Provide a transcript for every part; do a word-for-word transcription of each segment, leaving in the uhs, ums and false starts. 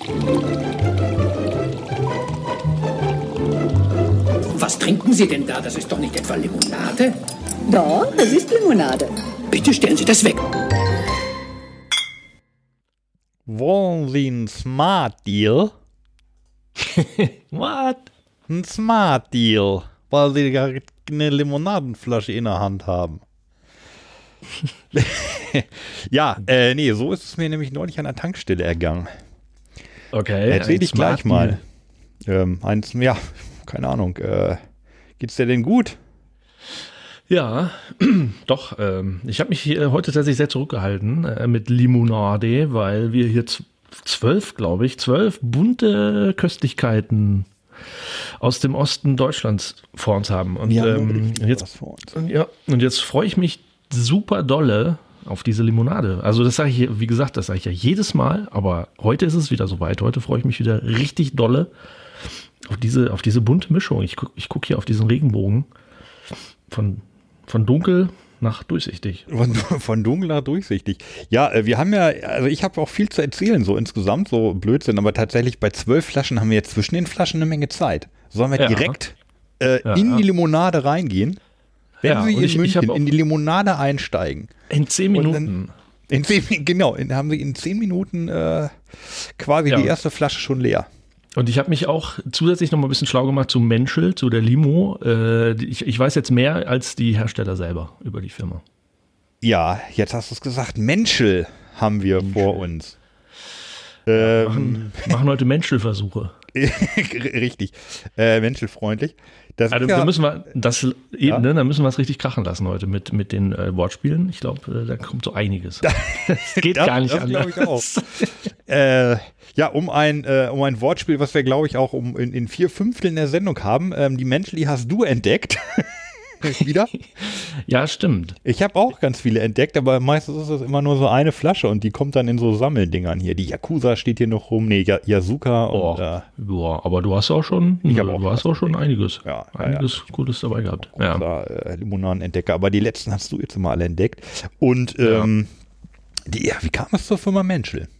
Was trinken Sie denn da? Das ist doch nicht etwa Limonade? Doch, es ist Limonade. Bitte stellen Sie das weg. Wollen Sie einen Smart Deal? What? Ein Smart Deal, weil Sie gerade eine Limonadenflasche in der Hand haben. Ja, äh, nee, so ist es mir nämlich neulich an der Tankstelle ergangen. Okay. Erzähl ich gleich mal. Ähm, eins, ja, keine Ahnung. Äh, geht's dir denn gut? Ja, doch. Ähm, ich habe mich hier heute tatsächlich sehr zurückgehalten äh, mit Limonade, weil wir hier z- zwölf, glaube ich, zwölf bunte Köstlichkeiten aus dem Osten Deutschlands vor uns haben. Und, Ja, ähm, jetzt, vor uns. und, ja, und jetzt freue ich mich super dolle auf diese Limonade. Also das sage ich, wie gesagt, das sage ich ja jedes Mal, aber heute ist es wieder soweit. Heute freue ich mich wieder richtig dolle auf diese, auf diese bunte Mischung. Ich gucke ich guck hier auf diesen Regenbogen von, von dunkel nach durchsichtig. Von, von dunkel nach durchsichtig. Ja, äh, wir haben ja, also ich habe auch viel zu erzählen, so insgesamt, so Blödsinn, aber tatsächlich bei zwölf Flaschen haben wir jetzt zwischen den Flaschen eine Menge Zeit. Sollen wir Ja. direkt äh, Ja, in ja. die Limonade reingehen? Wenn Ja, Sie und in ich- ich München hab auch- in die Limonade einsteigen. In zehn Und Minuten. In zehn, Genau, in, haben Sie in zehn Minuten äh, quasi Ja. die erste Flasche schon leer. Und ich habe mich auch zusätzlich noch mal ein bisschen schlau gemacht zu Menschel, zu der Limo. Äh, die- ich, ich weiß jetzt mehr als die Hersteller selber über die Firma. Ja, jetzt hast du es gesagt. Menschel haben wir vor uns. Ähm, Machen, machen heute Menschelversuche. richtig. Äh, menschelfreundlich. Das Also ist ja, da müssen wir das eben, Ja. ne, da müssen wir es richtig krachen lassen heute mit, mit den äh, Wortspielen. Ich glaube, äh, da kommt so einiges. Das geht das, gar nicht das anders. glaube ich auch. äh, ja, um ein, äh, um ein Wortspiel, was wir, glaube ich, auch um in, in vier Fünfteln der Sendung haben. Ähm, die Menschli hast du entdeckt. Wieder. Ja, stimmt. Ich habe auch ganz viele entdeckt, aber meistens ist es immer nur so eine Flasche und die kommt dann in so Sammeldingern hier. Die Yakuza steht hier noch rum, nee, Ya- Yasuka Oh, und äh, ja, aber du hast auch schon, Ich hab du auch hast auch schon einiges, Ja, ja, einiges Gutes dabei gehabt. Ja. da, äh, Limonadenentdecker. Aber die letzten hast du jetzt mal alle entdeckt. Und ähm, die, ja, wie kam es zur Firma Menschel?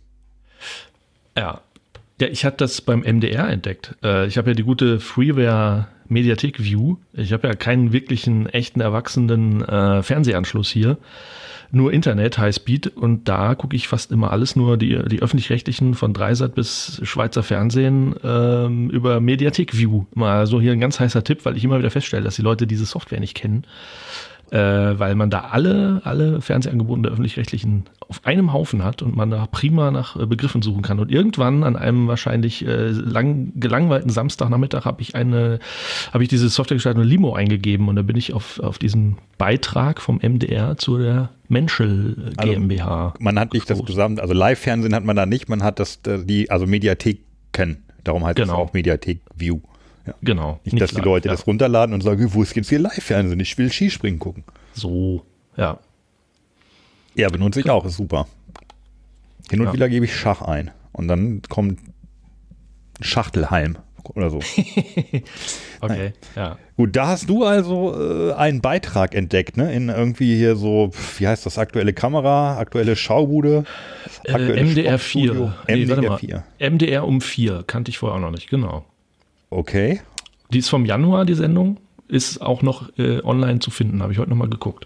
Ja. Ja, ich hatte das beim M D R entdeckt. Äh, ich habe ja die gute Freeware Mediathek View. Ich habe ja keinen wirklichen, echten, erwachsenen äh, Fernsehanschluss hier. Nur Internet, Highspeed. Und da gucke ich fast immer alles, nur die, die Öffentlich-Rechtlichen von Dreisat bis Schweizer Fernsehen ähm, über Mediathek View. Mal so hier ein ganz heißer Tipp, weil ich immer wieder feststelle, dass die Leute diese Software nicht kennen. Äh, weil man da alle, alle Fernsehangebote der Öffentlich-Rechtlichen auf einem Haufen hat und man da prima nach äh, Begriffen suchen kann. Und irgendwann an einem wahrscheinlich äh, lang, gelangweilten Samstagnachmittag habe ich eine, habe ich diese Softwaregestaltung Limo eingegeben und da bin ich auf, auf diesen Beitrag vom M D R zu der Menschel GmbH. Also, man hat nicht das zusammen, also Live-Fernsehen hat man da nicht, man hat das, äh, die, also Mediatheken. Darum heißt es Genau. auch Mediathek View. Ja. Genau. Nicht, dass die live, Leute ja. das runterladen und sagen, wo ist jetzt hier Live-Fernsehen? Ich will Skispringen gucken. So, ja. Ja, benutze ich auch, ist super. Hin und Ja. wieder gebe ich Schach ein und dann kommt Schachtelheim oder so. Okay, ja. Gut, da hast du also äh, einen Beitrag entdeckt, ne? In irgendwie hier so, wie heißt das, aktuelle Kamera, aktuelle Schaubude, aktuelle Äh, M D R Sportstudio. vier. Nee, warte M D R mal. vier. M D R um vier, kannte ich vorher auch noch nicht, genau. Okay. Die ist vom Januar, die Sendung. Ist auch noch äh, online zu finden, habe ich heute nochmal geguckt.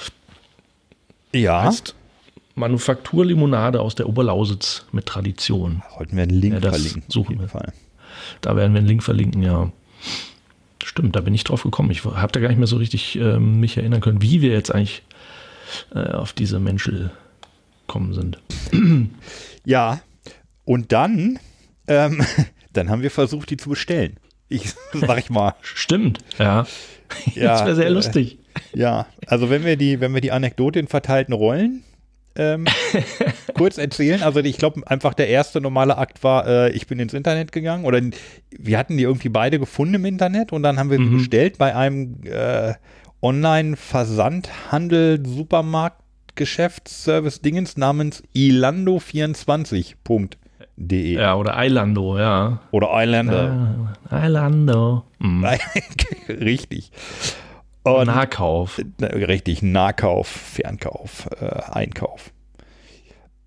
Ja. Heißt Manufakturlimonade aus der Oberlausitz mit Tradition. Sollten wir einen Link Ja, das verlinken. suchen auf jeden wir. Fall. Da werden wir einen Link verlinken, ja. Stimmt, da bin ich drauf gekommen. Ich habe da gar nicht mehr so richtig ähm, mich erinnern können, wie wir jetzt eigentlich äh, auf diese Menschel gekommen sind. Ja. Und dann, ähm, dann haben wir versucht, die zu bestellen. Ich sag ich mal. Stimmt, ja. Ja, das wäre sehr äh, lustig. Ja, also wenn wir die, wenn wir die Anekdote in verteilten Rollen ähm, kurz erzählen, also ich glaube einfach der erste normale Akt war, äh, ich bin ins Internet gegangen oder wir hatten die irgendwie beide gefunden im Internet und dann haben wir sie Mhm. bestellt bei einem äh, Online-Versandhandel Supermarkt-Geschäftsservice Dingens namens ilando vierundzwanzig punkt de Ja, oder Eilando, ja. oder Islander. Ah, Eilando. Mhm. Richtig. Und Nahkauf. Richtig, Nahkauf, Fernkauf, äh, Einkauf.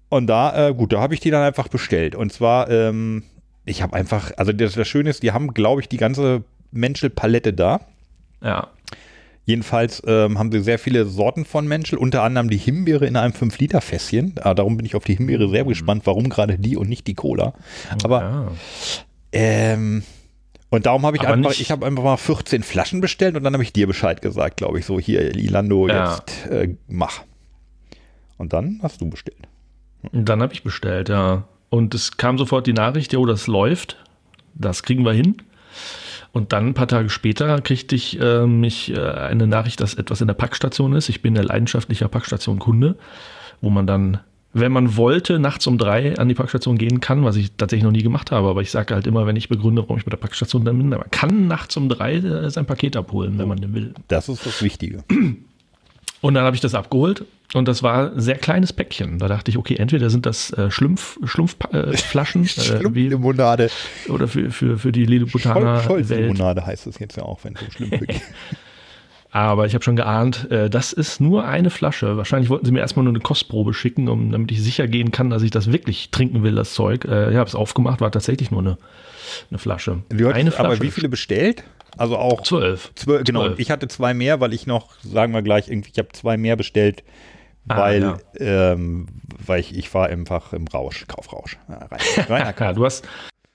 Und da, äh, gut, da habe ich die dann einfach bestellt. Und zwar, ähm, ich habe einfach, also das, das Schöne ist, die haben, glaube ich, die ganze Menschel-Palette da. Ja. Jedenfalls ähm, haben sie sehr viele Sorten von Menschel, unter anderem die Himbeere in einem fünf Liter Fässchen. Ah, darum bin ich auf die Himbeere sehr gespannt, warum gerade die und nicht die Cola. Aber, ja. ähm, und darum habe ich Aber einfach, nicht- ich habe einfach mal vierzehn Flaschen bestellt und dann habe ich dir Bescheid gesagt, glaube ich, so hier, Ilando, Ja. jetzt äh, mach. Und dann hast du bestellt. Dann habe ich bestellt, ja. Und es kam sofort die Nachricht, jo, das läuft. Das kriegen wir hin. Und dann ein paar Tage später kriegte ich äh, mich äh, eine Nachricht, dass etwas in der Packstation ist. Ich bin der leidenschaftlicher Packstation-Kunde, wo man dann, wenn man wollte, nachts um drei an die Packstation gehen kann, was ich tatsächlich noch nie gemacht habe. Aber ich sage halt immer, wenn ich begründe, warum ich bei der Packstation dann bin, man kann nachts um drei äh, sein Paket abholen, wenn man den will. Das ist das Wichtige. Und dann habe ich das abgeholt und das war ein sehr kleines Päckchen. Da dachte ich, okay, entweder sind das äh, Schlumpf, Schlumpfflaschen äh, Flaschen, äh, wie, Limonade. oder für, für, für die Lilliputaner Welt. Limonade heißt es jetzt ja auch, wenn es um Schlümpfe geht. Aber ich habe schon geahnt, äh, das ist nur eine Flasche. Wahrscheinlich wollten sie mir erstmal nur eine Kostprobe schicken, um, damit ich sicher gehen kann, dass ich das wirklich trinken will, das Zeug. Äh, ich habe es aufgemacht, war tatsächlich nur eine, eine Flasche. Wie heute- eine Flasche. Aber wie viele bestellt? Also auch Zwölf. zwölf, genau. Zwölf. Ich hatte zwei mehr, weil ich noch, sagen wir gleich, irgendwie, ich habe zwei mehr bestellt, Ah, weil, ja. ähm, weil ich, ich war einfach im Rausch, Kaufrausch. Ja, rein, reiner Kauf. Ja, du hast,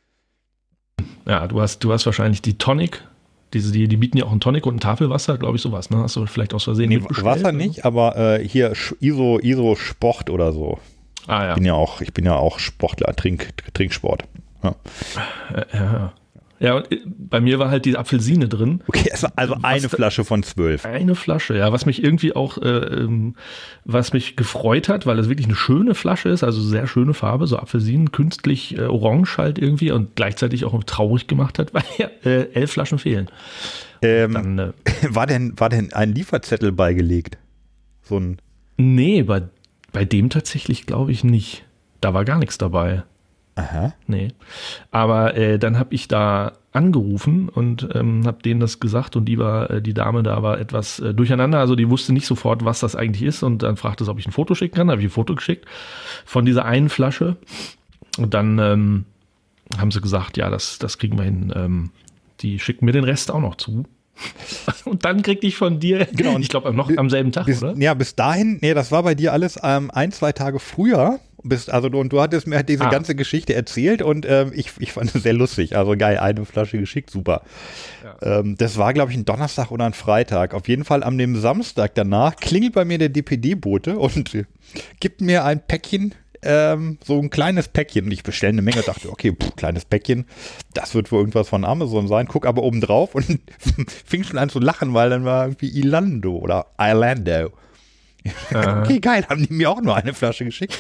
ja, du hast, du hast wahrscheinlich die Tonic. Diese, die, die bieten ja auch einen Tonic und ein Tafelwasser, glaube ich, sowas. Ne? Hast du vielleicht aus Versehen Nee, mitbestellt? Wasser nicht, aber äh, hier Sch- Iso, Iso Sport oder so. Ah ja. Ich bin ja auch, ich bin ja auch Sportler, Trink, Trinksport. Ja. Äh, ja. Ja, und äh, bei mir war halt die Apfelsine drin. Okay, also, also eine da- Flasche von zwölf. Eine Flasche, ja, was mich irgendwie auch, äh, ähm, was mich gefreut hat, weil es wirklich eine schöne Flasche ist, also sehr schöne Farbe, so Apfelsinen, künstlich äh, orange halt irgendwie und gleichzeitig auch traurig gemacht hat, weil ja äh, elf Flaschen fehlen. Ähm, Dann, äh, war denn, war denn ein Lieferzettel beigelegt? So ein, nee, bei, bei dem tatsächlich glaube ich nicht. Da war gar nichts dabei. aha. Nee. Aber äh, dann habe ich da angerufen und ähm, habe denen das gesagt und die war, äh, die Dame da war etwas äh, durcheinander, also die wusste nicht sofort, was das eigentlich ist und dann fragte sie, ob ich ein Foto schicken kann, habe ich ein Foto geschickt von dieser einen Flasche und dann ähm, haben sie gesagt, ja, das, das kriegen wir hin, ähm, die schicken mir den Rest auch noch zu. Und dann kriegte ich von dir, Genau, und ich glaube noch am selben Tag, Bis, oder? ja, bis dahin, nee, das war bei dir alles ähm, ein, zwei Tage früher. Bis, also du, und du hattest mir diese Ah. ganze Geschichte erzählt und ähm, ich, ich fand es sehr lustig. Also geil, eine Flasche geschickt, super. Ähm, das war, glaube ich, ein Donnerstag oder ein Freitag. Auf jeden Fall am dem Samstag danach klingelt bei mir der D P D-Bote und äh, gibt mir ein Päckchen, ähm, so ein kleines Päckchen. Und ich bestelle eine Menge, dachte, okay, pff, kleines Päckchen, das wird wohl irgendwas von Amazon sein. Guck aber oben drauf und fing schon an zu lachen, weil dann war irgendwie Ilando oder Ilando. Aha. Okay, geil, haben die mir auch nur eine Flasche geschickt.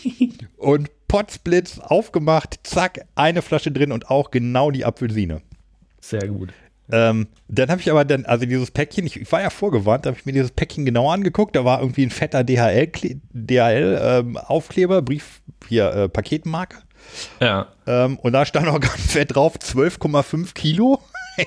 Und Potsblitz aufgemacht, zack, eine Flasche drin und auch genau die Apfelsine. Sehr gut. Ähm, dann habe ich aber dann, also dieses Päckchen, ich, ich war ja vorgewarnt, da habe ich mir dieses Päckchen genau angeguckt, da war irgendwie ein fetter D H L-Aufkleber, Brief, hier, äh, Paketmarke. Ja. Ähm, und da stand auch ganz fett drauf, zwölf Komma fünf Kilo.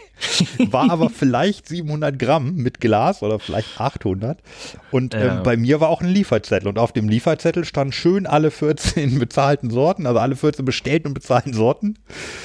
War aber vielleicht siebenhundert Gramm mit Glas oder vielleicht achthundert. Und Ja. ähm, bei mir war auch ein Lieferzettel. Und auf dem Lieferzettel stand schön alle vierzehn bezahlten Sorten, also alle vierzehn bestellten und bezahlten Sorten.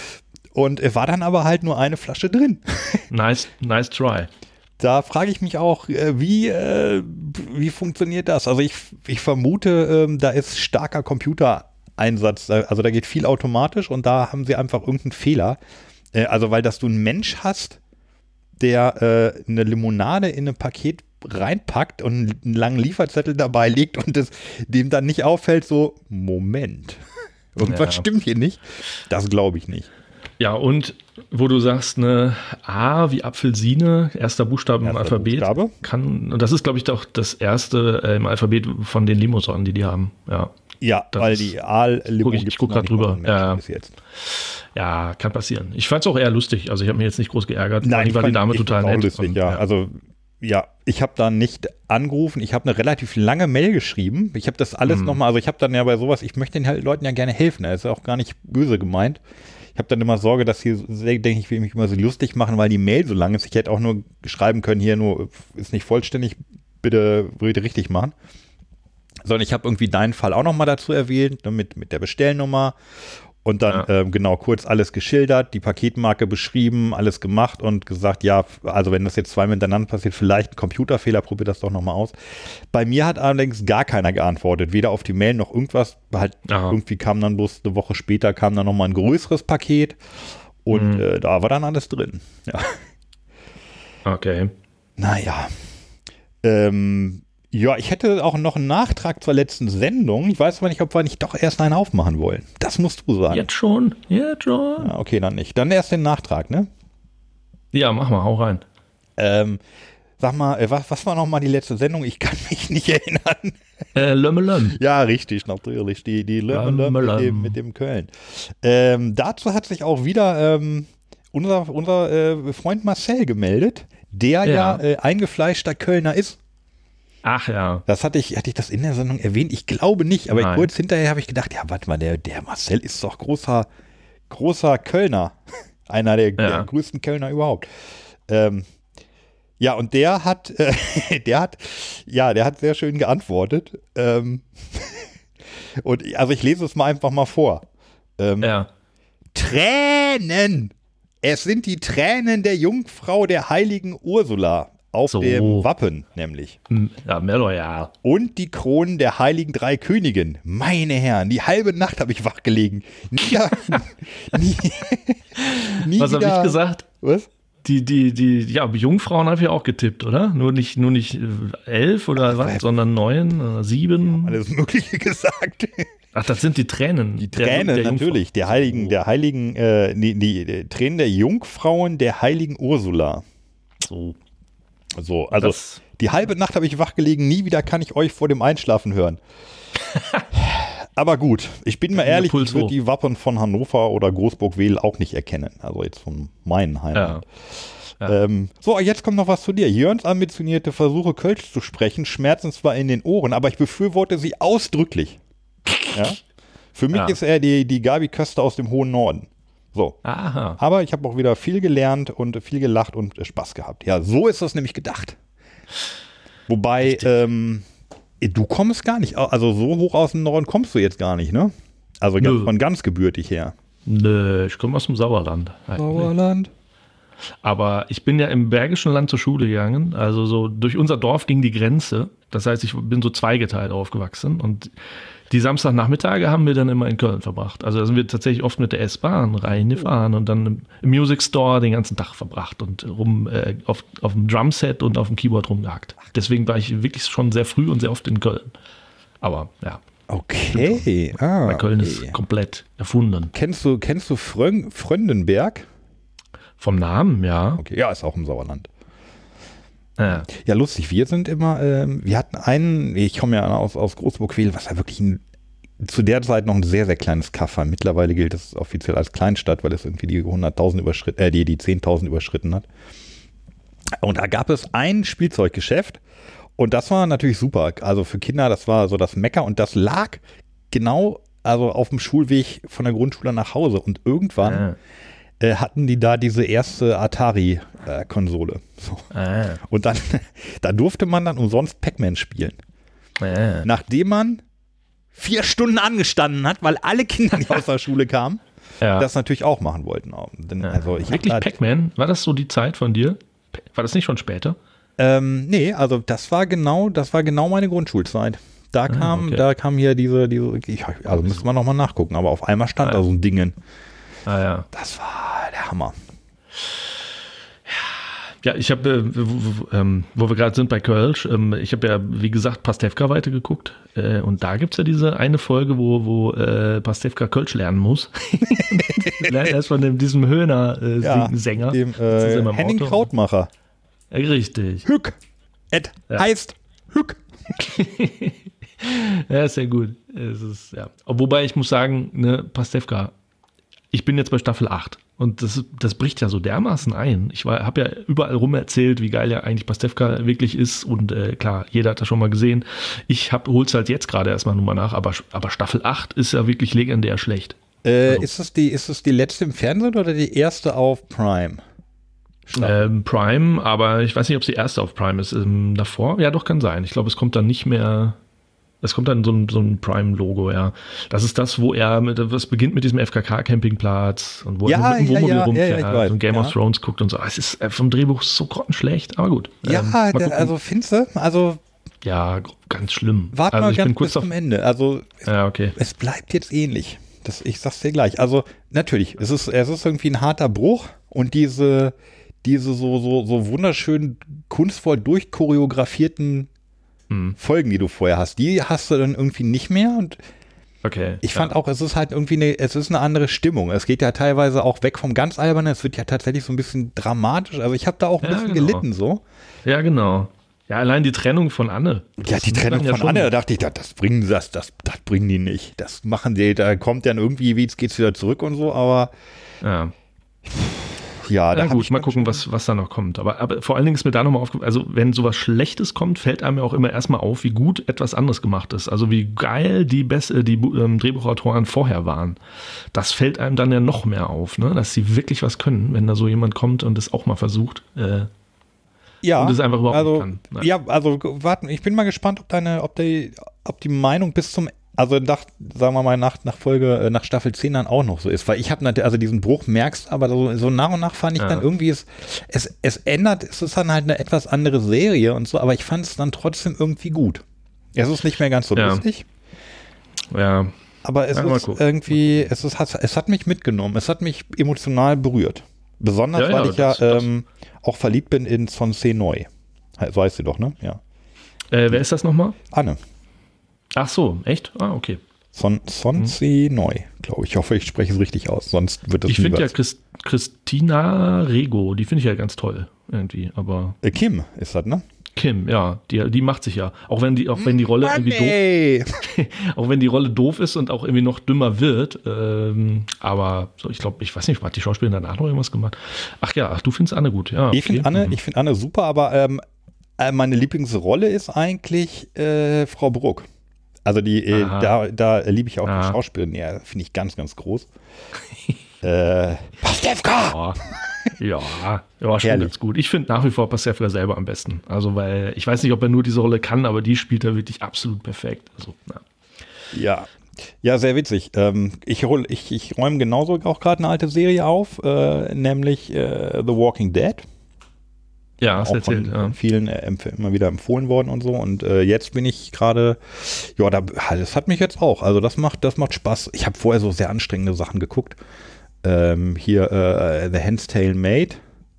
Und es war dann aber halt nur eine Flasche drin. Nice, nice try. Da frage ich mich auch, äh, wie, äh, wie funktioniert das? Also ich, ich vermute, ähm, da ist starker Computereinsatz. Also da geht viel automatisch und da haben sie einfach irgendeinen Fehler. Äh, also weil, dass du einen Mensch hast, der äh, eine Limonade in ein Paket reinpackt und einen langen Lieferzettel dabei legt und es dem dann nicht auffällt, so, Moment, irgendwas Ja. stimmt hier nicht. Das glaube ich nicht. Ja, und wo du sagst, ne, A wie Apfelsine, erster Buchstabe im Erster Alphabet, Buchstabe. kann, und das ist, glaube ich, doch das erste äh, im Alphabet von den Limosorten, die die haben. Ja, Ja, Das weil ist- die Aal-Limo Guck ich- ich gibt's guck noch grad nicht mal drüber. von Menschen Ja. bis jetzt. ja, kann passieren. Ich fand es auch eher lustig. Also ich habe mich jetzt nicht groß geärgert. Vor allem ich war die fand- Dame ich total fand's auch nett. lustig, Und, ja. Also, ja, ich habe da nicht angerufen. Ich habe eine relativ lange Mail geschrieben. Ich habe das alles Mhm. nochmal, also ich habe dann ja bei sowas, ich möchte den halt Leuten ja gerne helfen. Das ist auch gar nicht böse gemeint. Ich habe dann immer Sorge, dass sie, denke ich, will mich immer so lustig machen, weil die Mail so lang ist. Ich hätte auch nur schreiben können, hier nur, ist nicht vollständig, bitte, bitte richtig machen. sondern ich habe irgendwie deinen Fall auch nochmal dazu erwähnt, ne, mit, mit der Bestellnummer und dann ja. ähm, genau kurz alles geschildert, die Paketmarke beschrieben, alles gemacht und gesagt, ja, also wenn das jetzt zweimal miteinander passiert, vielleicht ein Computerfehler, probiert das doch nochmal aus. Bei mir hat allerdings gar keiner geantwortet, weder auf die Mail noch irgendwas, halt Aha. irgendwie kam dann bloß eine Woche später kam dann nochmal ein größeres Paket und mhm. äh, da war dann alles drin. Ja. Okay. Naja. Ähm, ja, ich hätte auch noch einen Nachtrag zur letzten Sendung. Ich weiß aber nicht, ob wir nicht doch erst einen aufmachen wollen. Das musst du sagen. Jetzt schon? Jetzt schon? Ja, okay, dann nicht. Dann erst den Nachtrag, ne? Ja, mach mal, hau rein. Ähm, sag mal, was, was war noch mal die letzte Sendung? Ich kann mich nicht erinnern. Äh, Lömmelöm. Ja, richtig, natürlich. Die, die Lömmelöm mit dem, mit dem Köln. Ähm, dazu hat sich auch wieder ähm, unser, unser äh, Freund Marcel gemeldet, der ja, ja äh, eingefleischter Kölner ist. Ach ja. Das hatte ich, hatte ich das in der Sendung erwähnt? Ich glaube nicht, aber kurz hinterher habe ich gedacht, ja, warte mal, der, der Marcel ist doch großer, großer Kölner. Einer der, ja. der größten Kölner überhaupt. Ähm, ja, und der hat, äh, der hat, ja, der hat sehr schön geantwortet. Ähm, und also ich lese es mal einfach mal vor. Ähm, ja. Tränen! Es sind die Tränen der Jungfrau der heiligen Ursula. Auf so. Dem Wappen nämlich. Ja, mehr loyal. Und die Kronen der heiligen drei Königinnen. Meine Herren, die halbe Nacht habe ich wach gelegen. Nie, nie, nie Was habe ich gesagt? Was? Die, die, die, ja, Jungfrauen habe ich auch getippt, oder? Nur nicht, nur nicht elf oder Ach, was, was, sondern neun oder sieben. Alles Mögliche gesagt. Ach, das sind die Tränen. Die Tränen, der, der natürlich. Der heiligen, der heiligen, äh, die, die, die Tränen der Jungfrauen der heiligen Ursula. So. So, also das, die halbe Nacht habe ich wach gelegen, nie wieder kann ich euch vor dem Einschlafen hören. Aber gut, ich bin mal ehrlich, ich würde die Wappen von Hannover oder Großburg-Wedel auch nicht erkennen. Also jetzt von meinen Heimat. Ja. Ja. Ähm, so, jetzt kommt noch was zu dir. Jörns ambitionierte Versuche, Kölsch zu sprechen, schmerzen zwar in den Ohren, aber ich befürworte sie ausdrücklich. Ja? Für mich ja. ist er die, die Gabi Köster aus dem hohen Norden. So. Aha. Aber ich habe auch wieder viel gelernt und viel gelacht und Spaß gehabt. Ja, so ist das nämlich gedacht. Wobei, ähm, du kommst gar nicht, also so hoch aus dem Norden kommst du jetzt gar nicht, ne? Also ganz, von ganz gebürtig her. Nö, ich komme aus dem Sauerland. Eigentlich. Sauerland. Aber ich bin ja im Bergischen Land zur Schule gegangen. Also so durch unser Dorf ging die Grenze. Das heißt, ich bin so zweigeteilt aufgewachsen und die Samstagnachmittage haben wir dann immer in Köln verbracht. Also da sind wir tatsächlich oft mit der S-Bahn reingefahren und dann im Music Store den ganzen Tag verbracht und rum äh, auf, auf dem Drumset und auf dem Keyboard rumgehackt. Deswegen war ich wirklich schon sehr früh und sehr oft in Köln. Aber ja. Okay. Ah, Bei Köln okay. ist komplett erfunden. Kennst du, kennst du Frön- Fröndenberg? Vom Namen, ja. Okay, ja, ist auch im Sauerland. Ja. ja, lustig. Wir sind immer, ähm, wir hatten einen, ich komme ja aus, aus Großburg-Wedel, was ja wirklich ein, zu der Zeit noch ein sehr, sehr kleines Kaff war. Mittlerweile gilt es offiziell als Kleinstadt, weil es irgendwie die hunderttausend überschritten, äh, die, die zehntausend überschritten hat. Und da gab es ein Spielzeuggeschäft und das war natürlich super. Also für Kinder, das war so das Mekka und das lag genau, also auf dem Schulweg von der Grundschule nach Hause und irgendwann ja. Äh, hatten die da diese erste Atari-Konsole. Äh, so. Ah. Und dann, da durfte man dann umsonst Pac-Man spielen. Ah. Nachdem man vier Stunden angestanden hat, weil alle Kinder, die aus der Schule kamen, ja. das natürlich auch machen wollten. Denn, ja. also ich Wirklich Pac-Man? War das so die Zeit von dir? War das nicht schon später? Ähm, nee, also das war genau, das war genau meine Grundschulzeit. Da kam, ah, okay. da kam hier diese, diese ich, also müsste man nochmal nachgucken, aber auf einmal stand ah, da so ein Dingen. Ah, ja. Das war der Hammer. Ja, ich habe, äh, wo, ähm, wo wir gerade sind bei Kölsch, ähm, ich habe ja, wie gesagt, Pastewka weitergeguckt äh, und da gibt es ja diese eine Folge, wo, wo äh, Pastewka Kölsch lernen muss. Lernt erst von dem, diesem Höhner-Sänger. Äh, ja, dem äh, Henning Auto. Krautmacher. Ja, richtig. Hück. Et ja. heißt Hück. Ja, ist sehr gut. Es ist, ja. Wobei ich muss sagen, ne, Pastewka, ich bin jetzt bei Staffel acht und das, das bricht ja so dermaßen ein. Ich habe ja überall rum erzählt, wie geil ja eigentlich Pastewka wirklich ist und äh, klar, jeder hat das schon mal gesehen. Ich hol's halt jetzt gerade erstmal nur mal nach, aber, aber Staffel acht ist ja wirklich legendär schlecht. Äh, also. ist, das die, ist das die letzte im Fernsehen oder die erste auf Prime? Ähm, Prime, aber ich weiß nicht, ob es die erste auf Prime ist. Ähm, davor? Ja, doch, kann sein. Ich glaube, es kommt dann nicht mehr Es kommt dann so ein, so ein Prime-Logo, ja. Das ist das, wo er, mit, das beginnt mit diesem F K K-Campingplatz und wo ja, er mit dem Wohnmobil ja, ja, rumfährt ja, weiß, und Game ja. of Thrones guckt und so. Es ist vom Drehbuch so grottenschlecht, aber gut. Ja, ähm, der, also findest du, also ja, ganz schlimm. warte also mal ich ganz bin kurz bis auf, zum Ende. Also es, ja, okay. es bleibt jetzt ähnlich. Das, ich sag's dir gleich. Also natürlich, es ist, es ist irgendwie ein harter Bruch und diese, diese so, so, so wunderschön kunstvoll durchchoreografierten Hm. Folgen, die du vorher hast, die hast du dann irgendwie nicht mehr und Okay. ich fand ja. auch, es ist halt irgendwie eine, es ist eine andere Stimmung. Es geht ja teilweise auch weg vom ganz Albernen, es wird ja tatsächlich so ein bisschen dramatisch. Also ich habe da auch ein Ja, bisschen genau. gelitten so. Ja, genau. Ja, allein die Trennung von Anne. Ja, die Das Trennung muss man ja von schon- Anne, da dachte ich, das, das bringen sie, das, das, das bringen die nicht. Das machen die, da kommt dann irgendwie, wie jetzt geht's wieder zurück und so, aber Ja. ja, da Na hab gut, ich mal dann gucken, schon- was, was da noch kommt. Aber, aber vor allen Dingen ist mir da nochmal aufgefallen, also wenn sowas Schlechtes kommt, fällt einem ja auch immer erstmal auf, wie gut etwas anderes gemacht ist. Also wie geil die, Best äh, die ähm, Drehbuchautoren vorher waren. Das fällt einem dann ja noch mehr auf, ne? Dass sie wirklich was können, wenn da so jemand kommt und es auch mal versucht. Äh, ja, und es einfach überhaupt also, nicht kann. Nein. ja, also warten, ich bin mal gespannt, ob deine, ob die, ob die Meinung bis zum, also nach, sagen wir mal, nach, nach Folge, äh, nach Staffel zehn dann auch noch so ist, weil ich habe natürlich, also diesen Bruch merkst, aber so, so nach und nach fand ich Ja. dann irgendwie, es, es, es ändert, es ist dann halt eine etwas andere Serie und so, aber ich fand es dann trotzdem irgendwie gut. Es ist nicht mehr ganz so Ja. lustig, Ja, aber es Ja, mal ist gucken. irgendwie, es ist, hat, es hat mich mitgenommen, es hat mich emotional berührt. Besonders, Ja, ja, weil ich das- ja das- ähm, auch verliebt bin in Son Se Neu. So heißt sie doch, ne? Ja. äh, wer ist das nochmal? Anne. Ach so, echt? Ah, okay. Son, Son Se Neu, glaube ich. Ich hoffe, ich spreche es richtig aus, sonst wird das Ich nie finde ja was. Christ, Christina Rego, die finde ich ja ganz toll irgendwie, aber Äh, Kim ist das, ne? Kim, ja, die, die macht sich ja. Auch wenn die, auch wenn die Rolle irgendwie doof, Ey. auch wenn die Rolle doof ist und auch irgendwie noch dümmer wird, ähm, aber so, ich glaube, ich weiß nicht, hat die Schauspielerin danach noch irgendwas gemacht? Ach ja, ach, du findest Anne gut, ja. Ich finde okay. Anne, Mhm. ich finde Anne super, aber ähm, äh, meine Lieblingsrolle ist eigentlich äh, Frau Bruck. Also die, äh, Aha. da, da liebe ich auch Aha. die Schauspielerin. Ja, finde ich ganz, ganz groß. äh, Pastewka! Ja, ja, ja, schon Herrlich. ganz gut. Ich finde nach wie vor Pastewka selber am besten. Also, weil ich weiß nicht, ob er nur diese Rolle kann, aber die spielt er wirklich absolut perfekt. Also, na. Ja. Ja, sehr witzig. Ähm, ich hol, ich, ich räume genauso auch gerade eine alte Serie auf, äh, nämlich äh, The Walking Dead. Ja, hast Auch erzählt. von Ja. vielen äh, empf- immer wieder empfohlen worden und so. Und äh, jetzt bin ich gerade, ja, da, das hat mich jetzt auch. Also das macht, das macht Spaß. Ich habe vorher so sehr anstrengende Sachen geguckt. Ähm, hier äh, The Hand's Tale Maid.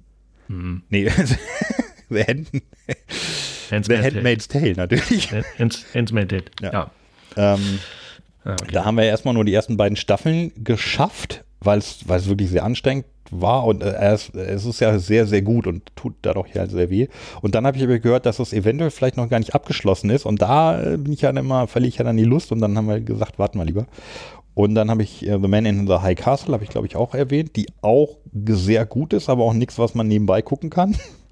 Hm. Nee, The, Hand, Hands The Handmaid's Tale natürlich. Hands, Handsmaid Ja. ja. Ähm, Ja, okay. Da haben wir erstmal nur die ersten beiden Staffeln geschafft, weil es weil es wirklich sehr anstrengend war und äh, es, es ist ja sehr, sehr gut und tut dadurch ja sehr weh. Und dann habe ich aber gehört, dass es eventuell vielleicht noch gar nicht abgeschlossen ist und da äh, bin ich ja dann immer, verliere ich ja dann die Lust und dann haben wir gesagt, warten wir lieber. Und dann habe ich äh, The Man in the High Castle, habe ich glaube ich auch erwähnt, die auch sehr gut ist, aber auch nichts, was man nebenbei gucken kann.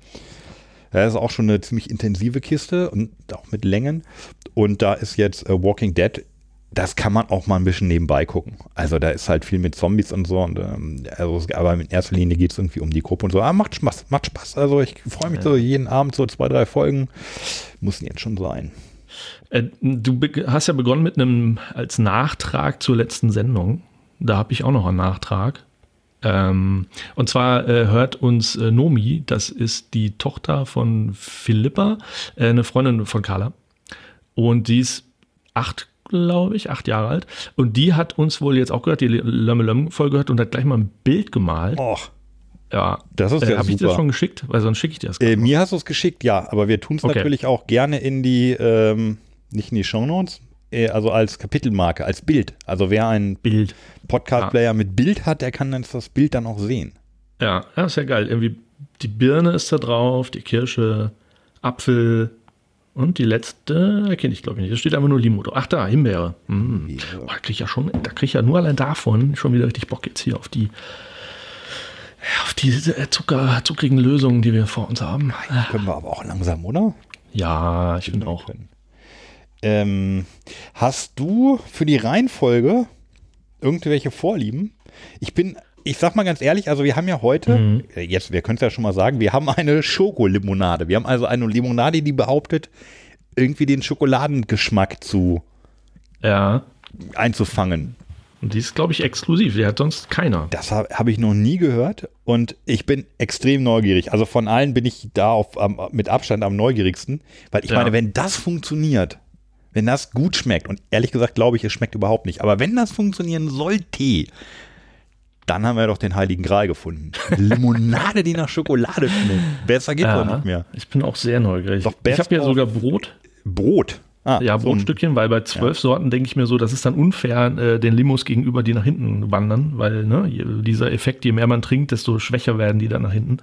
Das ist auch schon eine ziemlich intensive Kiste und auch mit Längen. Und da ist jetzt äh, Walking Dead, das kann man auch mal ein bisschen nebenbei gucken. Also da ist halt viel mit Zombies und so. Und, ähm, also, es- aber in erster Linie geht es irgendwie um die Gruppe und so. Aber macht Spaß, macht Spaß. Also ich freue mich Ja. so jeden Abend so zwei, drei Folgen. Muss jetzt schon sein. Äh, du be- hast ja begonnen mit einem als Nachtrag zur letzten Sendung. Da habe ich auch noch einen Nachtrag. Ähm, und zwar äh, hört uns äh, Nomi, das ist die Tochter von Philippa, äh, eine Freundin von Carla. Und die ist acht, glaube ich, acht Jahre alt. Und die hat uns wohl jetzt auch gehört, die Lömme-Lömm-Folge gehört und hat gleich mal ein Bild gemalt. Och, Ja, das ist äh, ja habe ich dir super. das schon geschickt? Weil sonst schicke ich dir das. Äh, gleich mal. mir hast du es geschickt, ja. Aber wir tun es Okay. natürlich auch gerne in die, ähm, nicht in die Shownotes, äh, also als Kapitelmarke, als Bild. Also wer einen Bild. Podcast-Player mit Bild hat, der kann dann das Bild dann auch sehen. Ja, ja, ist ja geil. Irgendwie die Birne ist da drauf, die Kirsche, Apfel und die letzte erkenne ich glaube ich nicht. Da steht einfach nur Limoto. Ach da, Himbeere. Mm. Ja. Boah, da krieg ich ja schon, da krieg ich ja nur allein davon schon wieder richtig Bock jetzt hier auf die auf diese äh, Zucker, zuckrigen Lösungen, die wir vor uns haben. Können wir aber auch langsam, oder? Ja, ich finde auch. Können. Ähm, hast du für die Reihenfolge irgendwelche Vorlieben? Ich bin, ich sag mal ganz ehrlich, also wir haben ja heute, Mhm. äh, jetzt, wir können es ja schon mal sagen, wir haben eine Schokolimonade. Wir haben also eine Limonade, die behauptet, irgendwie den Schokoladengeschmack zu Ja. einzufangen. Und die ist, glaube ich, exklusiv. Die hat sonst keiner. Das habe hab ich noch nie gehört und ich bin extrem neugierig. Also von allen bin ich da auf, am, mit Abstand am neugierigsten, weil ich Ja. meine, wenn das funktioniert, wenn das gut schmeckt und ehrlich gesagt glaube ich, es schmeckt überhaupt nicht, aber wenn das funktionieren sollte, dann haben wir doch den heiligen Gral gefunden. Limonade, die nach Schokolade schmeckt. Besser geht Ja, doch nicht mehr. Ich bin auch sehr neugierig. Doch Ich best habe ja of- sogar Brot. Brot. Ah, Ja, so ein- Brotstückchen, weil bei zwölf Sorten denke ich mir so, das ist dann unfair äh, den Limos gegenüber, die nach hinten wandern, weil ne, je- dieser Effekt, je mehr man trinkt, desto schwächer werden die dann nach hinten.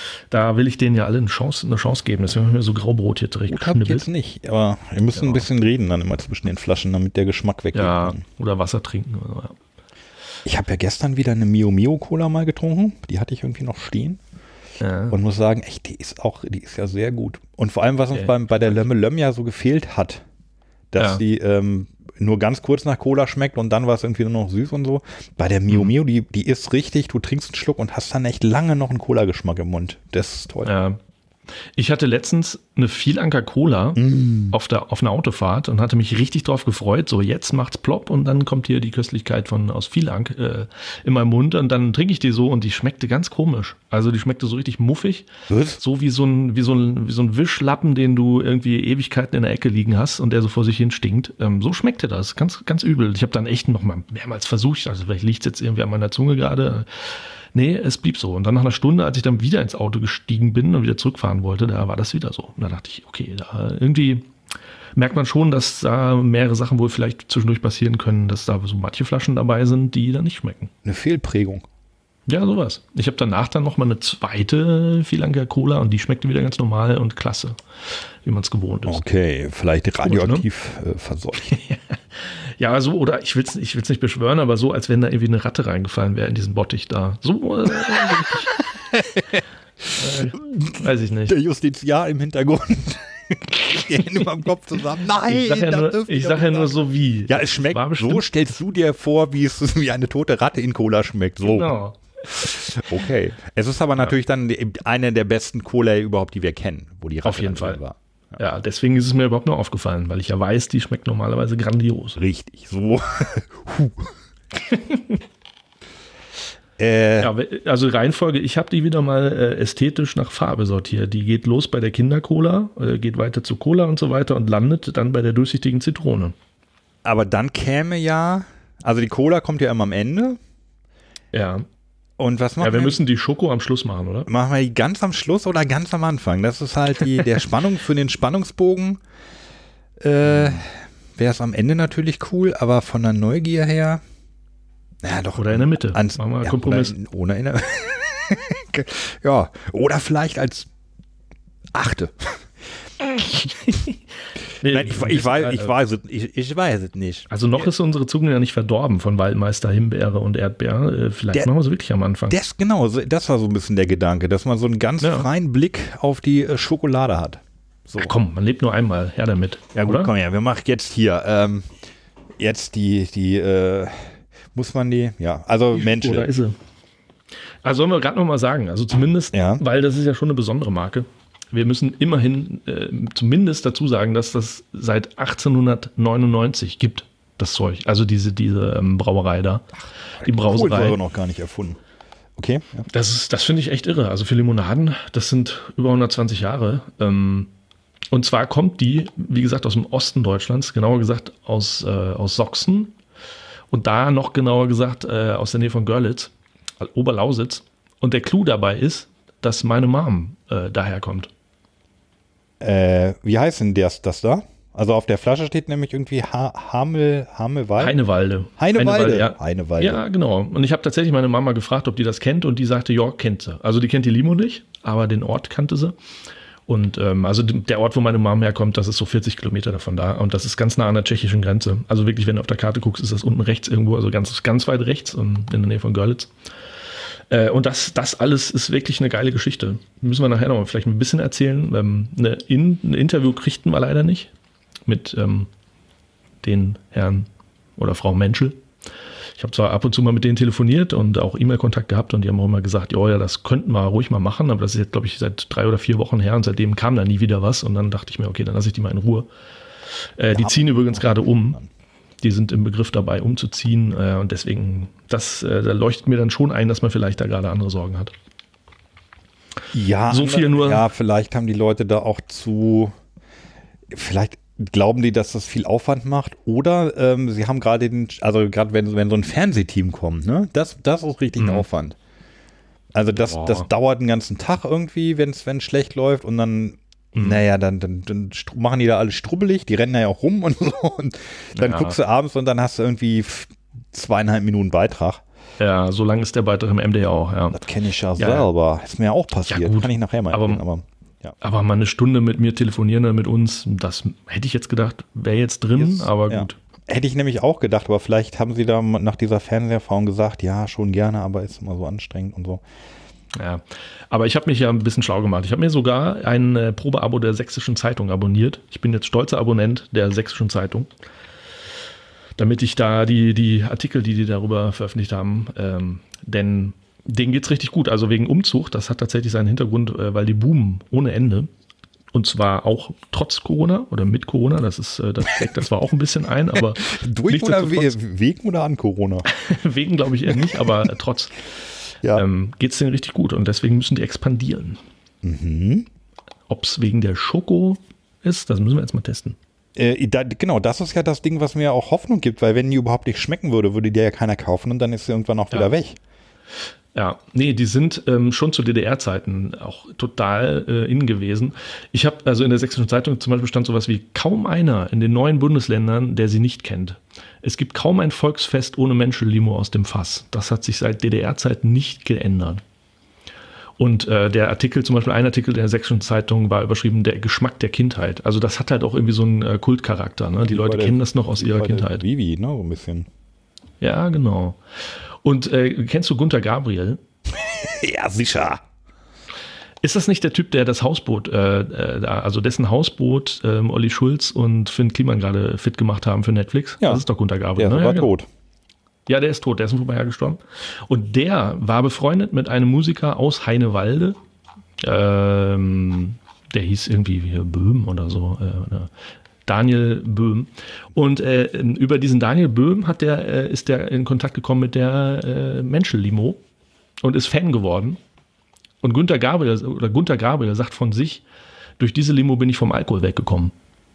Da will ich denen ja alle eine Chance, eine Chance geben. Deswegen haben wir so Graubrot hier direkt Gut, hab ich jetzt geschnibbelt. nicht, aber wir müssen Ja. ein bisschen reden dann immer zwischen den Flaschen, damit der Geschmack weggeht. Ja, oder Wasser trinken. Oder so, ja. Ich habe ja gestern wieder eine Mio Mio Cola mal getrunken. Die hatte ich irgendwie noch stehen. Ja. Und muss sagen, echt, die ist auch, die ist ja sehr gut. Und vor allem, was uns Okay. beim, bei der Lömme Lömm ja so gefehlt hat, dass Ja. die ähm, nur ganz kurz nach Cola schmeckt und dann war es irgendwie nur noch süß und so. Bei der Mio Mio, die, die ist richtig, du trinkst einen Schluck und hast dann echt lange noch einen Cola-Geschmack im Mund. Das ist toll. Ja. Ich hatte letztens eine Vielanker Cola Mm. auf, der, auf einer Autofahrt und hatte mich richtig drauf gefreut. So, jetzt macht's plopp und dann kommt hier die Köstlichkeit von aus Vielank äh, in meinem Mund und dann trinke ich die so und die schmeckte ganz komisch. Also die schmeckte so richtig muffig. Was? So wie so ein, wie so ein, wie so ein Wischlappen, den du irgendwie Ewigkeiten in der Ecke liegen hast und der so vor sich hin stinkt. Ähm, so schmeckte das. Ganz, ganz übel. Ich habe dann echt noch mal mehrmals versucht. Also vielleicht liegt es jetzt irgendwie an meiner Zunge gerade. Nee, es blieb so. Und dann nach einer Stunde, als ich dann wieder ins Auto gestiegen bin und wieder zurückfahren wollte, da war das wieder so. Und da dachte ich, okay, da irgendwie merkt man schon, dass da mehrere Sachen wohl vielleicht zwischendurch passieren können, dass da so manche Flaschen dabei sind, die dann nicht schmecken. Eine Fehlprägung. Ja, sowas. Ich habe danach dann noch mal eine zweite Vielanker Cola und die schmeckte wieder ganz normal und klasse, wie man es gewohnt ist. Okay, vielleicht radioaktiv äh, verseucht. Ja, so, oder ich will es ich will's nicht beschwören, aber so, als wenn da irgendwie eine Ratte reingefallen wäre in diesen Bottich da. So, äh, so richtig, äh, weiß ich nicht. Der Justiziar im Hintergrund. Die Hände über dem Kopf zusammen. Nein, Ich sag ja das nur, dürfen ich wir sag ja nicht nur sagen. so wie. Ja, es schmeckt, war bestimmt- so stellst du dir vor, wie es wie eine tote Ratte in Cola schmeckt. So, Genau. okay. Es ist aber natürlich dann die- eine der besten Cola überhaupt, die wir kennen, wo die Ratte Auf jeden dann drin Fall. war. Ja, deswegen ist es mir überhaupt nur aufgefallen, weil ich ja weiß, die schmeckt normalerweise grandios. Richtig, so. Huh. äh, Ja, also Reihenfolge, ich habe die wieder mal äh, ästhetisch nach Farbe sortiert. Die geht los bei der Kindercola, äh, geht weiter zu Cola und so weiter und landet dann bei der durchsichtigen Zitrone. aber dann käme ja, also die Cola kommt ja immer am Ende. Ja, Und was machen ja wir wir? müssen die Schoko am Schluss machen, oder? Machen wir die ganz am Schluss oder ganz am Anfang? Das ist halt die, der Spannung für den Spannungsbogen. Äh, wäre es am Ende natürlich cool, aber von der Neugier her, ja doch. Oder in der Mitte. Ans, Machen wir einen ja, Kompromiss. Oder in, oder in der, ja, oder vielleicht als achte. Nee, Nein, ich, ich, weiß, ich, weiß es, ich, ich weiß es nicht. Also noch ist unsere Zunge ja nicht verdorben von Waldmeister Himbeere und Erdbeer. Äh, Vielleicht Der- machen wir sie wirklich am Anfang. Das genau, so- das war so ein bisschen der Gedanke, dass man so einen ganz Ja. freien Blick auf die äh, Schokolade hat. So. Ach komm, man lebt nur einmal. Her damit. Ja gut, oder? komm her, wir machen jetzt hier, ähm, jetzt die, die, äh, muss man die, ja, also Mensch, Oder ist sie? Also sollen wir gerade noch mal sagen, also zumindest, Ja. weil das ist ja schon eine besondere Marke. Wir müssen immerhin äh, zumindest dazu sagen, dass das seit achtzehnhundertneunundneunzig gibt, das Zeug. Also diese, diese ähm, Brauerei da, die Brauserei. Kohlensäure noch gar nicht erfunden. Okay, ja. Das ist, das finde ich echt irre. Also für Limonaden, das sind über hundertzwanzig Jahre. Ähm, und zwar kommt die, wie gesagt, aus dem Osten Deutschlands, genauer gesagt aus, äh, aus Sachsen und da noch genauer gesagt äh, aus der Nähe von Görlitz, also Oberlausitz. Und der Clou dabei ist, dass meine Mom äh, daherkommt. Äh, wie heißt denn das, das da? Also auf der Flasche steht nämlich irgendwie ha Hamel, Hamelwald. Heinewalde. Heinewalde. ja. Heinewalde. Ja, genau. Und ich habe tatsächlich meine Mama gefragt, ob die das kennt und die sagte, ja, kennt sie. Also die kennt die Limo nicht, aber den Ort kannte sie. Und ähm, also der Ort, wo meine Mom herkommt, das ist so vierzig Kilometer davon da und das ist ganz nah an der tschechischen Grenze. Also wirklich, wenn du auf der Karte guckst, ist das unten rechts irgendwo, also ganz, ganz weit rechts und in der Nähe von Görlitz. Äh, und das, das alles ist wirklich eine geile Geschichte. Müssen wir nachher noch mal vielleicht ein bisschen erzählen. Ähm, eine in, ein Interview kriegten wir leider nicht mit ähm, den Herrn oder Frau Menschel. Ich habe zwar ab und zu mal mit denen telefoniert und auch E-Mail-Kontakt gehabt und die haben auch immer gesagt, ja, ja, das könnten wir ruhig mal machen, aber das ist jetzt, glaube ich, seit drei oder vier Wochen her und seitdem kam da nie wieder was und dann dachte ich mir, okay, dann lasse ich die mal in Ruhe. Äh, die ziehen übrigens gerade um. Die sind im Begriff dabei, umzuziehen äh, und deswegen, das, äh, da leuchtet mir dann schon ein, dass man vielleicht da gerade andere Sorgen hat. Ja, so viel nur. Ja, vielleicht haben die Leute da auch zu, vielleicht glauben die, dass das viel Aufwand macht oder ähm, sie haben gerade den, also gerade wenn, wenn so ein Fernsehteam kommt, ne, das, das ist richtig ein Mhm. Aufwand. Also das, Boah. das dauert einen ganzen Tag irgendwie, wenn es schlecht läuft und dann Mhm. naja, dann, dann, dann stru- machen die da alles strubbelig, die rennen ja auch rum und so und dann Ja. guckst du abends und dann hast du irgendwie f- zweieinhalb Minuten Beitrag. Ja, so lang ist der Beitrag im M D auch, ja. Das kenne ich ja, Ja. selber. Ist mir ja auch passiert. Ja, gut. Kann ich nachher mal Aber- erzählen, aber ja. Aber mal eine Stunde mit mir telefonieren oder mit uns, das hätte ich jetzt gedacht, wäre jetzt drin, Ist- aber ja. gut. Hätte ich nämlich auch gedacht, aber vielleicht haben sie da nach dieser Fernseherfahrung gesagt, ja, schon gerne, aber ist immer so anstrengend und so. Ja, aber ich habe mich ja ein bisschen schlau gemacht. Ich habe mir sogar ein äh, Probeabo der Sächsischen Zeitung abonniert. Ich bin jetzt stolzer Abonnent der Sächsischen Zeitung, damit ich da die, die Artikel, die die darüber veröffentlicht haben, ähm, denn denen geht's richtig gut. Also wegen Umzug, das hat tatsächlich seinen Hintergrund, äh, weil die boomen ohne Ende. Und zwar auch trotz Corona oder mit Corona. Das ist, äh, das schlägt das zwar auch ein bisschen ein, aber Durch oder nichtsdestotrotz- we wegen oder an Corona? wegen glaube ich eher nicht, aber äh, trotz. Ja. Ähm, geht es denen richtig gut und deswegen müssen die expandieren. Mhm. Ob es wegen der Schoko ist, das müssen wir jetzt mal testen. Äh, da, genau, das ist ja das Ding, was mir auch Hoffnung gibt, weil wenn die überhaupt nicht schmecken würde, würde die ja keiner kaufen und dann ist sie irgendwann auch Ja. wieder weg. Ja, nee, die sind ähm, schon zu D D R-Zeiten auch total äh, in gewesen. Ich habe, also in der Sächsischen Zeitung zum Beispiel stand sowas wie kaum einer in den neuen Bundesländern, der sie nicht kennt. Es gibt kaum ein Volksfest ohne Menschenlimo aus dem Fass. Das hat sich seit D D R-Zeiten nicht geändert. Und äh, der Artikel, zum Beispiel ein Artikel der Sächsischen Zeitung war überschrieben, der Geschmack der Kindheit. Also das hat halt auch irgendwie so einen äh, Kultcharakter. Ne? Die Leute Bei der- kennen das noch aus ihrer Bei der Kindheit. Vivi, ne, so ein bisschen. Ja, genau. Und äh, kennst du Gunter Gabriel? Ja, sicher. Ist das nicht der Typ, der das Hausboot, äh, äh, da- also dessen Hausboot ähm, Olli Schulz und Finn Kliman gerade fit gemacht haben für Netflix? Ja. Das ist doch Gunter Der Gabriel. ist ne? aber Ja, genau. tot. Ja, der ist tot, der ist ein paar Jahre gestorben. Und der war befreundet mit einem Musiker aus Heinewalde. Ähm, der hieß irgendwie wie Böhm oder so. Äh, ne? Daniel Böhm. Und äh, über diesen Daniel Böhm hat der, äh, ist der in Kontakt gekommen mit der äh, Menschel-Limo und ist Fan geworden. Und Gunter Gabriel, oder Gunter Gabriel sagt von sich, durch diese Limo bin ich vom Alkohol weggekommen.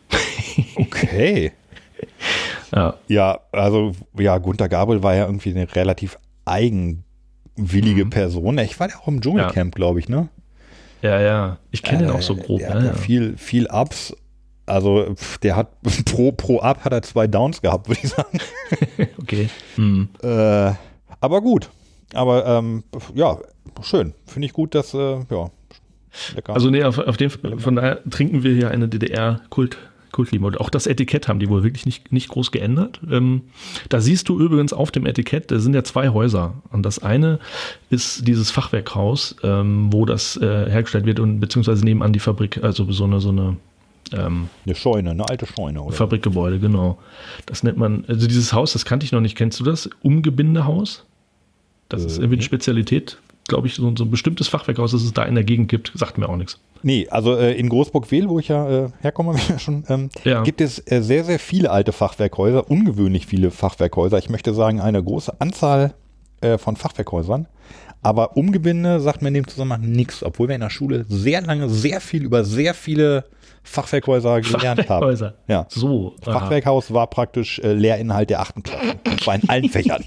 Okay. Ja, Ja, also, ja, Gunter Gabriel war ja irgendwie eine relativ eigenwillige Mhm. Person. Ich war ja auch im Dschungelcamp, glaube ich, ne? ja, ja. Ich kenne den auch so grob. Der Ja, hat ja ja. viel, viel Ups. Also, pf, der hat pro, pro Up hat er zwei Downs gehabt, würde ich sagen. Okay. Hm. Äh, aber gut. Aber ähm, ja, schön. Finde ich gut, dass, äh, ja, lecker. Also nee, auf, auf dem, von daher trinken wir hier eine D D R-Kult. Kultlimo. Und auch das Etikett haben die wohl wirklich nicht, nicht groß geändert. Ähm, da siehst du übrigens auf dem Etikett, da sind ja zwei Häuser. Und das eine ist dieses Fachwerkhaus, ähm, wo das äh, hergestellt wird und beziehungsweise nebenan die Fabrik, also so eine, so eine ähm, eine Scheune, eine alte Scheune, oder? Fabrikgebäude, genau. Das nennt man, also dieses Haus, das kannte ich noch nicht. Kennst du das? Umgebindehaus? Das Äh, ist irgendwie eine nee. Spezialität. Glaube ich, so, so ein bestimmtes Fachwerkhaus, das es da in der Gegend gibt, sagt mir auch nichts. Nee, also äh, in Großburg-Wehl, wo ich ja äh, herkomme, wie ja schon, ähm, Ja. gibt es äh, sehr, sehr viele alte Fachwerkhäuser, ungewöhnlich viele Fachwerkhäuser. Ich möchte sagen, eine große Anzahl äh, von Fachwerkhäusern. Aber Umgebinde sagt mir in dem Zusammenhang nichts, obwohl wir in der Schule sehr lange, sehr viel über sehr viele Fachwerkhäuser gelernt haben. Fachwerkhäuser. Ja. So. aha. Fachwerkhaus war praktisch äh, Lehrinhalt der achten Klasse. Und zwar in allen Fächern.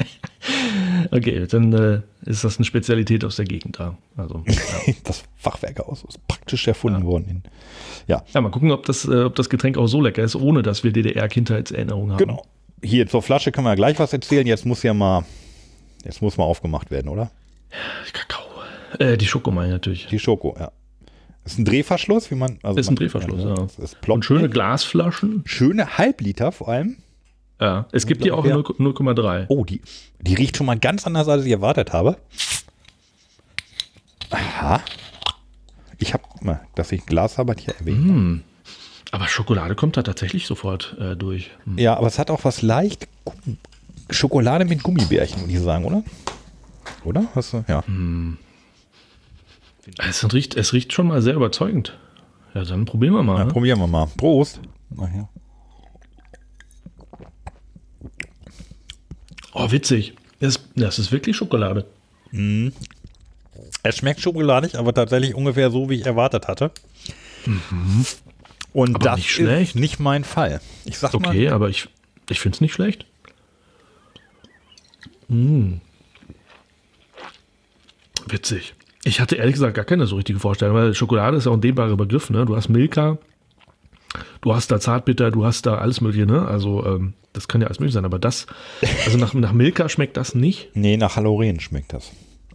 Okay, dann äh, ist das eine Spezialität aus der Gegend da. Also, ja. Das Fachwerkhaus ist praktisch erfunden Ja. worden. Ja, ja, mal gucken, ob das, äh, ob das Getränk auch so lecker ist, ohne dass wir D D R-Kindheitserinnerungen haben. genau. Hier zur Flasche können wir ja gleich was erzählen. Jetzt muss ja mal, jetzt muss mal aufgemacht werden, oder? Kakao. Äh, die Schoko meine ich natürlich. Die Schoko, ja. Ist ein Drehverschluss, wie man. Also Ist ein man- Drehverschluss, ja. Es ist ploppt Und schöne nicht. Glasflaschen. schöne Halbliter vor allem. Ja, es gibt die auch Ja. null Komma drei. Oh, die, die riecht schon mal ganz anders, als ich erwartet habe. Aha. Ich habe, dass ich ein Glas habe, hatte ich ja erwähnt. Hm. Aber Schokolade kommt da tatsächlich sofort äh, durch. Hm. Ja, aber es hat auch was leicht Gum- Schokolade mit Gummibärchen, würde ich sagen, oder? Oder? Hast du? Ja. Hm. Es riecht, es riecht schon mal sehr überzeugend. Ja, dann probieren wir mal. Ja, ne? probieren wir mal. Prost. Ach, ja. Oh, witzig. Das, das ist wirklich Schokolade. Mm. Es schmeckt schokoladig, aber tatsächlich ungefähr so, wie ich erwartet hatte. Mhm. Und Aber das nicht schlecht. ist nicht mein Fall. Ich sag Okay, mal, aber ich, ich finde es nicht schlecht. Mm. Witzig. Ich hatte ehrlich gesagt gar keine so richtige Vorstellung, weil Schokolade ist ja auch ein dehnbarer Begriff. Ne? Du hast Milka, du hast da Zartbitter, du hast da alles Mögliche. Ne? Also ähm, das kann ja alles möglich sein. Aber das, also nach, nach Milka schmeckt das nicht. nee, nach Haloren schmeckt das.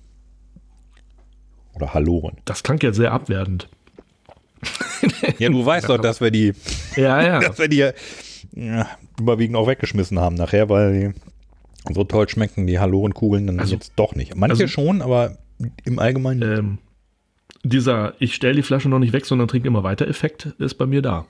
Oder Haloren. Das klang jetzt sehr abwertend. Ja, du weißt doch, dass wir die, Ja, ja. dass wir die ja, überwiegend auch weggeschmissen haben nachher, weil die so toll schmecken, die Halorenkugeln dann Also- jetzt doch nicht. Manche also- schon, aber im Allgemeinen nicht. ähm, dieser ich stelle die Flasche noch nicht weg, sondern trinke immer weiter Effekt ist bei mir da.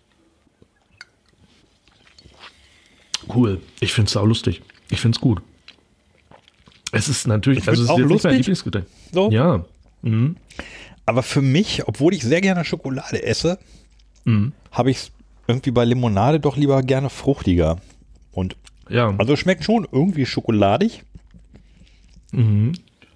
Cool. Ich finde es auch lustig. Ich finde es gut. Es ist natürlich, Ich also es find's ist auch jetzt nicht mein lustig. Lieblingsgetränk. So. Ja. Mhm. Aber für mich, obwohl ich sehr gerne Schokolade esse, Mhm. habe ich es irgendwie bei Limonade doch lieber gerne fruchtiger. Und Ja. also es schmeckt schon irgendwie schokoladig, Mhm.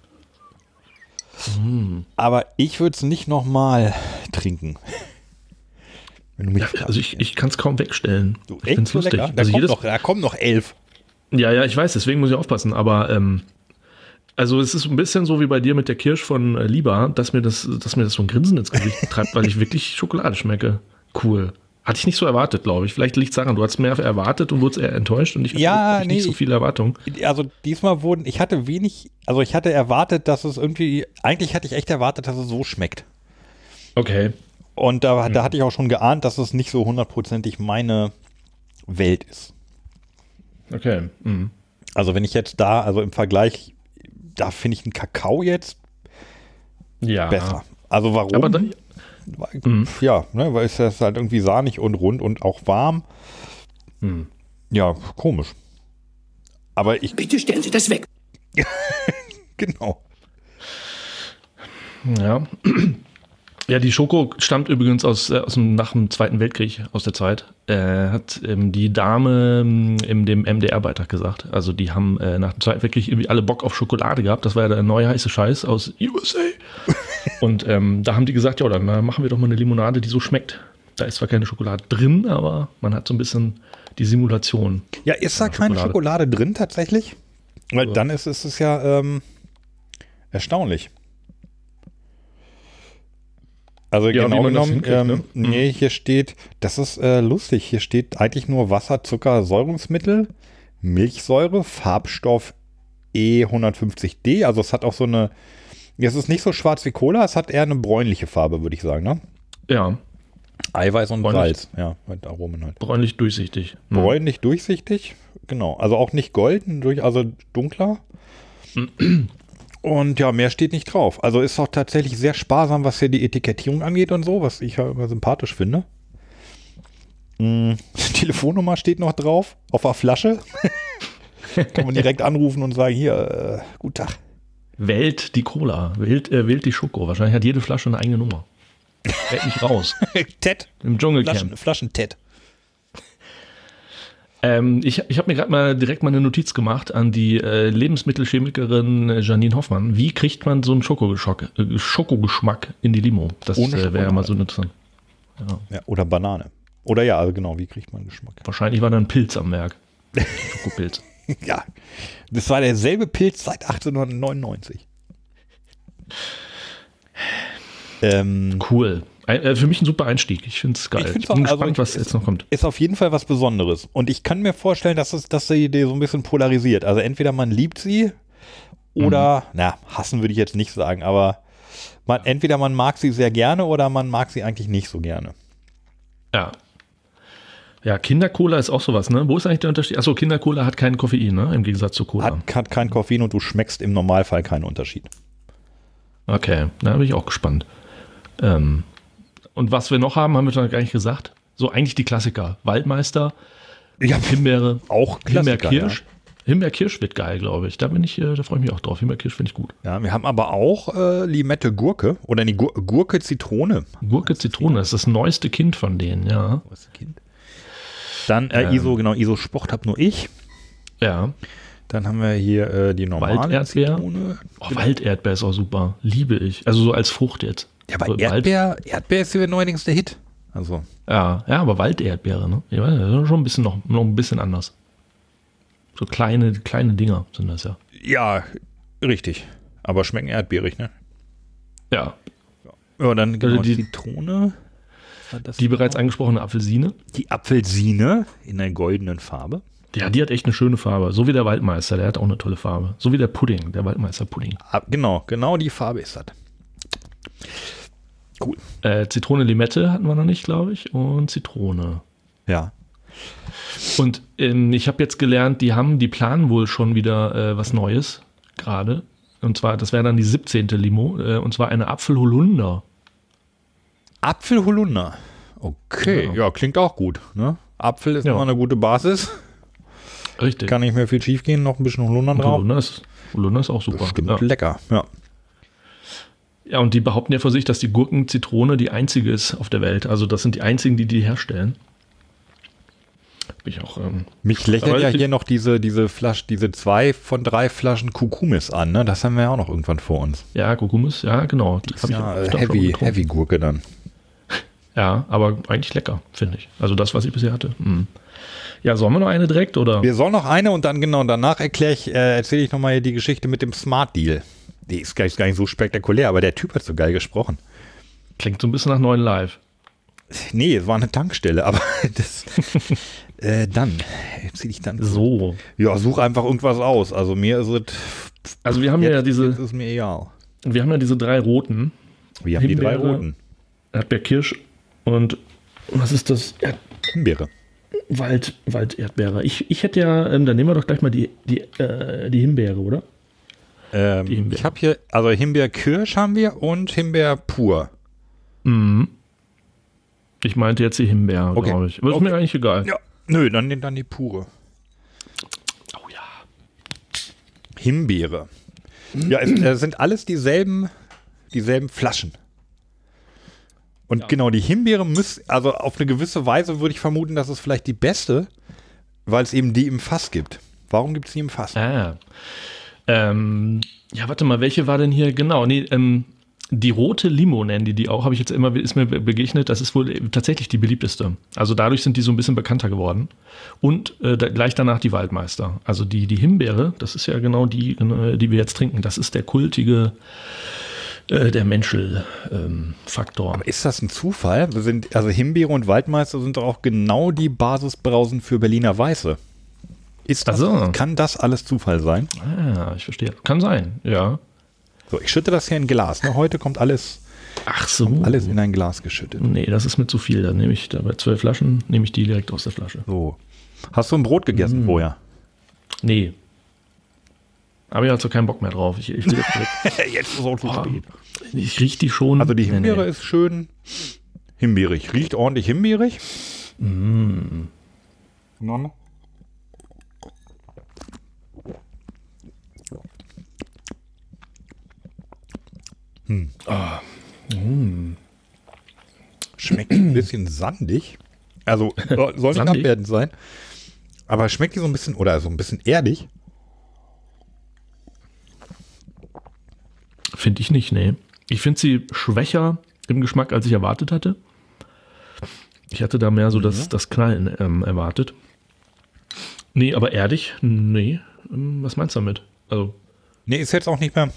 aber ich würde es nicht nochmal trinken. Wenn du mich Ja, fragst. also ich, ich kann es kaum wegstellen. Du, Ich finde es so lustig. lecker? Da, Also kommt jedes, noch, da kommen noch elf. ja, ja, ich weiß, deswegen muss ich aufpassen. Aber ähm, also es ist ein bisschen so wie bei dir mit der Kirsch von äh, Liba, dass mir das, dass mir das so ein Grinsen ins Gesicht treibt, weil ich wirklich Schokolade schmecke. Cool. Hatte ich nicht so erwartet, glaube ich. Vielleicht liegt es daran, du hast mehr erwartet und wurdest eher enttäuscht und ich hatte Ja, wirklich nicht nee. so viele Erwartungen. Also diesmal wurden, ich hatte wenig, also ich hatte erwartet, dass es irgendwie, eigentlich hatte ich echt erwartet, dass es so schmeckt. Okay. Und da, da hatte ich auch schon geahnt, dass es nicht so hundertprozentig meine Welt ist. Okay. Mhm. Also wenn ich jetzt da, also im Vergleich, da finde ich einen Kakao jetzt Ja. besser. Also warum? Aber dann, Weil- Mhm. Ja, ne, weil es ist halt irgendwie sahnig und rund und auch warm. Mhm. Ja, komisch. Aber ich, Bitte stellen Sie das weg. genau. Ja. Ja, die Schoko stammt übrigens aus, äh, aus dem, nach dem Zweiten Weltkrieg, aus der Zeit. Äh, hat ähm, die Dame ähm, in dem M D R-Beitrag gesagt. Also die haben äh, nach dem Zweiten Weltkrieg irgendwie alle Bock auf Schokolade gehabt. Das war ja der neue heiße Scheiß aus U S A. Und ähm, da haben die gesagt, ja, dann äh, machen wir doch mal eine Limonade, die so schmeckt. Da ist zwar keine Schokolade drin, aber man hat so ein bisschen die Simulation. Ja, ist da Ja, keine Schokolade. Schokolade drin tatsächlich? Weil Ja. dann ist, ist es ja ähm, erstaunlich. Also Ja, genau wie man das genommen, hinkriegt, ähm, ne? nee, hier steht, das ist äh, lustig, hier steht eigentlich nur Wasser, Zucker, Säurungsmittel, Milchsäure, Farbstoff E hundertfünfzig D, also es hat auch so eine, es ist nicht so schwarz wie Cola, es hat eher eine bräunliche Farbe, würde ich sagen, ne? Ja, Eiweiß und Bräunlich. Salz, ja, mit Aromen halt. bräunlich durchsichtig. Mhm. Bräunlich durchsichtig, genau. Also auch nicht golden, durch, also dunkler. Und ja, mehr steht nicht drauf. Also ist auch tatsächlich sehr sparsam, was hier die Etikettierung angeht und so, was ich ja immer sympathisch finde. Mm, Telefonnummer steht noch drauf, auf der Flasche. Kann man direkt anrufen und sagen, hier, äh, guten Tag. Wählt die Cola, wählt, äh, wählt die Schoko. Wahrscheinlich hat jede Flasche eine eigene Nummer. Wählt mich raus. Ted, Im Dschungelcamp. Flaschen, Flaschen-Ted. Ähm, ich ich habe mir gerade mal direkt mal eine Notiz gemacht an die äh, Lebensmittelchemikerin äh, Janine Hoffmann. Wie kriegt man so einen Schokogeschmack, äh, Schokogeschmack in die Limo? Das Ohne äh, wäre ja mal Schokolade. so interessant. Ja. Ja, oder Banane. Oder ja, also genau, wie kriegt man Geschmack? Wahrscheinlich war da ein Pilz am Werk. Schokopilz. Ja, das war derselbe Pilz seit achtzehnhundertneunundneunzig. Ähm, Cool. Ein, äh, für mich ein super Einstieg. Ich finde es geil. Ich Ich, find's bin auch- also gespannt, was ich- jetzt noch kommt. ist auf jeden Fall was Besonderes. Und ich kann mir vorstellen, dass es, dass die Idee so ein bisschen polarisiert. Also entweder man liebt sie oder, na, hassen würde ich jetzt nicht sagen, aber man, entweder man mag sie sehr gerne oder man mag sie eigentlich nicht so gerne. Ja. Ja, Kindercola ist auch sowas, ne? Wo ist eigentlich der Unterschied? Achso, Kindercola hat kein Koffein, ne? Im Gegensatz zu Cola. Hat, hat kein Koffein und du schmeckst im Normalfall keinen Unterschied. Okay, da bin ich auch gespannt. Ähm, und was wir noch haben, haben wir noch gar nicht gesagt. So eigentlich die Klassiker. Waldmeister, Ja, Himbeere, auch Klassiker, Himbeerkirsch. Himbeerkirsch wird geil, glaube ich. Da bin ich, äh, da freue ich mich auch drauf. Himbeerkirsch finde ich gut. Ja, wir haben aber auch äh, Limette Gurke oder die Gur Gurke Zitrone. Gurke Zitrone, das ist das neueste Kind von denen, ja. Was Kind? Dann äh, Ähm. ISO, genau, ISO Sport hab nur ich. Ja. Dann haben wir hier äh, die normale Walderdbeer. Zitrone. Oh, Walderdbeer ist auch super. Liebe ich. Also so als Frucht jetzt. Ja, aber So Erdbeer, Erdbeer ist ja neuerdings der Hit. Also. Ja, ja, aber Walderdbeere, ne? Ja, das ist schon ein bisschen noch, noch ein bisschen anders. So kleine, kleine Dinger sind das ja. Ja, richtig. Aber schmecken erdbeerig, ne? Ja. Ja, dann genau Also die- Zitrone. War das Die bereits noch? angesprochene Apfelsine. Die Apfelsine in der goldenen Farbe. Ja, die hat echt eine schöne Farbe. So wie der Waldmeister, der hat auch eine tolle Farbe. So wie der Pudding, der Waldmeister-Pudding. Ah, genau, genau die Farbe ist das. Cool. Äh, Zitrone Limette hatten wir noch nicht, glaube ich. Und Zitrone. Ja. Und ähm, ich habe jetzt gelernt, die haben, die planen wohl schon wieder äh, was Neues gerade. Und zwar, das wäre dann die siebzehnte Limo. Äh, und zwar eine Apfelholunder. Apfelholunder. Okay, Ja. ja, klingt auch gut. Ne? Apfel ist Ja. immer eine gute Basis. Richtig. Kann nicht mehr viel schief gehen, noch ein bisschen Holunder Und drauf. Holunder ist, Holunder ist auch super. Stimmt, Ja. lecker. Ja. Ja, und die behaupten ja für sich, dass die Gurkenzitrone die einzige ist auf der Welt. Also das sind die einzigen, die die herstellen. Bin ich auch. Ähm, Mich lächelt Aber ja ich- hier noch diese, diese Flasche, diese zwei von drei Flaschen Kukumis an. Ne? Das haben wir ja auch noch irgendwann vor uns. ja, Kurkumis, ja, genau. Die Ist hab ich ja auch äh, öfter schon Heavy, getrunken. Heavy Gurke dann. Ja, aber eigentlich lecker, finde ich. Also das, was ich bisher hatte. Mm. Ja, sollen wir noch eine direkt oder? Wir sollen noch eine und dann genau danach erkläre ich, äh, erzähle ich nochmal die Geschichte mit dem Smart Deal. Die ist gar nicht, gar nicht so spektakulär, aber der Typ hat so geil gesprochen. Klingt so ein bisschen nach neuen Live. Nee, es war eine Tankstelle, aber das äh, dann erzähle ich dann. So. Ja, such einfach irgendwas aus. Also mir ist es. Also wir haben ja jetzt, diese, jetzt ist mir egal. wir haben ja diese drei roten. Wir haben die drei Himbeere. roten. Erdbeerkirsch und was ist das? Erd Himbeere. Wald, Walderdbeere. Ich, ich hätte ja, ähm, dann nehmen wir doch gleich mal die, die, äh, die Himbeere, oder? Ähm, Die Himbeere. ich habe hier, also Himbeerkirsch haben wir und Himbeer pur. Mhm. Ich meinte jetzt die Himbeere, Okay. glaube ich. Aber ist Okay. mir eigentlich egal. Ja, nö, dann, dann die pure. Oh ja. Himbeere. Ja, es äh, sind alles dieselben, dieselben Flaschen. Und Ja. genau, die Himbeere muss, also auf eine gewisse Weise würde ich vermuten, dass es vielleicht die beste, weil es eben die im Fass gibt. Warum gibt es die im Fass? Ah. Ähm, ja, warte mal, welche war denn hier? Genau, nee, ähm, die rote Limo nennen die die auch, habe ich jetzt immer, ist mir begegnet, das ist wohl tatsächlich die beliebteste. Also dadurch sind die so ein bisschen bekannter geworden. Und äh, da, gleich danach die Waldmeister. Also die, die Himbeere, das ist ja genau die, äh, die wir jetzt trinken. Das ist der kultige, äh, der Menschel-Faktor. Ist das ein Zufall? Wir sind, also Himbeere und Waldmeister sind doch auch genau die Basisbrausen für Berliner Weiße. Ist das, Ach so. Kann das alles Zufall sein? Ah, ich verstehe. Kann sein, ja. So, ich schütte das hier in ein Glas. Ne? Heute kommt alles, Ach so. alles in ein Glas geschüttet. Nee, das ist mir zu viel. Dann nehme ich da bei zwölf Flaschen, nehme ich die direkt aus der Flasche. So. Hast du ein Brot gegessen Mm. vorher? Nee. Aber ich habe so keinen Bock mehr drauf. Ich, ich, will jetzt direkt, Jetzt ist es auch zu Boah. spät. ich rieche die schon. Also die Nee, Himbeere nee. ist schön himbeerig. Riecht ordentlich himbeerig. Mm. Non. Hm. Ah. Mm. Schmeckt ein bisschen sandig. Also soll soll nicht Sandig? abwertend sein. Aber schmeckt die so ein bisschen, oder so ein bisschen erdig. Finde ich nicht, nee. Ich finde sie schwächer im Geschmack, als ich erwartet hatte. Ich hatte da mehr so das, das Knallen ähm, erwartet. Nee, aber erdig? Nee. Ähm, Was meinst du damit? Also, Nee, ist jetzt auch nicht mehr.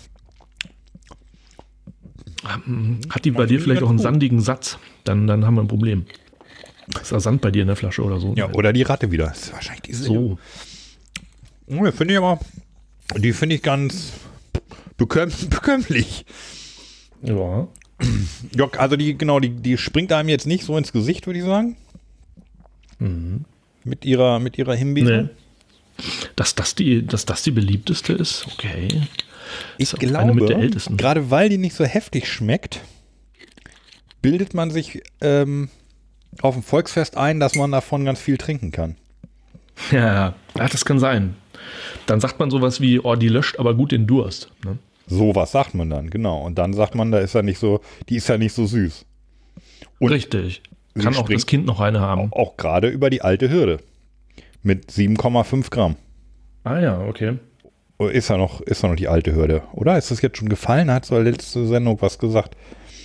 ähm, hat die bei Macht dir die vielleicht ganz auch einen gut. sandigen Satz? Dann, dann haben wir ein Problem. Ist da Sand bei dir in der Flasche oder so? Ja, oder die Ratte wieder. Das ist wahrscheinlich diese. So. Ja, finde ich aber, die finde ich ganz bekömm, bekömmlich. Ja. Ja, also die, genau, die, die springt einem jetzt nicht so ins Gesicht, würde ich sagen. Mhm. Mit ihrer, mit ihrer Himbeere. Nee. Dass das die, dass das die beliebteste ist, okay. Ich Ist auch eine mit der glaube, ältesten. gerade weil die nicht so heftig schmeckt, bildet man sich ähm, auf dem Volksfest ein, dass man davon ganz viel trinken kann. Ja, ja, das kann sein. Dann sagt man sowas wie, oh, die löscht aber gut den Durst. Ne? Sowas sagt man dann, genau. Und dann sagt man, da ist ja nicht so, die ist ja nicht so süß. Und richtig. Kann auch das Kind noch eine haben. Auch, auch gerade über die alte Hürde. Mit sieben Komma fünf Gramm. Ah ja, okay. Ist ja noch, ist ja noch die alte Hürde, oder? Ist das jetzt schon gefallen? Hat zur letzte Sendung was gesagt?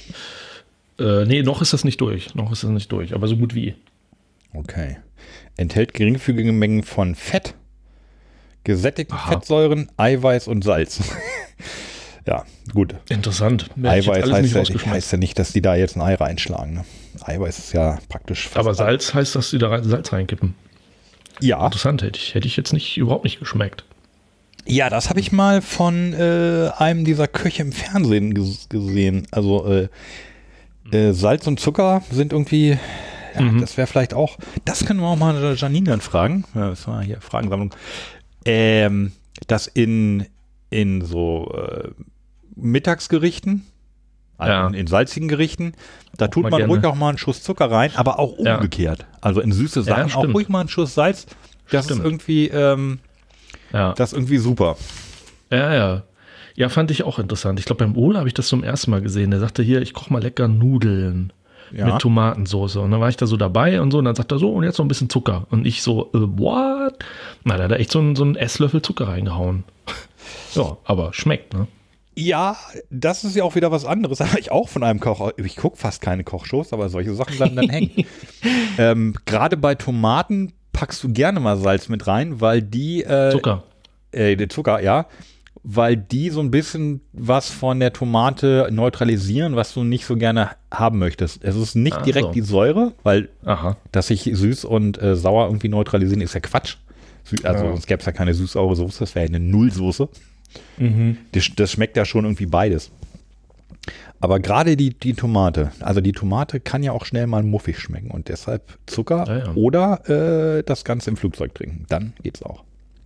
Äh, nee, noch ist das nicht durch. Noch ist das nicht durch, aber so gut wie. Okay. Enthält geringfügige Mengen von Fett, gesättigten Aha. Fettsäuren, Eiweiß und Salz. Ja, gut. Interessant. Eiweiß heißt ja, heißt ja nicht, dass die da jetzt ein Ei reinschlagen. Ne? Eiweiß ist ja praktisch fast. Aber Salz heißt, dass die da rein, Salz reinkippen. Ja. Interessant, hätte ich, hätte ich jetzt nicht, überhaupt nicht geschmeckt. Ja, das habe ich mal von äh, einem dieser Köche im Fernsehen ges- gesehen. Also äh, äh, Salz und Zucker sind irgendwie, ja, mhm. das wäre vielleicht auch, das können wir auch mal Janine dann fragen. Ja, das war hier Fragensammlung. Ähm, dass in, in so äh, Mittagsgerichten, also Ja. in, in salzigen Gerichten, da tut mal man gerne. ruhig auch mal einen Schuss Zucker rein, aber auch Ja. umgekehrt. Also in süße Sachen auch stimmt. ruhig mal einen Schuss Salz. Das Stimmt. ist irgendwie, ähm, Ja. das ist irgendwie super. Ja, ja. Ja, fand ich auch interessant. Ich glaube, beim Ole habe ich das zum ersten Mal gesehen. Der sagte hier, ich koche mal lecker Nudeln Ja. mit Tomatensauce. Und dann war ich da so dabei und so. Und dann sagt er so, und jetzt noch ein bisschen Zucker. Und ich so, äh, what? Na, da hat er echt so einen, so einen Esslöffel Zucker reingehauen. Ja, aber schmeckt, ne? Ja, das ist ja auch wieder was anderes. Habe ich auch von einem Koch. Ich gucke fast keine Kochshows, aber solche Sachen bleiben dann hängen. ähm, Gerade bei Tomaten packst du gerne mal Salz mit rein, weil die äh, Zucker. Äh, der Zucker, ja, weil die so ein bisschen was von der Tomate neutralisieren, was du nicht so gerne haben möchtest. Es ist nicht Ach direkt so. die Säure, weil Aha. dass sich süß und äh, sauer irgendwie neutralisieren, ist ja Quatsch. Sü- Also Ja. sonst gäbe es ja keine süß-saure Soße, das wäre ja eine Nullsoße. Mhm. Das, das schmeckt ja schon irgendwie beides. Aber gerade die, die Tomate, also die Tomate kann ja auch schnell mal muffig schmecken und deshalb Zucker Ja, ja. oder äh, das Ganze im Flugzeug trinken. Dann geht's auch.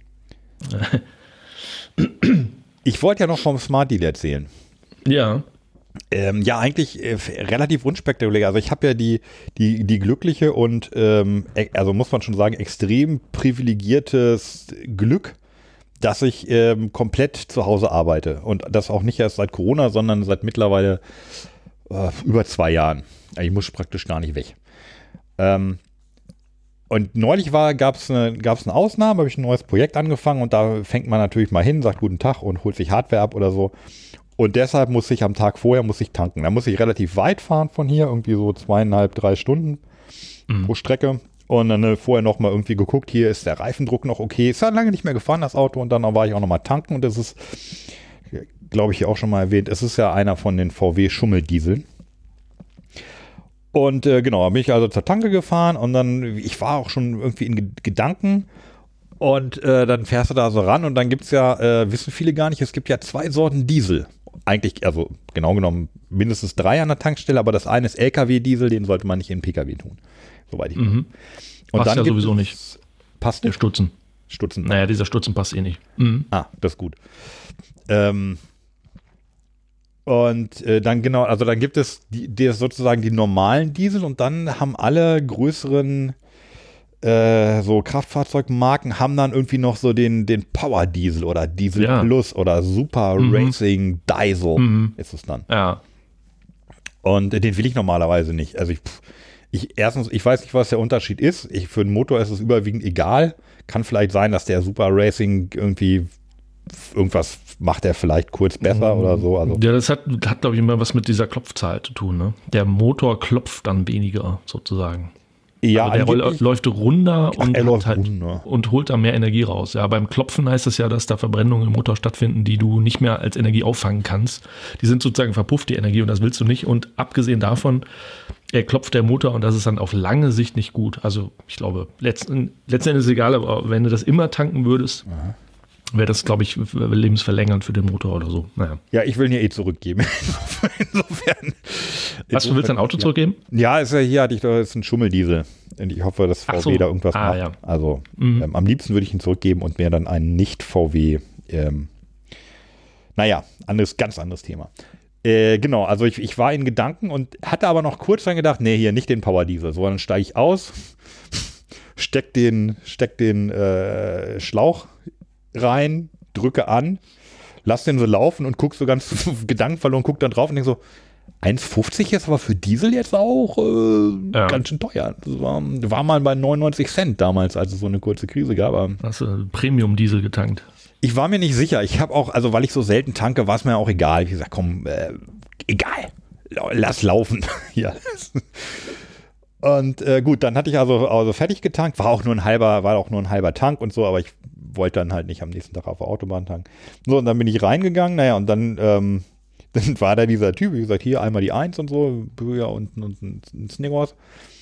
Ich wollte ja noch vom Smart Deal erzählen. Ja. Ähm, ja, eigentlich äh, relativ unspektakulär. Also ich habe ja die, die, die glückliche und, ähm, e- also muss man schon sagen, extrem privilegiertes Glück, dass ich ähm, komplett zu Hause arbeite. Und das auch nicht erst seit Corona, sondern seit mittlerweile äh, über zwei Jahren. Ich muss praktisch gar nicht weg. Ähm, und neulich gab es eine, gab's eine Ausnahme, habe ich ein neues Projekt angefangen und da fängt man natürlich mal hin, sagt guten Tag und holt sich Hardware ab oder so. Und deshalb muss ich am Tag vorher muss ich tanken. Da muss ich relativ weit fahren von hier, irgendwie so zweieinhalb, drei Stunden Mhm. pro Strecke. Und dann äh, vorher noch mal irgendwie geguckt, hier ist der Reifendruck noch okay. Ist ja lange nicht mehr gefahren, das Auto. Und dann war ich auch noch mal tanken. Und das ist, glaube ich, hier auch schon mal erwähnt, es ist ja einer von den V W-Schummeldieseln. Und äh, genau, da bin ich also zur Tanke gefahren und dann, ich war auch schon irgendwie in Ge- Gedanken und äh, dann fährst du da so ran und dann gibt es ja, äh, wissen viele gar nicht, es gibt ja zwei Sorten Diesel. Eigentlich, also genau genommen mindestens drei an der Tankstelle, aber das eine ist L K W-Diesel, den sollte man nicht in P K W tun. Soweit ich weiß. Mhm. Und Passt ja gibt sowieso es- nicht. Passt Der nicht? Stutzen. Stutzen. Naja, dieser Stutzen passt eh nicht. Mhm. Ah, das ist gut. Ähm, und äh, dann genau, also dann gibt es die, die sozusagen die normalen Diesel und dann haben alle größeren äh, so Kraftfahrzeugmarken haben dann irgendwie noch so den, den Power Diesel oder Diesel Ja. Plus oder Super Mhm. Racing Diesel Mhm. ist es dann. Ja. Und äh, den will ich normalerweise nicht. Also ich, pff, ich erstens, ich weiß nicht, was der Unterschied ist. Ich, für den Motor ist es überwiegend egal. Kann vielleicht sein, dass der Super Racing irgendwie irgendwas macht er vielleicht kurz besser oder so. Also Ja, das hat, hat glaube ich, immer was mit dieser Klopfzahl zu tun. Ne? Der Motor klopft dann weniger, sozusagen. ja, Also der roll, angeblich- läuft runder Ach, und, er hat läuft halt, runter. und holt da mehr Energie raus. Ja, beim Klopfen heißt es ja, dass da Verbrennungen im Motor stattfinden, die du nicht mehr als Energie auffangen kannst. Die sind sozusagen verpufft, die Energie, und das willst du nicht. Und abgesehen davon, er klopft der Motor und das ist dann auf lange Sicht nicht gut. Also ich glaube, letzten, letzten Endes ist egal, aber wenn du das immer tanken würdest, wäre das, glaube ich, lebensverlängernd für den Motor oder so. Naja. Ja, ich will ihn ja eh zurückgeben. Insofern. Was, du willst dein Auto zurückgeben? Ja, ist ja hier, hatte ich doch, ist ein Schummeldiesel. Und ich hoffe, dass Ach V W so. da irgendwas Ah, macht. ja. Also Mhm. ähm, am liebsten würde ich ihn zurückgeben und mir dann einen Nicht-V W, ähm, naja, anderes, ganz anderes Thema. Äh, genau, also ich, ich war in Gedanken und hatte aber noch kurz dann gedacht, nee, hier nicht den Power Diesel, sondern steige ich aus, steck den, steck den äh, Schlauch rein, drücke an, lass den so laufen und guck so ganz gedankenverloren, guck dann drauf und denk so, eins fünfzig ist aber für Diesel jetzt auch äh, ja. ganz schön teuer. Das war, war mal bei neunundneunzig Cent damals, als es so eine kurze Krise gab. Aber hast du Premium-Diesel getankt? Ich war mir nicht sicher. Ich habe auch, also weil ich so selten tanke, war es mir auch egal. Ich gesagt, komm, äh, egal, lass laufen. Ja. Und äh, gut, dann hatte ich also, also fertig getankt. War auch nur ein halber, war auch nur ein halber Tank und so, aber ich wollte dann halt nicht am nächsten Tag auf der Autobahn tanken. So, und dann bin ich reingegangen. Naja, und dann ähm, Dann war da dieser Typ, wie gesagt, hier einmal die Eins und so, Bürger und, und ein, ein Snickers.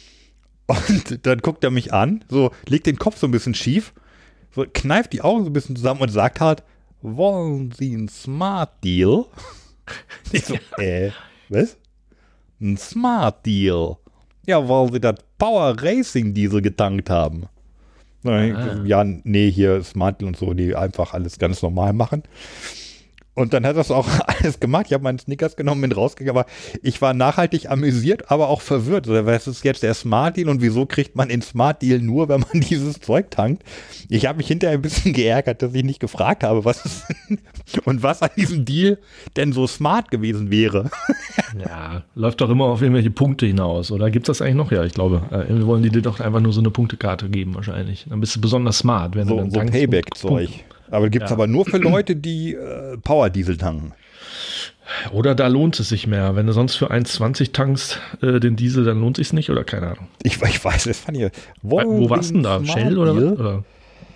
Und dann guckt er mich an, so legt den Kopf so ein bisschen schief, so kneift die Augen so ein bisschen zusammen und sagt halt, wollen Sie einen Smart Deal? Ich so, äh, was? Ein Smart Deal? Ja, weil Sie das Power Racing Diesel getankt haben. Ah. Ja, nee, hier Smart Deal und so, die einfach alles ganz normal machen. Und dann hat das auch alles gemacht. Ich habe meinen Snickers genommen, bin rausgegangen, aber ich war nachhaltig amüsiert, aber auch verwirrt. Was ist jetzt der Smart Deal und wieso kriegt man den Smart Deal nur, wenn man dieses Zeug tankt? Ich habe mich hinterher ein bisschen geärgert, dass ich nicht gefragt habe, was ist und was an diesem Deal denn so smart gewesen wäre. Ja, läuft doch immer auf irgendwelche Punkte hinaus. Oder gibt es das eigentlich noch? Ja, ich glaube, äh, wollen die dir doch einfach nur so eine Punktekarte geben wahrscheinlich. Dann bist du besonders smart, wenn so, du dann so tankst. Payback-Zeug. Aber gibt es ja. aber nur für Leute, die äh, Power-Diesel tanken. Oder da lohnt es sich mehr. Wenn du sonst für eins zwanzig tankst äh, den Diesel, dann lohnt es sich nicht oder keine Ahnung. Ich, ich weiß, das fand ich. Wo, wo warst du denn da? Shell oder was? Oder?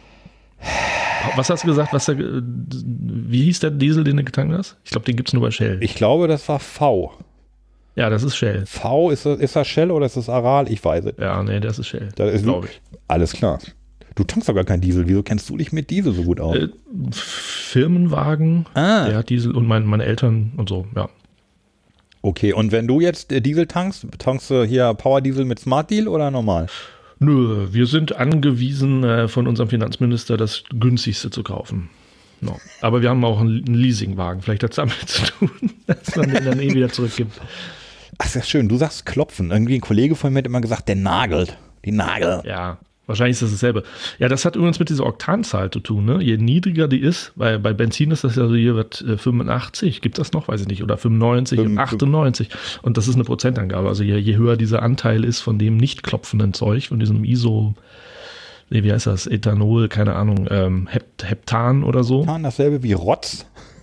Was hast du gesagt? Was der, wie hieß der Diesel, den du getankt hast? Ich glaube, den gibt es nur bei Shell. Ich glaube, das war V. Ja, das ist Shell. V, ist das, ist das Shell oder ist das Aral? Ich weiß es. Ja, nee, das ist Shell. Das ist, glaube ich. Alles klar. Du tankst doch gar keinen Diesel. Wieso kennst du dich mit Diesel so gut aus? Äh, Firmenwagen, ah. der hat Diesel und mein, meine Eltern und so, ja. Okay, und wenn du jetzt äh, Diesel tankst, tankst du hier Power Diesel mit Smart Deal oder normal? Nö, wir sind angewiesen äh, von unserem Finanzminister, das günstigste zu kaufen. No. Aber wir haben auch einen, einen Leasingwagen. Vielleicht hat es damit zu tun, dass man den dann eh wieder zurückgibt. Ach, ist ja schön. Du sagst klopfen. Irgendwie ein Kollege von mir hat immer gesagt, der nagelt. Die Nagel. Ja. Wahrscheinlich ist das dasselbe. Ja, das hat übrigens mit dieser Oktanzahl zu tun. Ne? Je niedriger die ist, weil bei Benzin ist das ja so hier wird äh, fünfundachtzig, gibt das noch, weiß ich nicht, oder fünfundneunzig und achtundneunzig. Und das ist eine Prozentangabe. Also je, je höher dieser Anteil ist von dem nicht klopfenden Zeug, von diesem ISO, nee, wie heißt das, Ethanol, keine Ahnung, ähm, Hept, Heptan oder so. Heptan, dasselbe wie Rotz.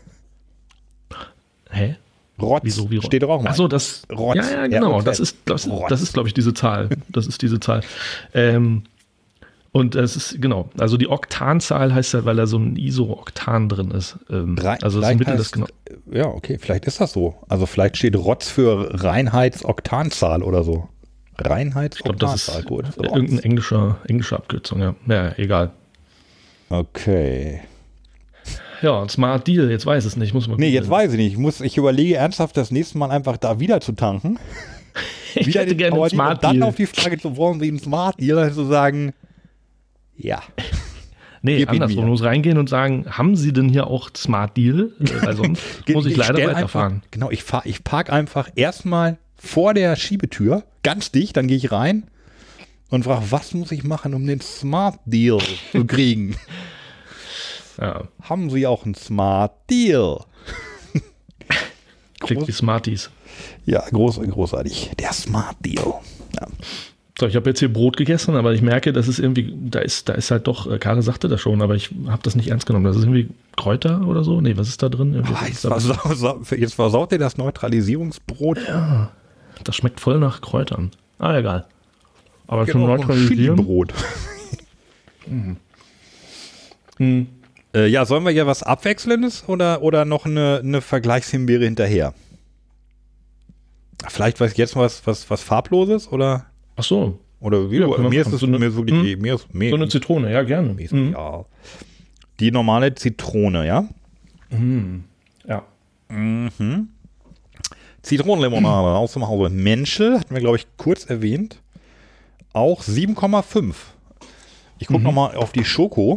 Hä? Rotz, Wieso, wie Rotz? Steht doch auch mal. Achso, das, Rotz. Ja, ja, genau, Ja, okay. das ist, das, das ist, glaube ich, diese Zahl. Das ist diese Zahl. Ähm, Und es ist, genau, also die Oktanzahl heißt ja, weil da so ein I S O-Oktan drin ist. Ähm, Rein, also das Mittel heißt, das genau. Ja, okay, vielleicht ist das so. Also vielleicht steht Rotz für Reinheitsoktanzahl oder so. Reinheitsoktanzahl, ich glaube, das ist gut. Irgendeine englische, englische Abkürzung, ja. Ja, egal. Okay. Ja, ein Smart Deal, jetzt weiß ich es nicht. Muss man nee, jetzt weiß ich nicht. Ich, muss, ich überlege ernsthaft, das nächste Mal einfach da wieder zu tanken. ich wieder hätte gerne einen Smart Deal. Und dann auf die Frage zu, wollen Sie einen Smart Deal, zu sagen, ja. Nee, Gib andersrum. Man muss reingehen und sagen, haben Sie denn hier auch Smart Deal? Weil sonst muss ich, ich leider weiterfahren. Einfach, genau, ich, fahr, ich park einfach erstmal vor der Schiebetür, ganz dicht, dann gehe ich rein und frage, was muss ich machen, um den Smart Deal zu kriegen? Ja. Haben Sie auch einen Smart Deal? Klingt wie Smarties. Ja, groß, großartig. Der Smart Deal. Ja. So, ich habe jetzt hier Brot gegessen, aber ich merke, dass es irgendwie, da ist, da ist halt doch, äh, Karl sagte das schon, aber ich habe das nicht ernst genommen. Das ist irgendwie Kräuter oder so? Nee, was ist da drin? Oh, jetzt, versaut, jetzt versaut ihr das Neutralisierungsbrot. Ja, das schmeckt voll nach Kräutern. Ah, egal. Aber genau, zum Neutralisieren. Brot. mhm. hm. äh, ja, sollen wir hier was Abwechselndes oder, oder noch eine, eine Vergleichshimbeere hinterher? Vielleicht weiß ich jetzt was, was, was Farbloses oder? Ach so. Oder wie? Ja, mir ist es so eine, mir so, hm? mir ist, mir, so eine Zitrone, ja, gerne. Ist, mhm. ja. Die normale Zitrone, ja? Mhm. Ja. Mhm. Zitronenlimonade aus dem Hause Menschel, hatten wir, glaube ich, kurz erwähnt. Auch sieben Komma fünf. Ich gucke mhm. nochmal auf die Schoko.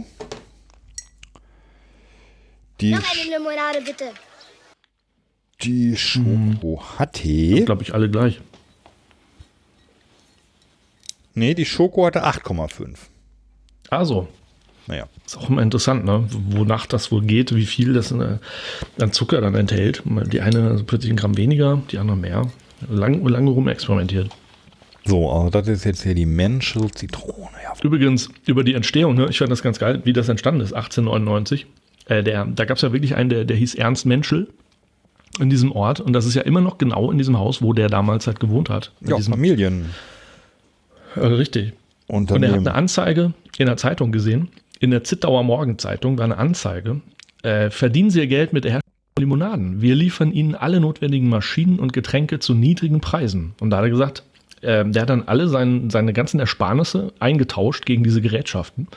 Die Noch eine Limonade, bitte. Die Schoko hatte. glaube ich, alle gleich. Nee, die Schoko hatte acht Komma fünf. Also, Naja. ist auch immer interessant, ne? Wonach das wohl geht, wie viel das äh, an Zucker dann enthält. Die eine also plötzlich ein Gramm weniger, die andere mehr. Lang, lange rum experimentiert. So, also das ist jetzt hier die Menschel Zitrone. Ja. Übrigens, über die Entstehung, ne? Ich fand das ganz geil, wie das entstanden ist, achtzehnhundertneunundneunzig. Äh, der, da gab es ja wirklich einen, der, der hieß Ernst Menschel in diesem Ort. Und das ist ja immer noch genau in diesem Haus, wo der damals halt gewohnt hat. In Ja, diesem, Familien. äh, richtig. Und er hat eine Anzeige in der Zeitung gesehen. In der Zittauer Morgenzeitung war eine Anzeige. Äh, verdienen Sie Ihr Geld mit der Herstellung von Limonaden. Wir liefern Ihnen alle notwendigen Maschinen und Getränke zu niedrigen Preisen. Und da hat er gesagt, äh, der hat dann alle sein, seine ganzen Ersparnisse eingetauscht gegen diese Gerätschaften.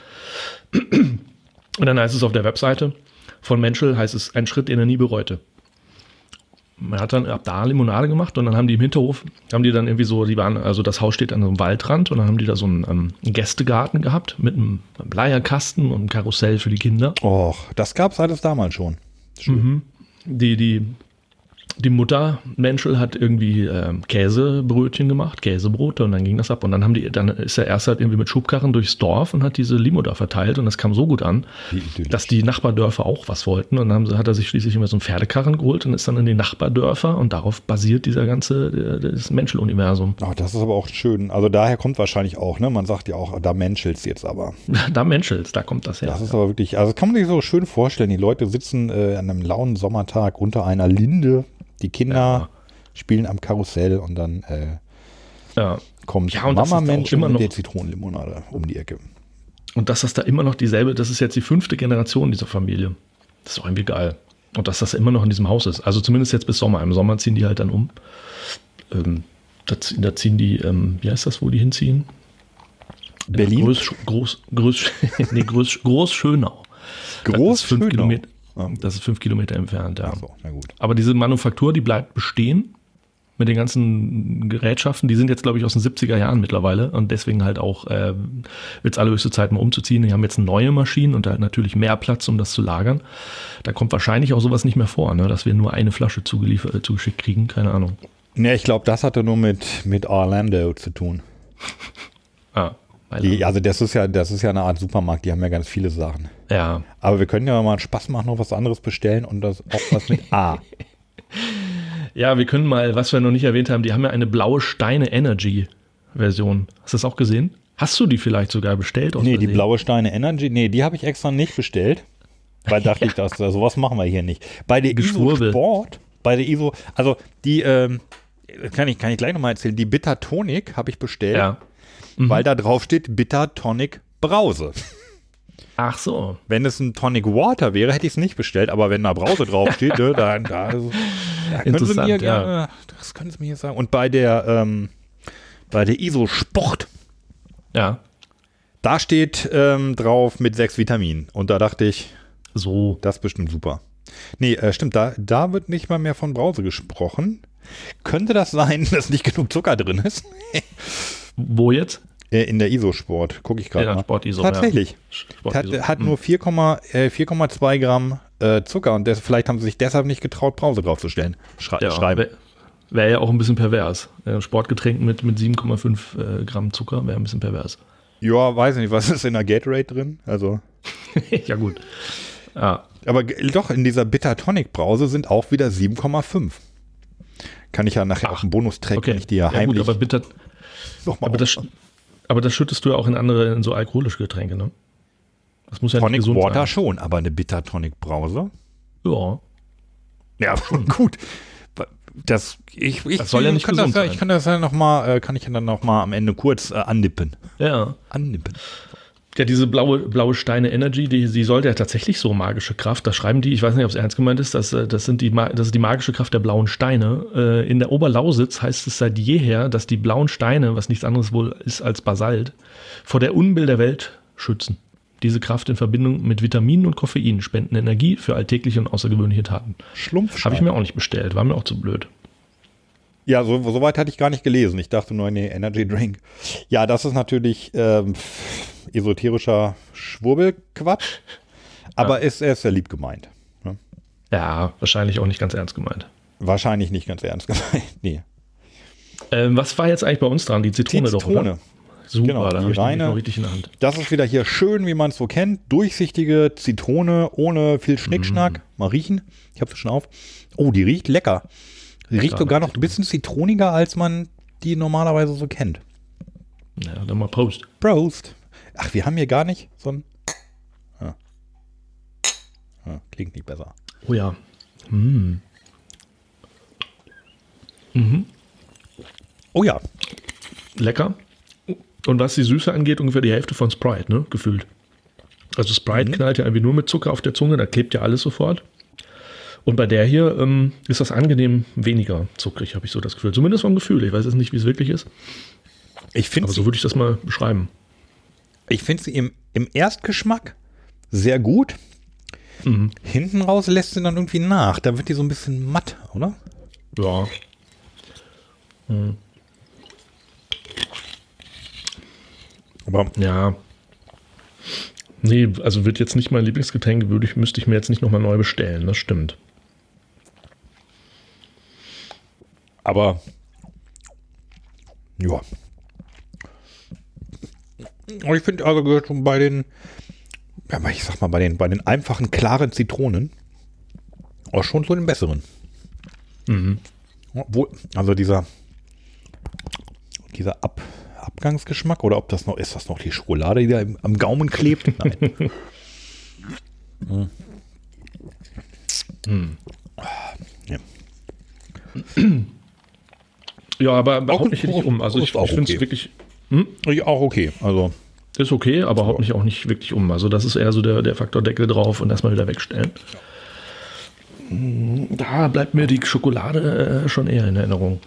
Und dann heißt es auf der Webseite von Menschel, heißt es, ein Schritt, den er nie bereute. Man hat dann ab da Limonade gemacht und dann haben die im Hinterhof, haben die dann irgendwie so, die waren, also das Haus steht an so einem Waldrand und dann haben die da so einen, ähm, einen Gästegarten gehabt mit einem Bleierkasten und einem Karussell für die Kinder. Och, das gab es alles damals schon. Schön. Mhm. Die, die, die Mutter Menschel hat irgendwie ähm, Käsebrötchen gemacht, Käsebrote und dann ging das ab. Und dann haben die, dann ist er erst halt irgendwie mit Schubkarren durchs Dorf und hat diese Limo da verteilt und das kam so gut an, dass die Nachbardörfer auch was wollten. Und dann haben sie, hat er sich schließlich immer so einen Pferdekarren geholt und ist dann in die Nachbardörfer und darauf basiert dieser ganze, das Menschel-Universum. Oh, das ist aber auch schön. Also daher kommt wahrscheinlich auch, ne? Man sagt ja auch, da menschelt's jetzt aber. Da menschelt's, da kommt das her. Das ist aber wirklich, also das kann man sich so schön vorstellen. Die Leute sitzen äh, an einem lauen Sommertag unter einer Linde. Die Kinder ja. spielen am Karussell und dann äh, ja. kommt ja, und Mama Mensch immer mit noch der Zitronenlimonade um die Ecke. Und dass das da immer noch dieselbe, das ist jetzt die fünfte Generation dieser Familie. Das ist auch irgendwie geil. Und dass das immer noch in diesem Haus ist. Also zumindest jetzt bis Sommer. Im Sommer ziehen die halt dann um. Ähm, da, da ziehen die, ähm, wie heißt das, wo die hinziehen? Berlin? Groß, groß, groß, nee, groß, groß Schönau. Groß fünf Schönau. Kilometer. Das ist fünf Kilometer entfernt, ja. Ach so, na gut. Aber diese Manufaktur, die bleibt bestehen mit den ganzen Gerätschaften. Die sind jetzt, glaube ich, aus den siebziger Jahren mittlerweile und deswegen halt auch äh, wird es allerhöchste Zeit mal umzuziehen. Die haben jetzt neue Maschinen und da halt natürlich mehr Platz, um das zu lagern. Da kommt wahrscheinlich auch sowas nicht mehr vor, ne? Dass wir nur eine Flasche zugeliefert, äh, zugeschickt kriegen, keine Ahnung. Ne, ich glaube, das hatte nur mit, mit Orlando zu tun. Ah, Die, also das ist ja, das ist ja eine Art Supermarkt, die haben ja ganz viele Sachen. Ja. Aber wir können ja mal einen Spaß machen, noch was anderes bestellen und das auch was mit A. Ja, wir können mal, was wir noch nicht erwähnt haben, die haben ja eine blaue Steine Energy Version. Hast du das auch gesehen? Hast du die vielleicht sogar bestellt? Nee, die blaue Steine Energy, nee, die habe ich extra nicht bestellt, weil dachte ich, dass sowas machen wir hier nicht. Bei der ISO Sport, bei der ISO, also die, ähm, kann ich, kann ich gleich nochmal erzählen, die Bitter Tonic habe ich bestellt. Ja. Weil da drauf steht Bitter Tonic Brause. Ach so. Wenn es ein Tonic Water wäre, hätte ich es nicht bestellt, aber wenn da Brause drauf steht, ne, da, da, da können Sie mir gerne, ja. das können Sie mir hier sagen. Und bei der, ähm, bei der ISO Sport, ja, da steht ähm, drauf mit sechs Vitaminen. Und da dachte ich, so, das ist bestimmt super. Nee, äh, stimmt, da, da wird nicht mal mehr von Brause gesprochen. Könnte das sein, dass nicht genug Zucker drin ist? Wo jetzt? In der ISO-Sport, gucke ich gerade ja, mal. Sport-ISO, Tatsächlich. Ja. Sport hat, ISO. hat nur vier Komma zwei Gramm äh, Zucker und des, vielleicht haben sie sich deshalb nicht getraut, Brause draufzustellen. Schrei ja, schreiben. Wäre wär ja auch ein bisschen pervers. Sportgetränk mit, mit sieben Komma fünf äh, Gramm Zucker wäre ein bisschen pervers. Ja, weiß nicht, was ist in der Gatorade drin? Also. Ja, gut. Ja. Aber doch, in dieser Bitter Tonic Brause sind auch wieder sieben Komma fünf. Kann ich ja nachher Ach, auf den Bonus-Track, okay. wenn ich die ja, ja heimlich. Gut, aber bitter. Aber das, aber das schüttest du ja auch in andere, in so alkoholische Getränke, ne? Das muss ja Tonic nicht gesund Water sein. schon, aber eine Bitter Tonic Brause? Ja. Ja, gut. Das, ich, ich, das soll ja nicht kann gesund das, sein. Ich kann das ja noch mal, kann ich dann noch mal am Ende kurz äh, annippen. Ja. Annippen. Ja, diese blaue, blaue Steine Energy, die, die sollte ja tatsächlich so magische Kraft, da schreiben die, ich weiß nicht, ob es ernst gemeint ist, das, das, sind die, das ist die magische Kraft der blauen Steine. In der Oberlausitz heißt es seit jeher, dass die blauen Steine, was nichts anderes wohl ist als Basalt, vor der Unbill der Welt schützen. Diese Kraft in Verbindung mit Vitaminen und Koffein spenden Energie für alltägliche und außergewöhnliche Taten. Schlumpfstein. Habe ich mir auch nicht bestellt, war mir auch zu blöd. Ja, so, so weit hatte ich gar nicht gelesen. Ich dachte nur, nee, Energy Drink. Ja, das ist natürlich ähm, esoterischer Schwurbelquatsch, aber ja. ist, er ist sehr lieb gemeint. Ne? Ja, wahrscheinlich auch nicht ganz ernst gemeint. Wahrscheinlich nicht ganz ernst gemeint, nee. Ähm, was war jetzt eigentlich bei uns dran? Die Zitrone, Die Zitrone. doch, oder? Super, Genau, da die habe ich reine- die noch richtig in der Hand. Das ist wieder hier schön, wie man es so kennt. Durchsichtige Zitrone ohne viel Schnickschnack. Mm. Mal riechen. Ich habe sie schon auf. Oh, die riecht lecker. Die riecht Lecker, sogar noch richtig ein bisschen zitroniger, als man die normalerweise so kennt. Ja, dann mal Prost. Prost. Ach, wir haben hier gar nicht so ein... Ah. Ah, klingt nicht besser. Oh ja. Mm. Mhm. Oh ja. Lecker. Und was die Süße angeht, ungefähr die Hälfte von Sprite, ne? Gefühlt. Also Sprite Mhm. knallt ja irgendwie nur mit Zucker auf der Zunge, da klebt ja alles sofort. Und bei der hier ähm, ist das angenehm weniger zuckrig, habe ich so das Gefühl. Zumindest vom Gefühl. Ich weiß jetzt nicht, wie es wirklich ist. Ich finde Aber so würde ich das mal beschreiben. ich find sie im, im Erstgeschmack sehr gut. Mhm. Hinten raus lässt sie dann irgendwie nach. Da wird die so ein bisschen matt, oder? Ja. Mhm. Aber Ja. Nee, also wird jetzt nicht mein Lieblingsgetränk, würde ich, müsste ich mir jetzt nicht nochmal neu bestellen, das stimmt. Aber ja. Aber ich finde, also gehört schon bei den, ja, ich sag mal, bei den, bei den einfachen, klaren Zitronen auch schon zu den besseren. Mhm. Obwohl, also dieser, dieser Ab, Abgangsgeschmack, oder ob das noch, ist das noch die Schokolade, die da im, am Gaumen klebt? Nein. hm. Mhm. Ja. Ja, aber Auch- haut mich nicht um. Also ist ich, auch ich finde es okay. wirklich, Ja, auch okay. Also, ist okay, aber haut mich auch nicht wirklich um. Also das ist eher so der, der Faktor Deckel drauf und erstmal wieder wegstellen. Da bleibt mir die Schokolade äh, schon eher in Erinnerung.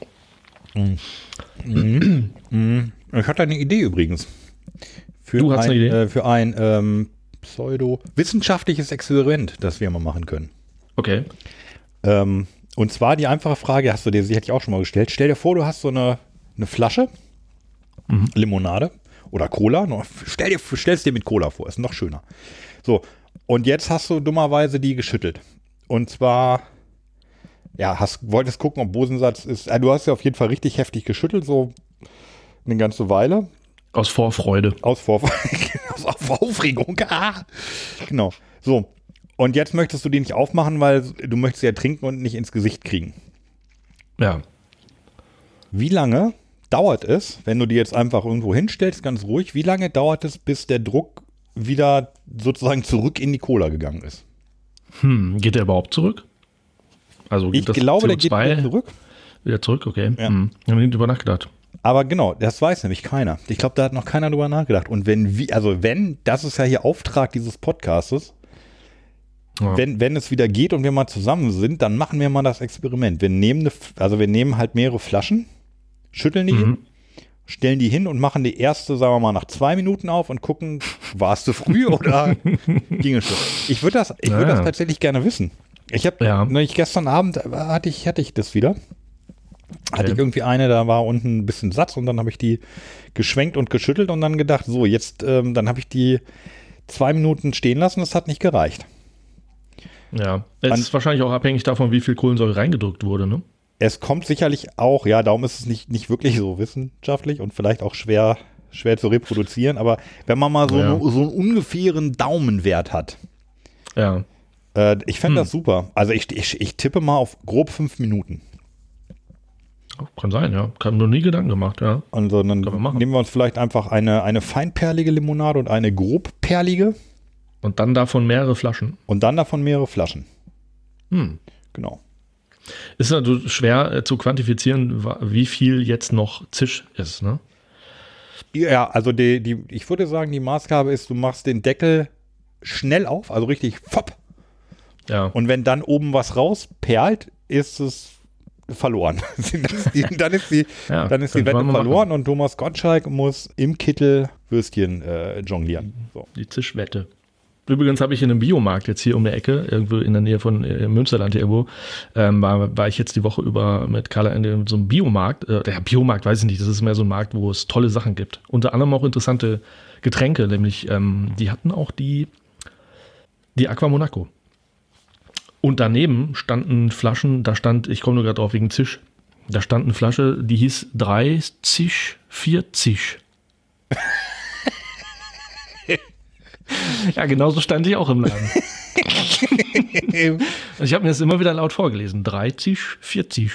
ich hatte eine Idee übrigens. Für Du hast ein, eine Idee? Äh, für ein ähm, pseudo-wissenschaftliches Experiment, das wir mal machen können. Okay. Ähm, und zwar die einfache Frage, hast du dir sicherlich auch schon mal gestellt. Stell dir vor, du hast so eine, eine Flasche Mhm. Limonade oder Cola. Noch- Stell dir, stell's dir mit Cola vor, ist noch schöner. So, und jetzt hast du dummerweise die geschüttelt. Und zwar, ja, hast, wolltest gucken, ob Bodensatz ist. Äh, du hast ja auf jeden Fall richtig heftig geschüttelt, so eine ganze Weile. Aus Vorfreude. Aus, Vor aus Aufregung. Ah. Genau. So. Und jetzt möchtest du die nicht aufmachen, weil du möchtest sie ja trinken und nicht ins Gesicht kriegen. Ja. Wie lange dauert es, wenn du die jetzt einfach irgendwo hinstellst, ganz ruhig, wie lange dauert es, bis der Druck wieder sozusagen zurück in die Cola gegangen ist? Hm, geht der überhaupt zurück? Also geht Ich das glaube, C O der geht zwei wieder zurück. Wieder zurück, okay. Ja. Hm. Ich habe nicht drüber nachgedacht. Aber genau, das weiß nämlich keiner. Ich glaube, da hat noch keiner drüber nachgedacht. Und wenn, wie, also wenn, das ist ja hier Auftrag dieses Podcastes, Ja. wenn, wenn es wieder geht und wir mal zusammen sind, dann machen wir mal das Experiment. Wir nehmen, eine, also wir nehmen halt mehrere Flaschen, schütteln die, Mhm. stellen die hin und machen die erste, sagen wir mal, nach zwei Minuten auf und gucken, war es zu früh oder ging es schon? Ich würde das, ich würde Ja. das tatsächlich gerne wissen. Ich habe, Ja. ich gestern Abend hatte ich, hatte ich das wieder. Hatte Okay. ich irgendwie eine, da war unten ein bisschen Satz und dann habe ich die geschwenkt und geschüttelt und dann gedacht, so, jetzt, ähm, dann habe ich die zwei Minuten stehen lassen, das hat nicht gereicht. Ja. Es An- ist wahrscheinlich auch abhängig davon, wie viel Kohlensäure reingedrückt wurde, ne? Es kommt sicherlich auch, ja, darum ist es nicht, nicht wirklich so wissenschaftlich und vielleicht auch schwer, schwer zu reproduzieren, aber wenn man mal so, Ja. eine, so einen ungefähren Daumenwert hat, Ja. äh, ich fände Hm. das super. Also ich, ich, ich tippe mal auf grob fünf Minuten. Kann sein, ja. Kann nur nie Gedanken gemacht, ja. Also dann Kann man machen. nehmen wir uns vielleicht einfach eine, eine feinperlige Limonade und eine grobperlige Und dann davon mehrere Flaschen. und dann davon mehrere Flaschen. Hm. Genau. Ist also schwer äh, zu quantifizieren, wa- wie viel jetzt noch Zisch ist, ne? Ja, also die, die, ich würde sagen, die Maßgabe ist, du machst den Deckel schnell auf, also richtig fopp. Ja. Und wenn dann oben was rausperlt, ist es verloren. dann ist die, dann ist die, Ja, dann ist die könnte Wette man mal verloren und Thomas Gottschalk muss im Kittel Würstchen äh, jonglieren. So. Die Zischwette. Übrigens habe ich in einem Biomarkt jetzt hier um der Ecke, irgendwo in der Nähe von äh, Münsterland irgendwo, ähm, war, war ich jetzt die Woche über mit Carla in so einem Biomarkt. Äh, der Biomarkt weiß ich nicht, das ist mehr so ein Markt, wo es tolle Sachen gibt. Unter anderem auch interessante Getränke, nämlich ähm, die hatten auch die, die Aqua Monaco. Und daneben standen Flaschen, da stand, ich komme nur gerade drauf wegen Zisch, da stand eine Flasche, die hieß drei Zisch, vier Zisch. Ja, genauso stand ich auch im Laden. Und ich habe mir das immer wieder laut vorgelesen. dreißig, vierzig.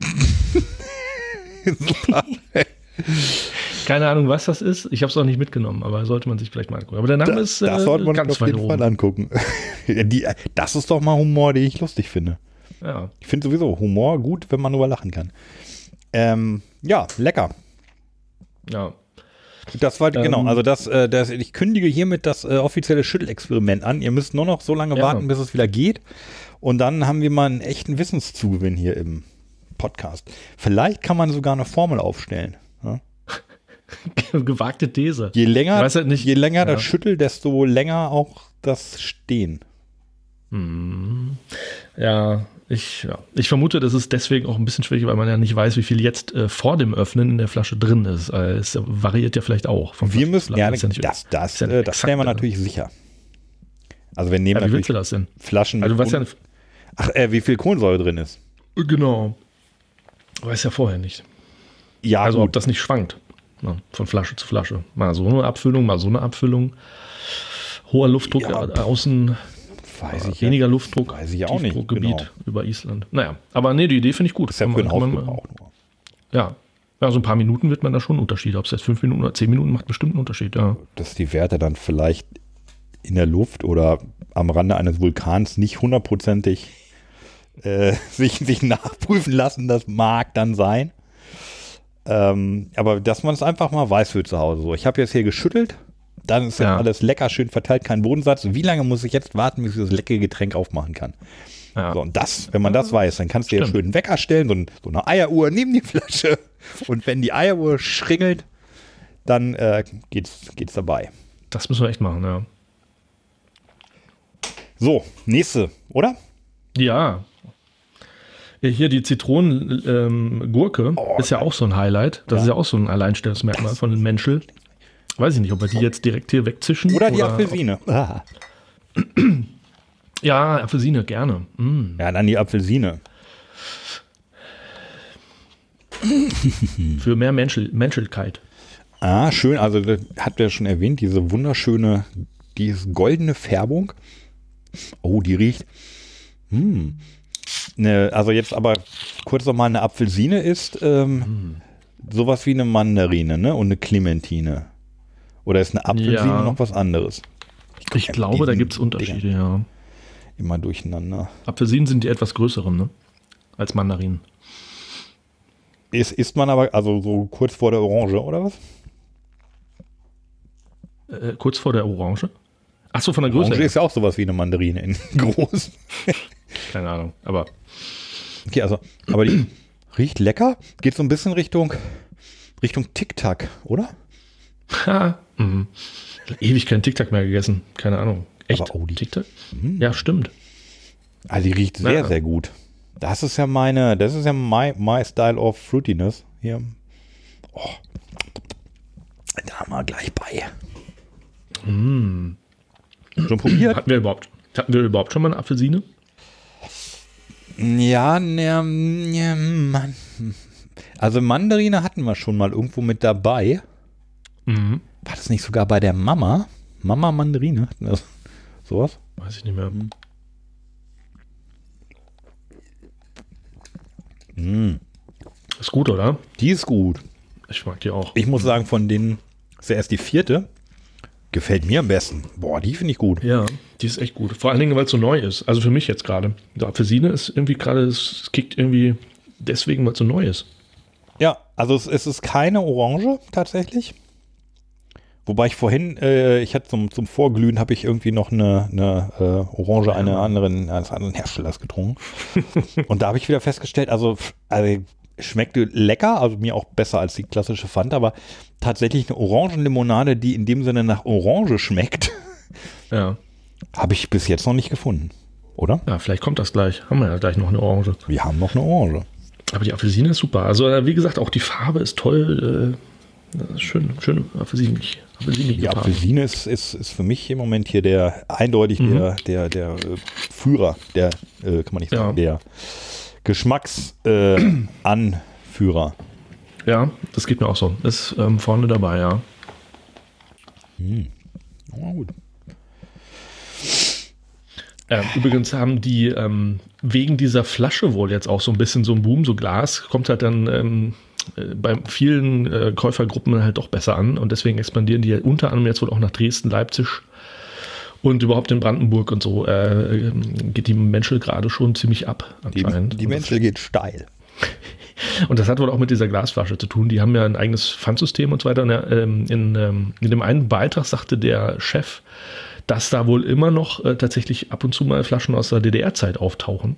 Super. Keine Ahnung, was das ist. Ich habe es auch nicht mitgenommen, aber sollte man sich vielleicht mal angucken. Aber der Name Da, ist äh, das sollte man ganz auf jeden weit Fall oben. angucken. Die, das ist doch mal Humor, den ich lustig finde. Ja. Ich finde sowieso Humor gut, wenn man nur lachen kann. Ähm, ja, lecker. Ja. Das war, Ähm, genau, also das, äh, das, ich kündige hiermit das äh, offizielle Schüttelexperiment an. Ihr müsst nur noch so lange Ja. warten, bis es wieder geht. Und dann haben wir mal einen echten Wissenszugewinn hier im Podcast. Vielleicht kann man sogar eine Formel aufstellen. Ja? Gewagte These. Je länger, Ich weiß halt nicht- je länger ja. das Schüttel, desto länger auch das Stehen. Hm. Ja, ich, ja, ich vermute, das ist deswegen auch ein bisschen schwierig, weil man ja nicht weiß, wie viel jetzt äh, vor dem Öffnen in der Flasche drin ist. Äh, es variiert ja vielleicht auch. Von Wir Flasche zu müssen, Flasche. ja, Ist ja nicht- das, das, ist ja äh, nicht das stellen wir exakt, natürlich sicher. Also wir nehmen Ja, wie natürlich willst du das denn? Flaschen Also du mit weißt ja, un- Ach, äh, wie viel Kohlensäure drin ist. genau. Du weißt ja vorher nicht. Ja, Also ob gut. das nicht schwankt. Ne, von Flasche zu Flasche. Mal so eine Abfüllung, mal so eine Abfüllung. Hoher Luftdruck Ja, äh, außen, Weiß ich weniger ja. Luftdruck. Weiß ich auch nicht, Tiefdruckgebiet genau. über Island. Naja, aber nee, die Idee finde ich gut. Das ist ja Kann für den man- kann man- Hausgebrauch nur. Ja. Ja, so ein paar Minuten wird man da schon einen Unterschied. Ob es jetzt fünf Minuten oder zehn Minuten macht, bestimmt einen Unterschied, ja. Dass die Werte dann vielleicht in der Luft oder am Rande eines Vulkans nicht hundertprozentig äh, sich, sich nachprüfen lassen, das mag dann sein. Ähm, aber dass man es einfach mal weiß für zu Hause. So, ich habe jetzt hier geschüttelt, dann ist ja Ja. alles lecker, schön verteilt, kein Bodensatz. Wie lange muss ich jetzt warten, bis ich das leckere Getränk aufmachen kann? Ja. So, und das, wenn man das weiß, dann kannst du dir Stimmt. schön einen Wecker stellen, so, ein, so eine Eieruhr neben die Flasche. Und wenn die Eieruhr schringelt, dann äh, geht's, geht's dabei. Das müssen wir echt machen, ja. So, nächste, oder? Ja. Hier die Zitronengurke Oh, ist ja auch so ein Highlight. Das Ja. ist ja auch so ein Alleinstellungsmerkmal von den Menschel. Weiß ich nicht, ob wir die jetzt direkt hier wegzischen. Oder die Apfelsine. Ah. Ja, Apfelsine, gerne. Mm. Ja, dann die Apfelsine. Für mehr Menschel Menschelkeit. Ah, schön. Also, das hat wir schon erwähnt, diese wunderschöne, diese goldene Färbung. Oh, die riecht. Hm. Ne, also, jetzt aber kurz nochmal: eine Apfelsine ist ähm, sowas wie eine Mandarine, ne? Und eine Clementine. Oder ist eine Apfelsine Ja. noch was anderes? Ich guck glaube, da diesen gibt es Unterschiede, ja. Immer durcheinander. Apfelsinen sind die etwas größeren, ne? Als Mandarinen. Ist, isst man aber, also so kurz vor der Orange, oder was? Äh, kurz vor der Orange. Ach so, von der Größe. Orange her. ist ja auch sowas wie eine Mandarine in groß. Keine Ahnung, aber Okay, also, aber die riecht lecker. Geht so ein bisschen Richtung, Richtung Tic-Tac, oder? ha, mhm. Ewig kein Tic-Tac mehr gegessen. Keine Ahnung. Echt? Aber, oh, die- Tic-Tac? Mhm. Ja, stimmt. Also, die riecht sehr, Ja. sehr gut. Das ist ja meine, das ist ja my, my style of fruitiness hier. Oh. Da haben wir gleich bei. Mm. Schon probiert? Hatten wir überhaupt, hatten wir überhaupt schon mal eine Apfelsine? Ja, ne, ne, Mann. Also Mandarine hatten wir schon mal irgendwo mit dabei. Mhm. War das nicht sogar bei der Mama? Mama Mandarine? Hatten wir sowas? Weiß ich nicht mehr. Mm. Ist gut, oder? Die ist gut. Ich mag die auch. Ich muss sagen, von denen ist ja erst die vierte. Gefällt mir am besten. Boah, die finde ich gut. Ja, die ist echt gut. Vor allen Dingen, weil es so neu ist. Also für mich jetzt gerade. Die Apfelsine ist irgendwie gerade, es kickt irgendwie deswegen, weil es so neu ist. Ja, also es, es ist keine Orange tatsächlich. Wobei ich vorhin, äh, ich hatte zum, zum Vorglühen, habe ich irgendwie noch eine, eine äh, Orange einer anderen, eines anderen Herstellers getrunken. Und da habe ich wieder festgestellt, also, also schmeckte lecker, also mir auch besser als die klassische Fanta, aber tatsächlich eine Orangenlimonade, die in dem Sinne nach Orange schmeckt, Ja. habe ich bis jetzt noch nicht gefunden. Oder? Ja, vielleicht kommt das gleich. Haben wir ja gleich noch eine Orange. Wir haben noch eine Orange. Aber die Apfelsine ist super. Also äh, wie gesagt, auch die Farbe ist toll. Äh, das ist schön, schön apfelsinig. apfelsinig Die Apfelsine ist, ist, ist für mich im Moment hier der eindeutig Mhm. der, der, der äh, Führer, der, äh, kann man nicht sagen, der Geschmacksanführer. Äh, Anführer. Ja, das geht mir auch so. Ist ähm, vorne dabei, ja. Hm. Oh, gut. Äh, übrigens haben die ähm, wegen dieser Flasche wohl jetzt auch so ein bisschen so ein Boom, so Glas, kommt halt dann ähm, äh, bei vielen äh, Käufergruppen halt doch besser an und deswegen expandieren die halt unter anderem jetzt wohl auch nach Dresden, Leipzig und überhaupt in Brandenburg und so äh, geht die Menschel gerade schon ziemlich ab anscheinend. Die, die Menschel geht steil. Und das hat wohl auch mit dieser Glasflasche zu tun. Die haben ja ein eigenes Pfandsystem und so weiter. Und ähm, in, ähm, in dem einen Beitrag sagte der Chef, dass da wohl immer noch äh, tatsächlich ab und zu mal Flaschen aus der D D R-Zeit auftauchen.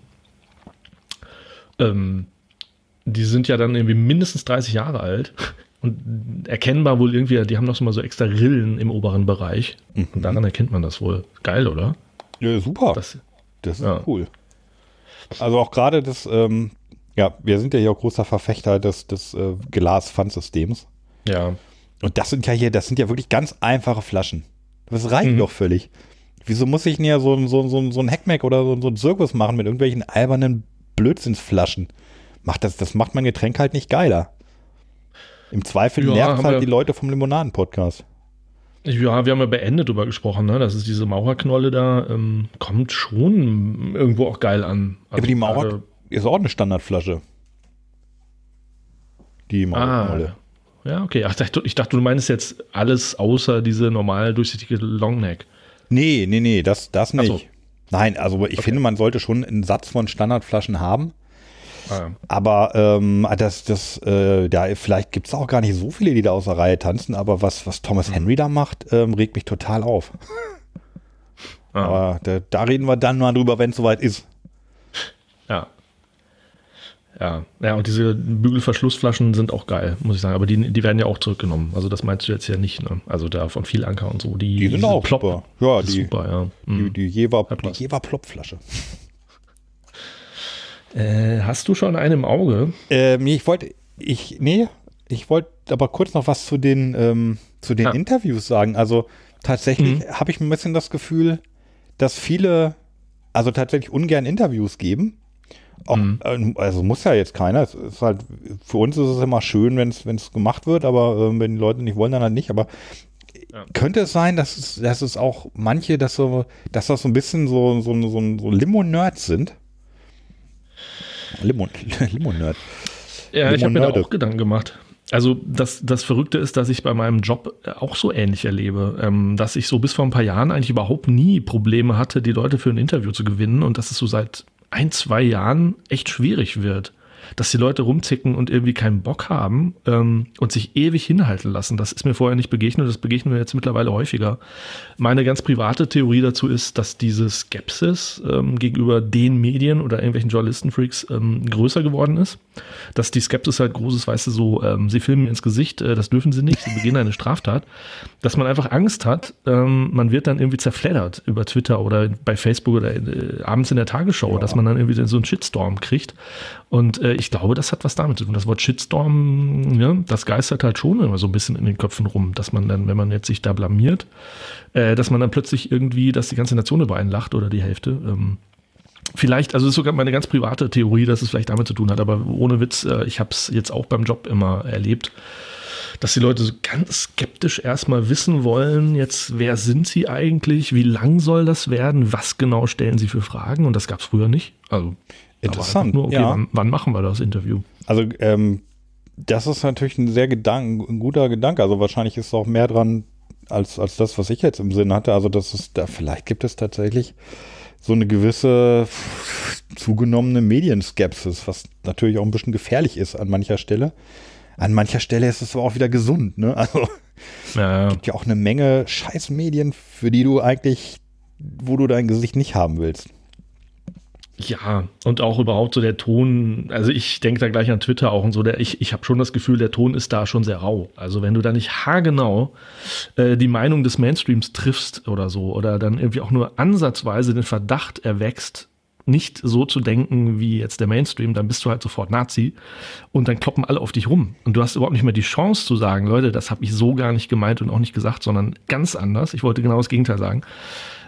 Ähm, die sind ja dann irgendwie mindestens dreißig Jahre alt und erkennbar wohl irgendwie, die haben noch so mal so extra Rillen im oberen Bereich. Mhm. Und daran erkennt man das wohl. Geil, oder? Ja, super. Das, das ist ja. cool. Also auch gerade das, ähm, ja, wir sind ja hier auch großer Verfechter des, des äh, Glas-Pfandsystems. Ja. Und das sind ja hier, das sind ja wirklich ganz einfache Flaschen. Das reicht mhm. doch völlig. Wieso muss ich denn ja so, so, so, so ein Hackmack oder so, so einen Zirkus machen mit irgendwelchen albernen Blödsinnsflaschen? Macht das, das macht mein Getränk halt nicht geiler. Im Zweifel ja, nervt halt wir, die Leute vom Limonaden-Podcast. Ja, wir haben ja bei Ende drüber gesprochen, ne? Das ist diese Mauerknolle da, ähm, kommt schon irgendwo auch geil an. Also aber die Mauer gerade, ist auch eine Standardflasche. Die Mauerknolle. Ah, ja, okay. Ach, ich dachte, du meinst jetzt alles außer diese normal durchsichtige Longneck. Nee, nee, nee, das, das nicht. So. Nein, also ich okay. finde, man sollte schon einen Satz von Standardflaschen haben. Ah. Aber ähm, das, das, äh, ja, vielleicht gibt es auch gar nicht so viele, die da aus der Reihe tanzen, aber was, was Thomas Henry da macht, ähm, regt mich total auf. Ah. Aber da, da reden wir dann mal drüber, wenn es soweit ist. Ja. Ja, ja, und diese Bügelverschlussflaschen sind auch geil, muss ich sagen. Aber die, die werden ja auch zurückgenommen. Also das meinst du jetzt ja nicht, ne? Also da von viel Anker und so. Die, die sind auch Plop, super. Ja, die, super, ja. Die, die Jever, die Jever Plopflasche. Äh, hast du schon eine im Auge? Ähm, nee, ich wollte, ich, nee, ich wollte aber kurz noch was zu den, ähm, zu den ah. Interviews sagen. Also tatsächlich mhm. habe ich ein bisschen das Gefühl, dass viele, also tatsächlich ungern Interviews geben. Auch, mhm. Also muss ja jetzt keiner. Es ist halt, für uns ist es immer schön, wenn es gemacht wird, aber äh, wenn die Leute nicht wollen, dann halt nicht. Aber ja. könnte es sein, dass es, dass es auch manche, dass, so, dass das so ein bisschen so, so, so, so Limo-Nerds sind? Limo, Limo-Nerd. Ja, Limo ich habe mir da auch Gedanken gemacht. Also das, das Verrückte ist, dass ich bei meinem Job auch so ähnlich erlebe, ähm, dass ich so bis vor ein paar Jahren eigentlich überhaupt nie Probleme hatte, die Leute für ein Interview zu gewinnen und dass es so seit ein, zwei Jahren echt schwierig wird, dass die Leute rumzicken und irgendwie keinen Bock haben ähm, und sich ewig hinhalten lassen. Das ist mir vorher nicht begegnet, das begegnen wir jetzt mittlerweile häufiger. Meine ganz private Theorie dazu ist, dass diese Skepsis ähm, gegenüber den Medien oder irgendwelchen Journalistenfreaks ähm, größer geworden ist. Dass die Skepsis halt groß ist, weißt du, so, ähm, sie filmen mir ins Gesicht, äh, das dürfen sie nicht, sie begehen eine Straftat. Dass man einfach Angst hat, ähm, man wird dann irgendwie zerfleddert über Twitter oder bei Facebook oder äh, abends in der Tagesschau, ja. dass man dann irgendwie so einen Shitstorm kriegt. Und äh, ich glaube, das hat was damit zu tun. Das Wort Shitstorm, ja, das geistert halt schon immer so ein bisschen in den Köpfen rum, dass man dann, wenn man jetzt sich da blamiert, äh, dass man dann plötzlich irgendwie, dass die ganze Nation über einen lacht oder die Hälfte. Ähm, vielleicht, also das ist sogar meine ganz private Theorie, dass es vielleicht damit zu tun hat, aber ohne Witz, äh, ich habe es jetzt auch beim Job immer erlebt, dass die Leute so ganz skeptisch erstmal wissen wollen, jetzt, wer sind sie eigentlich, wie lang soll das werden, was genau stellen sie für Fragen, und das gab es früher nicht. Also interessant. Nur, okay, ja. wann, wann machen wir das Interview? Also ähm, das ist natürlich ein sehr Gedanken, ein guter Gedanke. Also wahrscheinlich ist es auch mehr dran als, als das, was ich jetzt im Sinn hatte. Also das ist da, vielleicht gibt es tatsächlich so eine gewisse zugenommene Medienskepsis, was natürlich auch ein bisschen gefährlich ist an mancher Stelle. An mancher Stelle ist es aber auch wieder gesund, ne? Also ja, ja. Es gibt ja auch eine Menge Scheißmedien, für die du eigentlich, wo du dein Gesicht nicht haben willst. Ja, und auch überhaupt so der Ton, also ich denke da gleich an Twitter auch und so, der, ich, ich habe schon das Gefühl, der Ton ist da schon sehr rau. Also wenn du da nicht haargenau äh, die Meinung des Mainstreams triffst oder so, oder dann irgendwie auch nur ansatzweise den Verdacht erwächst, nicht so zu denken wie jetzt der Mainstream, dann bist du halt sofort Nazi und dann kloppen alle auf dich rum. Und du hast überhaupt nicht mehr die Chance zu sagen, Leute, das habe ich so gar nicht gemeint und auch nicht gesagt, sondern ganz anders. Ich wollte genau das Gegenteil sagen.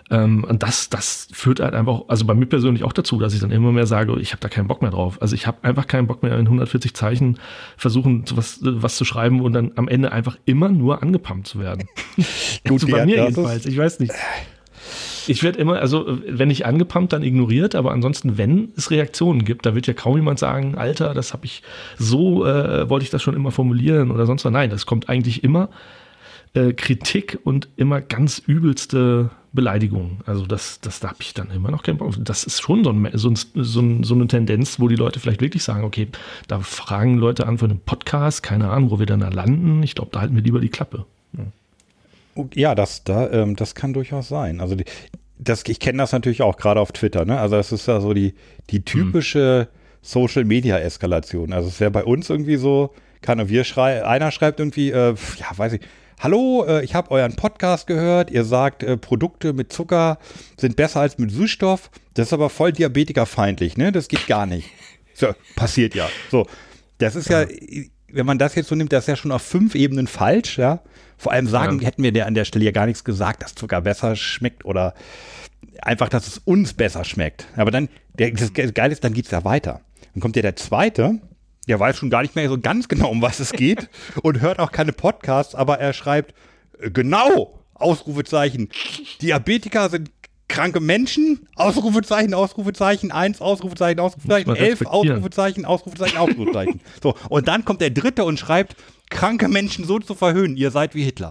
Ähm, und das, das führt halt einfach, also bei mir persönlich auch dazu, dass ich dann immer mehr sage, ich habe da keinen Bock mehr drauf. Also ich habe einfach keinen Bock mehr in hundertvierzig Zeichen versuchen, was, was zu schreiben und dann am Ende einfach immer nur angepumpt zu werden. Gut, also bei ja, mir das jedenfalls, ist- ich weiß nicht. Ich werde immer, also wenn ich angepumpt, dann ignoriert, aber ansonsten, wenn es Reaktionen gibt, da wird ja kaum jemand sagen, Alter, das habe ich so, äh, wollte ich das schon immer formulieren oder sonst was. Nein, das kommt eigentlich immer äh, Kritik und immer ganz übelste Beleidigungen. Also das, das da habe ich dann immer noch keinen Bock. Das ist schon so, ein, so, ein, so, ein, so eine Tendenz, wo die Leute vielleicht wirklich sagen, okay, da fragen Leute an für einen Podcast, keine Ahnung, wo wir dann da landen. Ich glaube, da halten wir lieber die Klappe. Ja. Ja, das, da, ähm, das kann durchaus sein. Also die, das, ich kenne das natürlich auch gerade auf Twitter. Ne? Also das ist ja so die, die typische hm. Social-Media-Eskalation. Also es wäre bei uns irgendwie so, kann wir schrei einer schreibt irgendwie, äh, ja, weiß ich, hallo, äh, ich habe euren Podcast gehört, ihr sagt, äh, Produkte mit Zucker sind besser als mit Süßstoff. Das ist aber voll diabetikerfeindlich, ne? Das geht gar nicht. So, passiert ja. So, das ist ja, ja wenn man das jetzt so nimmt, das ist ja schon auf fünf Ebenen falsch, ja. Vor allem sagen, ja. hätten wir der an der Stelle ja gar nichts gesagt, dass Zucker besser schmeckt oder einfach, dass es uns besser schmeckt. Aber dann, der, das Geile ist, dann geht's ja weiter. Dann kommt ja der Zweite, der weiß schon gar nicht mehr so ganz genau, um was es geht und hört auch keine Podcasts, aber er schreibt, genau, Ausrufezeichen, Diabetiker sind kranke Menschen, Ausrufezeichen, Ausrufezeichen, eins, Ausrufezeichen, Ausrufezeichen, elf, Ausrufezeichen, Ausrufezeichen, Ausrufezeichen. So, und dann kommt der Dritte und schreibt, kranke Menschen so zu verhöhnen, ihr seid wie Hitler.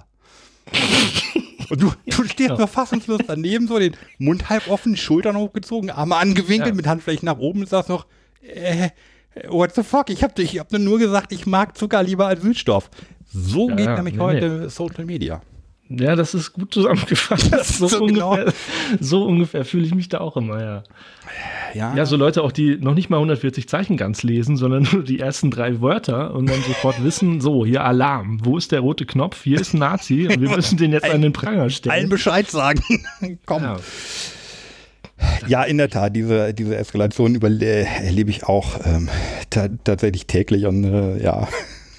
Und du, du stehst ja. nur fassungslos daneben, so den Mund halb offen, Schultern hochgezogen, Arme angewinkelt, ja. mit Handflächen nach oben und sagst noch, äh, what the fuck, ich hab, ich hab nur gesagt, ich mag Zucker lieber als Süßstoff. So ja, geht ja. nämlich nee, heute nee. Social Media. Ja, das ist gut zusammengefasst. So, so, ungefähr, genau. so ungefähr fühle ich mich da auch immer, ja. Ja. ja, so Leute auch, die noch nicht mal hundertvierzig Zeichen ganz lesen, sondern nur die ersten drei Wörter und dann sofort wissen, so, hier Alarm, wo ist der rote Knopf, hier ist ein Nazi und wir müssen den jetzt an den Pranger stellen. Allen Bescheid sagen. Komm. Ja. Ja, in der Tat, diese, diese Eskalation über, äh, erlebe ich auch ähm, tatsächlich täglich und äh, ja.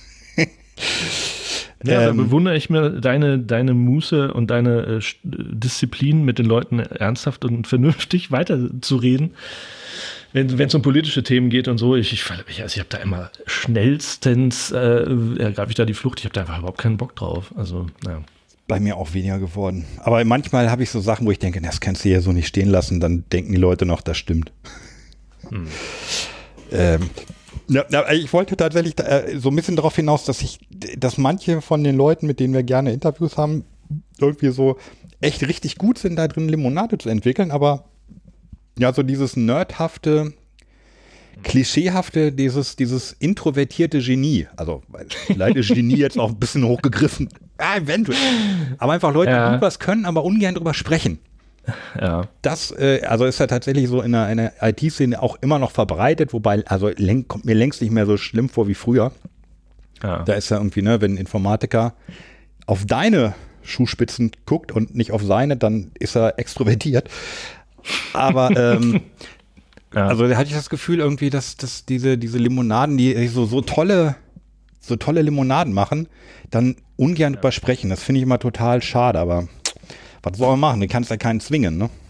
Ja, ähm, da bewundere ich mir deine, deine Muße und deine äh, Disziplin, mit den Leuten ernsthaft und vernünftig weiterzureden, wenn es um politische Themen geht und so. Ich, ich, ich, also ich habe da immer schnellstens, äh, ergreife ich da die Flucht, ich habe da einfach überhaupt keinen Bock drauf. Also, naja. Bei mir auch weniger geworden. Aber manchmal habe ich so Sachen, wo ich denke, das kannst du hier so nicht stehen lassen, dann denken die Leute noch, das stimmt. Hm. ähm, Ja, ich wollte tatsächlich so ein bisschen darauf hinaus, dass ich, dass manche von den Leuten, mit denen wir gerne Interviews haben, irgendwie so echt richtig gut sind, da drin Limonade zu entwickeln, aber ja, so dieses nerdhafte, klischeehafte, dieses, dieses introvertierte Genie, also vielleicht ist Genie jetzt auch ein bisschen hochgegriffen, ja, eventuell, aber einfach Leute, ja. die gut was können, aber ungern drüber sprechen. Ja. Das äh, also ist ja tatsächlich so in der, in der I T-Szene auch immer noch verbreitet, wobei, also lenk, kommt mir längst nicht mehr so schlimm vor wie früher. Ja. Da ist ja irgendwie, ne, wenn ein Informatiker auf deine Schuhspitzen guckt und nicht auf seine, dann ist er extrovertiert. Aber ähm, ja. also da hatte ich das Gefühl irgendwie, dass, dass diese, diese Limonaden, die so, so tolle, so tolle Limonaden machen, dann ungern ja. drüber sprechen. Das finde ich immer total schade, aber was soll man machen? Du kannst ja keinen zwingen, ne?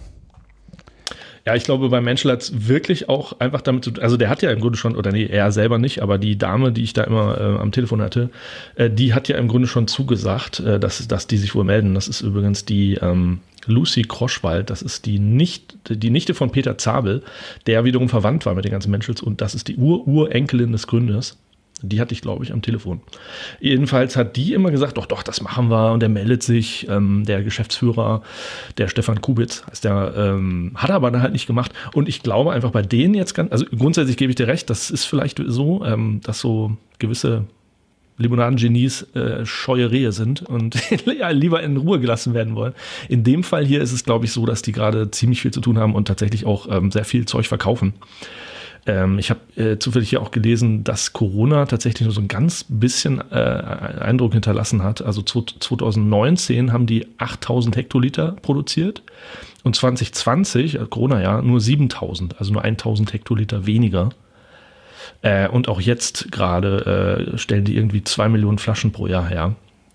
Ja, ich glaube, bei Menschel hat es wirklich auch einfach damit zu tun, also der hat ja im Grunde schon, oder nee, er selber nicht, aber die Dame, die ich da immer äh, am Telefon hatte, äh, die hat ja im Grunde schon zugesagt, äh, dass, dass die sich wohl melden. Das ist übrigens die ähm, Lucy Kroschwald, das ist die, nicht, die Nichte von Peter Zabel, der wiederum verwandt war mit den ganzen Menschels und das ist die Ur-Urenkelin des Gründers. Die hatte ich, glaube ich, am Telefon. Jedenfalls hat die immer gesagt, doch, doch, das machen wir. Und er meldet sich, ähm, der Geschäftsführer, der Stefan Kubitz, heißt der, ähm, hat er aber dann halt nicht gemacht. Und ich glaube einfach bei denen jetzt ganz, also grundsätzlich gebe ich dir recht, das ist vielleicht so, ähm, dass so gewisse Limonadengenies äh, scheue Rehe sind und ja, lieber in Ruhe gelassen werden wollen. In dem Fall hier ist es, glaube ich, so, dass die gerade ziemlich viel zu tun haben und tatsächlich auch ähm, sehr viel Zeug verkaufen. Ich habe äh, zufällig hier auch gelesen, dass Corona tatsächlich nur so ein ganz bisschen äh, Eindruck hinterlassen hat. Also zwanzig neunzehn haben die achttausend Hektoliter produziert und zwanzig zwanzig, also Corona-Jahr, nur siebentausend, also nur tausend Hektoliter weniger. Äh, und auch jetzt gerade äh, stellen die irgendwie zwei Millionen Flaschen pro Jahr her.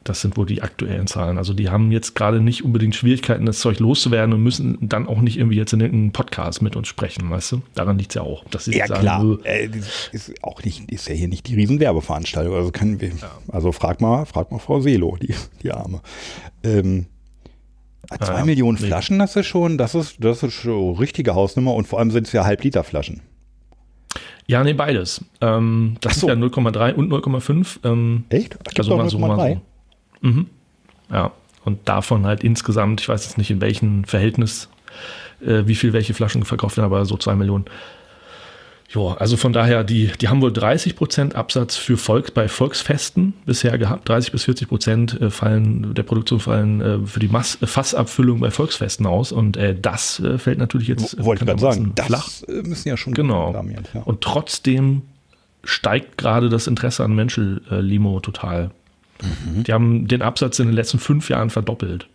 Das sind wohl die aktuellen Zahlen. Also die haben jetzt gerade nicht unbedingt Schwierigkeiten, das Zeug loszuwerden und müssen dann auch nicht irgendwie jetzt in irgendeinem Podcast mit uns sprechen, weißt du? Daran liegt es ja auch. Dass sie Ja, sagen, klar. Äh, ist auch nicht, ist ja hier nicht die Riesenwerbeveranstaltung. Also können wir, ja. also frag mal, frag mal Frau Selo, die, die Arme. Ähm, zwei ja, Millionen nee. Flaschen, das ist schon, das ist, das ist schon richtige Hausnummer und vor allem sind es ja Halb-Liter-Flaschen. Ja, nee, beides. Ähm, das Ach so. sind ja null Komma drei und null Komma fünf. Ähm, Echt? Ich also mal so, mal so. Mhm. Ja, und davon halt insgesamt, ich weiß jetzt nicht in welchem Verhältnis, äh, wie viel welche Flaschen verkauft werden, aber so zwei Millionen. Ja, also von daher, die, die haben wohl dreißig Prozent Absatz für Volk, bei Volksfesten bisher gehabt. dreißig bis vierzig Prozent äh, fallen der Produktion fallen äh, für die Mass, äh, Fassabfüllung bei Volksfesten aus. Und äh, das äh, fällt natürlich jetzt Wollte ich gerade sagen, das flach. müssen ja schon Genau. haben jetzt, ja. Und trotzdem steigt gerade das Interesse an Menschel-Limo total. Mhm. Die haben den Absatz in den letzten fünf Jahren verdoppelt.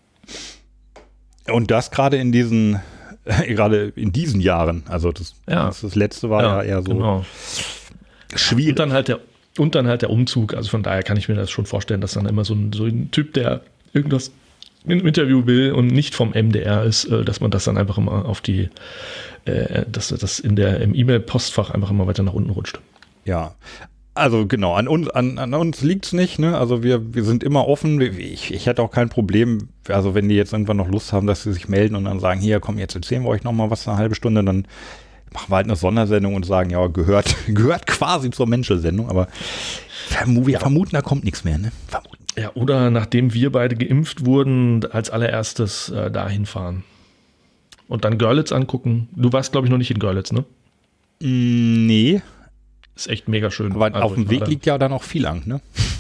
Und das gerade in diesen, äh, gerade in diesen Jahren. Also das, Ja. das, das letzte war ja, ja eher so genau. schwierig. Und dann halt der und dann halt der Umzug. Also von daher kann ich mir das schon vorstellen, dass dann immer so ein, so ein Typ, der irgendwas im Interview will und nicht vom M D R ist, äh, dass man das dann einfach immer auf die, äh, dass das in der im E-Mail-Postfach einfach immer weiter nach unten rutscht. Ja, also genau, an uns, an, an uns liegt es nicht, ne? Also wir, wir sind immer offen. Ich, ich hätte auch kein Problem, also wenn die jetzt irgendwann noch Lust haben, dass sie sich melden und dann sagen, hier, komm, jetzt erzählen wir euch noch mal was, eine halbe Stunde, dann machen wir halt eine Sondersendung und sagen, ja, gehört, gehört quasi zur Menschel-Sendung, aber vermu wir ja. vermuten, da kommt nichts mehr, ne? Vermuten. Ja, oder nachdem wir beide geimpft wurden, als allererstes äh, dahin fahren. Und dann Görlitz angucken. Du warst, glaube ich, noch nicht in Görlitz, ne? Nee. Ist echt mega schön. Aber also auf dem Weg da, liegt ja dann auch Vilang, ne?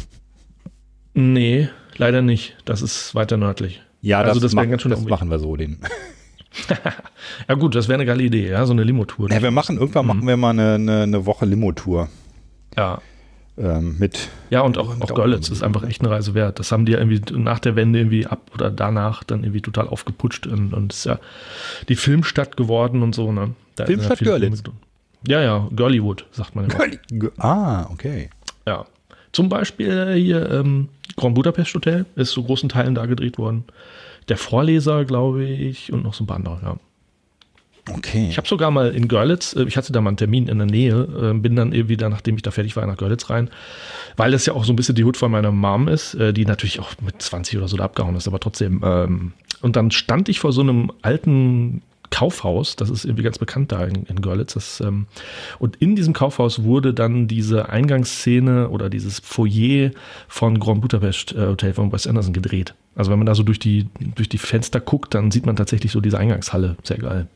Nee, leider nicht. Das ist weiter nördlich. Ja, also das, das, mach, ganz schön das machen wir so. Den. Ja gut, das wäre eine geile Idee, ja, so eine Limo-Tour. Ja, wir machen, irgendwann mhm. machen wir mal eine, eine, eine Woche Limo-Tour. Ja. Ähm, mit ja, und auch, auch Görlitz ist einfach echt eine Reise wert. Das haben die ja irgendwie nach der Wende irgendwie ab oder danach dann irgendwie total aufgeputscht und, und ist ja die Filmstadt geworden und so, ne? Da Filmstadt Görlitz? Ja, ja, Girlywood, sagt man immer. Girly, ah, okay. Ja. Zum Beispiel hier ähm, Grand Budapest Hotel ist zu großen Teilen da gedreht worden. Der Vorleser, glaube ich, und noch so ein paar andere, ja. Okay. Ich habe sogar mal in Görlitz, ich hatte da mal einen Termin in der Nähe, bin dann irgendwie da, nachdem ich da fertig war, nach Görlitz rein, weil das ja auch so ein bisschen die Hut von meiner Mom ist, die natürlich auch mit zwanzig oder so da abgehauen ist, aber trotzdem. Und dann stand ich vor so einem alten Kaufhaus, das ist irgendwie ganz bekannt da in, in Görlitz. Das, ähm, und in diesem Kaufhaus wurde dann diese Eingangsszene oder dieses Foyer von Grand Budapest äh, Hotel von Wes Anderson gedreht. Also wenn man da so durch die, durch die Fenster guckt, dann sieht man tatsächlich so diese Eingangshalle. Sehr geil.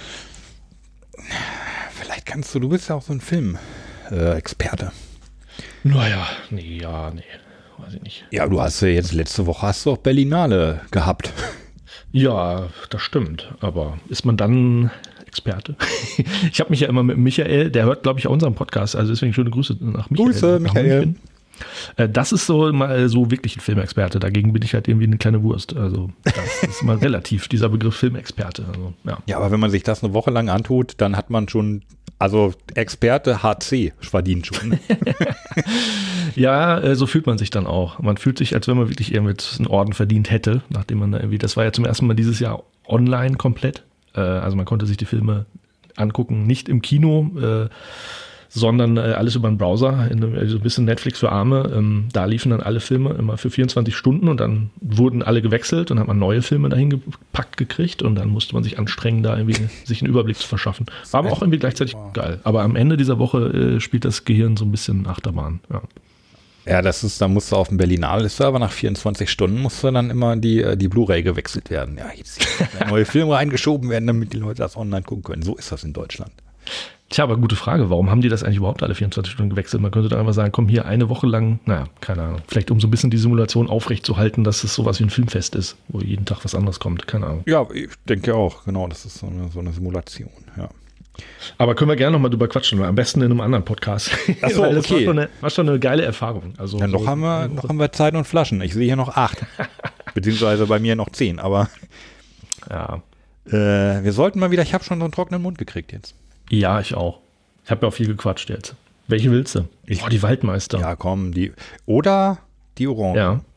Vielleicht kannst du, du bist ja auch so ein Film-Experte. Äh, naja, nee, ja, nee, weiß ich nicht. Ja, du hast ja jetzt letzte Woche hast du auch Berlinale gehabt. Ja, das stimmt. Aber ist man dann Experte? Ich habe mich ja immer mit Michael, der hört, glaube ich, auch unseren Podcast. Also deswegen schöne Grüße nach Michael. Grüße, Michael. Das ist so mal so wirklich ein Filmexperte. Dagegen bin ich halt irgendwie eine kleine Wurst. Also das ist mal relativ, dieser Begriff Filmexperte. Also, ja. ja, aber wenn man sich das eine Woche lang antut, dann hat man schon, also Experte H C verdient schon. Ja, so fühlt man sich dann auch. Man fühlt sich, als wenn man wirklich irgendwie einen Orden verdient hätte, nachdem man da irgendwie, das war ja zum ersten Mal dieses Jahr online komplett. Also man konnte sich die Filme angucken, nicht im Kino, sondern alles über einen Browser, in, so ein bisschen Netflix für Arme. Ähm, da liefen dann alle Filme immer für vierundzwanzig Stunden und dann wurden alle gewechselt und hat man neue Filme dahin gepackt gekriegt und dann musste man sich anstrengen, da irgendwie sich einen Überblick zu verschaffen. War aber auch irgendwie gleichzeitig geil. Aber am Ende dieser Woche äh, spielt das Gehirn so ein bisschen Achterbahn. Ja, ja, das ist, da musst du auf dem Berlinale-Server nach vierundzwanzig Stunden musste dann immer die, die Blu-ray gewechselt werden. Ja, jetzt neue Filme reingeschoben werden, damit die Leute das online gucken können. So ist das in Deutschland. Tja, aber gute Frage. Warum haben die das eigentlich überhaupt alle vierundzwanzig Stunden gewechselt? Man könnte dann einfach sagen, komm hier eine Woche lang, naja, keine Ahnung, vielleicht um so ein bisschen die Simulation aufrechtzuerhalten, dass es sowas wie ein Filmfest ist, wo jeden Tag was anderes kommt, keine Ahnung. Ja, ich denke auch, genau, das ist so eine, so eine Simulation, ja. Aber können wir gerne nochmal drüber quatschen, am besten in einem anderen Podcast. Ach so, das okay. war schon, eine, war schon eine geile Erfahrung. Also ja, noch, so haben wir, noch haben wir Zeit und Flaschen. Ich sehe hier noch acht. Beziehungsweise bei mir noch zehn, aber ja. äh, wir sollten mal wieder, ich habe schon so einen trockenen Mund gekriegt jetzt. Ja, ich auch. Ich habe ja auch viel gequatscht jetzt. Welche willst du? Ich, oh, die Waldmeister. Ja, komm, die. Oder die Orange. Ja.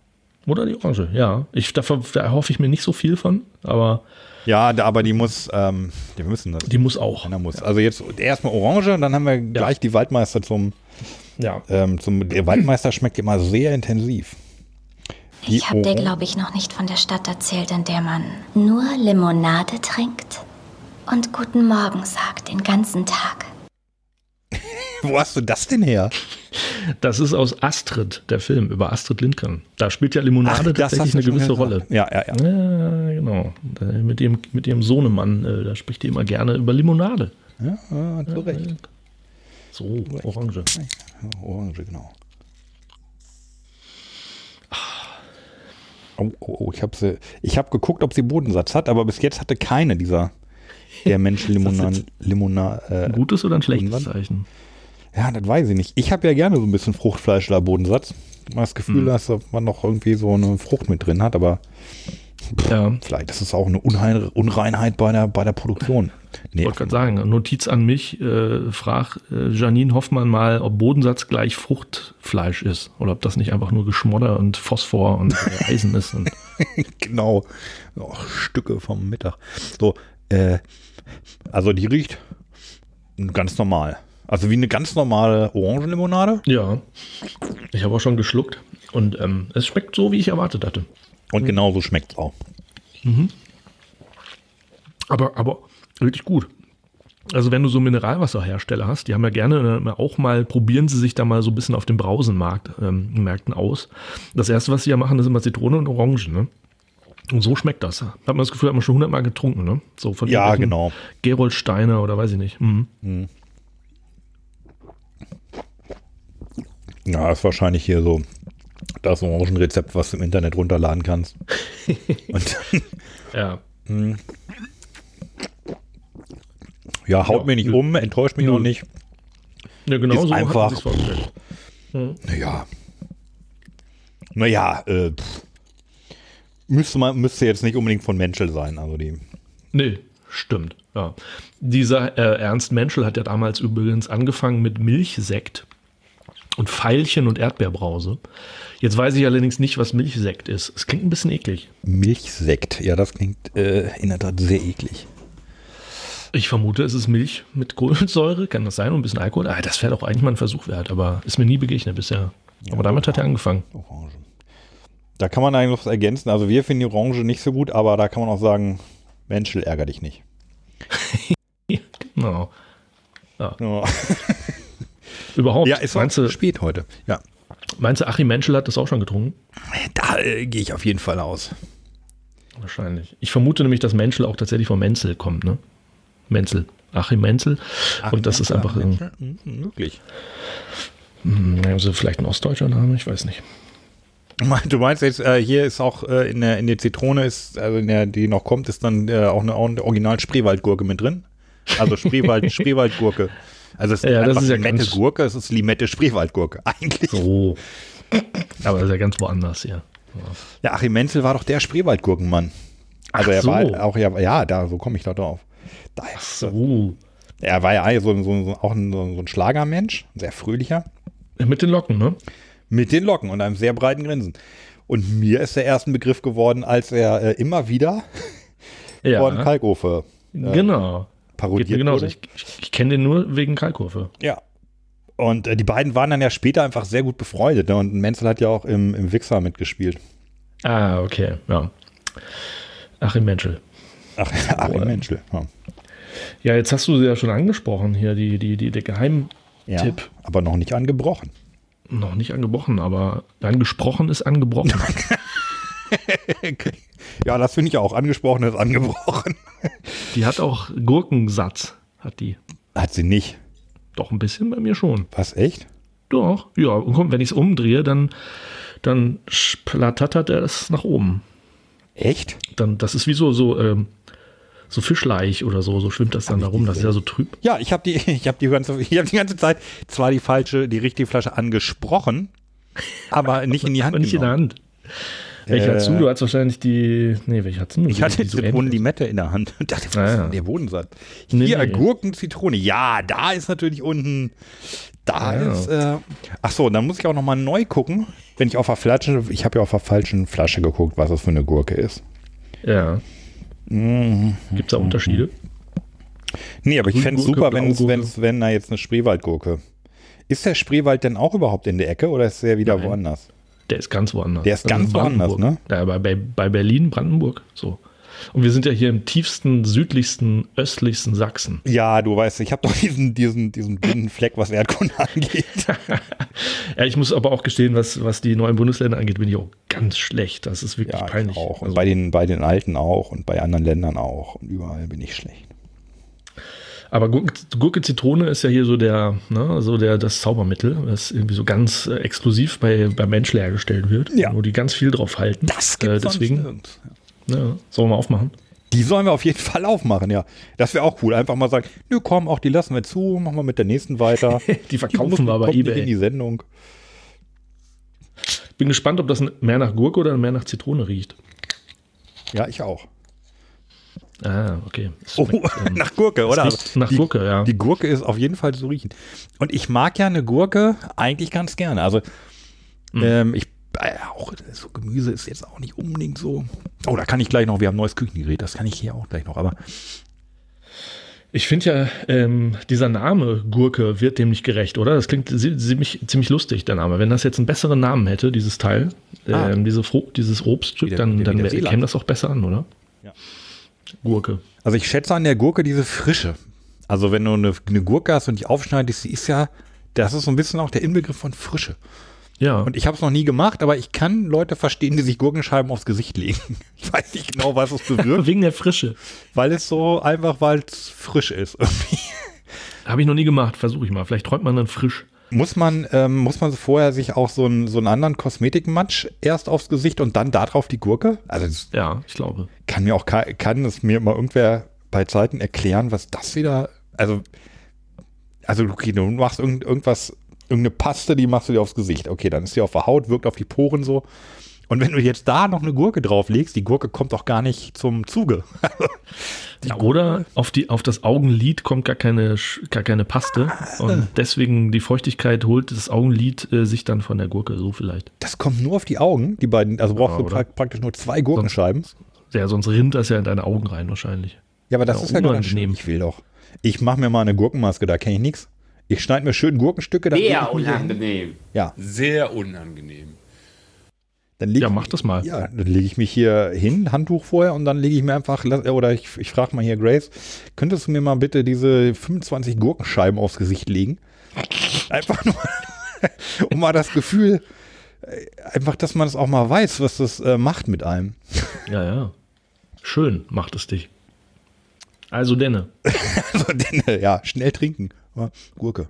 Oder die Orange, ja. Ich, da, da erhoffe ich mir nicht so viel von, aber. Ja, da, aber die muss, ähm, die müssen das. Die muss auch. Einer muss. Also jetzt erstmal Orange und dann haben wir ja. gleich die Waldmeister zum, ja. ähm, zum. Der Waldmeister schmeckt immer sehr intensiv. Die ich habe dir, glaube ich, noch nicht von der Stadt erzählt, in der man nur Limonade trinkt und Guten Morgen sagt den ganzen Tag. Wo hast du das denn her? Das ist aus Astrid, der Film über Astrid Lindgren. Da spielt ja Limonade Ach, tatsächlich eine gewisse Rolle. Ja, ja, ja. Ja, genau. Mit ihrem, mit ihrem Sohnemann, da spricht die immer gerne über Limonade. Ja, ja zu Recht. So, Orange. Orange, genau. Oh, oh, oh, ich habe ich hab geguckt, ob sie Bodensatz hat, aber bis jetzt hatte keine dieser der Menschen Limonade. Limona, äh, ein gutes oder ein schlechtes Zeichen? Ja, das weiß ich nicht. Ich habe ja gerne so ein bisschen Fruchtfleisch da Bodensatz. Man das Gefühl, hm. dass man noch irgendwie so eine Frucht mit drin hat, aber pff, ja. vielleicht ist es auch eine Unheil, Unreinheit bei der, bei der Produktion. Nee, ich wollte gerade sagen, Notiz an mich, äh, frag äh, Janine Hoffmann mal, ob Bodensatz gleich Fruchtfleisch ist oder ob das nicht einfach nur Geschmodder und Phosphor und äh, Eisen ist. Und genau, oh, Stücke vom Mittag. So, äh, also die riecht ganz normal. Also wie eine ganz normale Orangenlimonade. Ja, ich habe auch schon geschluckt und ähm, es schmeckt so, wie ich erwartet hatte. Und genau so schmeckt es auch. Mhm. Aber, aber richtig gut. Also wenn du so Mineralwasserhersteller hast, die haben ja gerne äh, auch mal, probieren sie sich da mal so ein bisschen auf dem Brausenmarkt, ähm, Märkten aus. Das erste, was sie ja machen, ist immer Zitrone und Orange, ne? Und so schmeckt das. Hat man das Gefühl, hat man schon hundertmal getrunken, ne? So von ja, genau. Gerold Steiner oder weiß ich nicht. Mhm. Mhm. Ja, ist wahrscheinlich hier so das Orangenrezept, was du im Internet runterladen kannst. Und ja. Mh. Ja, haut ja, mir nicht um, enttäuscht mich noch nicht. Ja, genau ist so einfach. Hat man sich's vorgestellt. Mhm. Naja. Naja, äh, pff. müsste man, müsste jetzt nicht unbedingt von Menschel sein, also die. Nee, stimmt, ja. Dieser äh, Ernst Menschel hat ja damals übrigens angefangen mit Milchsekt und Veilchen und Erdbeerbrause. Jetzt weiß ich allerdings nicht, was Milchsekt ist. Es klingt ein bisschen eklig. Milchsekt, ja, das klingt äh, in der Tat sehr eklig. Ich vermute, es ist Milch mit Kohlensäure, kann das sein, und ein bisschen Alkohol. Ah, das wäre doch eigentlich mal ein Versuch wert, aber ist mir nie begegnet bisher. Ja, aber damit hat er angefangen. Orange. Da kann man eigentlich noch was ergänzen. Also wir finden die Orange nicht so gut, aber da kann man auch sagen, Menschel, ärger dich nicht. Ja, genau. Ja. Ja. Überhaupt. Ja, ist meinst du, spät heute. Ja. Meinst du, Achim Menschel hat das auch schon getrunken? Da äh, gehe ich auf jeden Fall aus. Wahrscheinlich. Ich vermute nämlich, dass Menschel auch tatsächlich von Menzel kommt, ne? Menzel. Achim Menzel. Ach, und das Menzel, ist einfach Menzel? Ein, mhm, wirklich. Also vielleicht ein ostdeutscher Name, ich weiß nicht. Du meinst jetzt, äh, hier ist auch äh, in, der, in der Zitrone, ist, also in der, die noch kommt, ist dann äh, auch eine, auch eine original Spreewaldgurke mit drin? Also Spreewald, Spreewaldgurke. Also es ist ja, einfach das ist ja Limette-Gurke, es ist Limette-Spreewaldgurke eigentlich. So. Aber das ist ja ganz woanders hier. Ja, ja, Achim Menzel war doch der Spreewaldgurkenmann. Also Ach er so. war auch, ja, ja, da, so komme ich da drauf. Da Ach so. Er war ja so, so, so, auch ein, so ein Schlagermensch, ein sehr fröhlicher. Mit den Locken, ne? Mit den Locken und einem sehr breiten Grinsen. Und mir ist der erste Begriff geworden, als er äh, immer wieder ja. von Kalkofe äh, genau. parodiert Geht mir genauso. wurde. Ich, ich, ich kenne den nur wegen Kalkofe. Ja. Und äh, die beiden waren dann ja später einfach sehr gut befreundet. Ne? Und Menzel hat ja auch im, im Wichser mitgespielt. Ah, okay, ja. Achim Menschel. Ach, ja, Achim Menschel, ja. Ja, jetzt hast du sie ja schon angesprochen hier, die, die, die, der Geheimtipp. Ja, aber noch nicht angebrochen. Noch nicht angebrochen, aber angesprochen ist angebrochen. Ja, das finde ich auch. Angesprochen ist angebrochen. Die hat auch Gurkensatz, hat die. Hat sie nicht. Doch, ein bisschen bei mir schon. Was, echt? Doch, ja. Und komm, wenn ich es umdrehe, dann, dann plattert er es nach oben. Echt? Dann, das ist wie so, so, ähm, so Fischleich oder so, so schwimmt das dann da rum, das ist ja so trüb. Ja, ich habe die, ich habe die ganze, ich habe die ganze Zeit zwar die falsche, die richtige Flasche angesprochen, aber nicht in die Hand aber nicht genommen. in der Hand. Welche Äh, hast du? Du hast wahrscheinlich die. Nee, welche hast du? Ich hatte die so Zitronenlimette in der Hand und dachte, was Ah, ist ja. denn der Bodensatz? Nee, Hier, nee. Gurken, Zitrone. Ja, da ist natürlich unten, da Ja. ist, äh, ach so, dann muss ich auch nochmal neu gucken, wenn ich auf der Flasche, ich habe ja auf der falschen Flasche geguckt, was das für eine Gurke ist. Ja. Mhm. Gibt es da Unterschiede? Nee, aber ich fände es Grüngurke, super, wenn's, Blaugurke. wenn's, wenn da jetzt eine Spreewaldgurke. Ist der Spreewald denn auch überhaupt in der Ecke oder ist der wieder Nein. woanders? Der ist ganz woanders. Der ist Das ganz woanders, Brandenburg. Ja, bei, bei, bei Berlin, Brandenburg. So. Und wir sind ja hier im tiefsten, südlichsten, östlichsten Sachsen. Ja, du weißt, ich habe doch diesen, diesen, diesen blinden Fleck, was Erdkunde angeht. Ja, ich muss aber auch gestehen, was, was die neuen Bundesländer angeht, bin ich auch ganz schlecht. Das ist wirklich Ja, peinlich. ich auch. Und Also, bei den, bei den Alten auch und bei anderen Ländern auch. Und überall bin ich schlecht. aber Gurke, Gurke Zitrone ist ja hier so der, ne, so der, das Zaubermittel, das irgendwie so ganz äh, exklusiv bei, bei Menschen hergestellt wird, Ja. wo die ganz viel drauf halten. Das gibt äh, es deswegen, nirgends. ja, sollen wir mal aufmachen? Die sollen wir auf jeden Fall aufmachen, ja. Das wäre auch cool. Einfach mal sagen, nö, komm, auch die lassen wir zu, machen wir mit der nächsten weiter. Die verkaufen muss- wir bei kommt nicht eBay. in die Sendung. Bin gespannt, ob das mehr nach Gurke oder mehr nach Zitrone riecht. Ja, ich auch. Ah, okay. Es Oh, schmeckt, ähm, nach Gurke, es oder? riecht nach die, Gurke, ja. Die Gurke ist auf jeden Fall zu riechen. Und ich mag ja eine Gurke eigentlich ganz gerne. Also, Mhm. ähm, ich, äh, auch so Gemüse ist jetzt auch nicht unbedingt so. Oh, da kann ich gleich noch, wir haben ein neues Küchengerät, das kann ich hier auch gleich noch. Aber Ich finde ja, ähm, dieser Name Gurke wird dem nicht gerecht, oder? Das klingt zi- ziemlich, ziemlich lustig, der Name. Wenn das jetzt einen besseren Namen hätte, dieses Teil, Ah. ähm, diese, Fro- dieses Obststück, Wie der- dann, wie dann der wär- Seeland. käme das auch besser an, oder? Ja. Gurke. Also ich schätze an der Gurke diese Frische. Also wenn du eine, eine Gurke hast und die aufschneidest, die ist ja, das ist so ein bisschen auch der Inbegriff von Frische. Ja. Und ich habe es noch nie gemacht, aber ich kann Leute verstehen, die sich Gurkenscheiben aufs Gesicht legen. Ich weiß nicht genau, was es bewirkt, Wegen der Frische. weil es so einfach, weil es frisch ist. Irgendwie. Habe ich noch nie gemacht. Versuche ich mal. Vielleicht träumt man dann frisch. Muss man, ähm, muss man vorher sich auch so einen, so einen anderen Kosmetikmatsch erst aufs Gesicht und dann darauf die Gurke? Also das Ja, ich glaube. kann mir auch ka- kann es mir mal irgendwer bei Zeiten erklären, was das wieder, also also okay, du machst irgend, irgendwas, irgendeine Paste, die machst du dir aufs Gesicht. Okay, dann ist die auf der Haut, wirkt auf die Poren so. Und wenn du jetzt da noch eine Gurke drauflegst, die Gurke kommt doch gar nicht zum Zuge. Ja, oder auf, die, auf das Augenlid kommt gar keine, Sch- gar keine Paste. Und deswegen die Feuchtigkeit holt das Augenlid äh, sich dann von der Gurke. So vielleicht. Das kommt nur auf die Augen, die beiden, also brauchst Ja, du oder? pra praktisch nur zwei Gurkenscheiben. Ja, sonst rinnt das ja in deine Augen rein wahrscheinlich. Ja, aber das Ja, ist ja gar nicht unangenehm. schlimm. Ich will doch. Ich mache mir mal eine Gurkenmaske, da kenne ich nichts. Ich schneide mir schön Gurkenstücke. Dann leg Sehr ich mich hier hin. unangenehm. Ja, Sehr unangenehm. dann leg Ja, ich- mach das mal. Ja, dann lege ich mich hier hin, Handtuch vorher und dann lege ich mir einfach, oder ich, ich frage mal hier Grace, könntest du mir mal bitte diese fünfundzwanzig Gurkenscheiben aufs Gesicht legen? Einfach nur, um mal das Gefühl, äh, einfach, dass man es auch mal weiß, was das äh, macht mit einem. Ja, ja. Schön macht es dich. Also denne. Also, den, ja, schnell trinken. Ja, Gurke.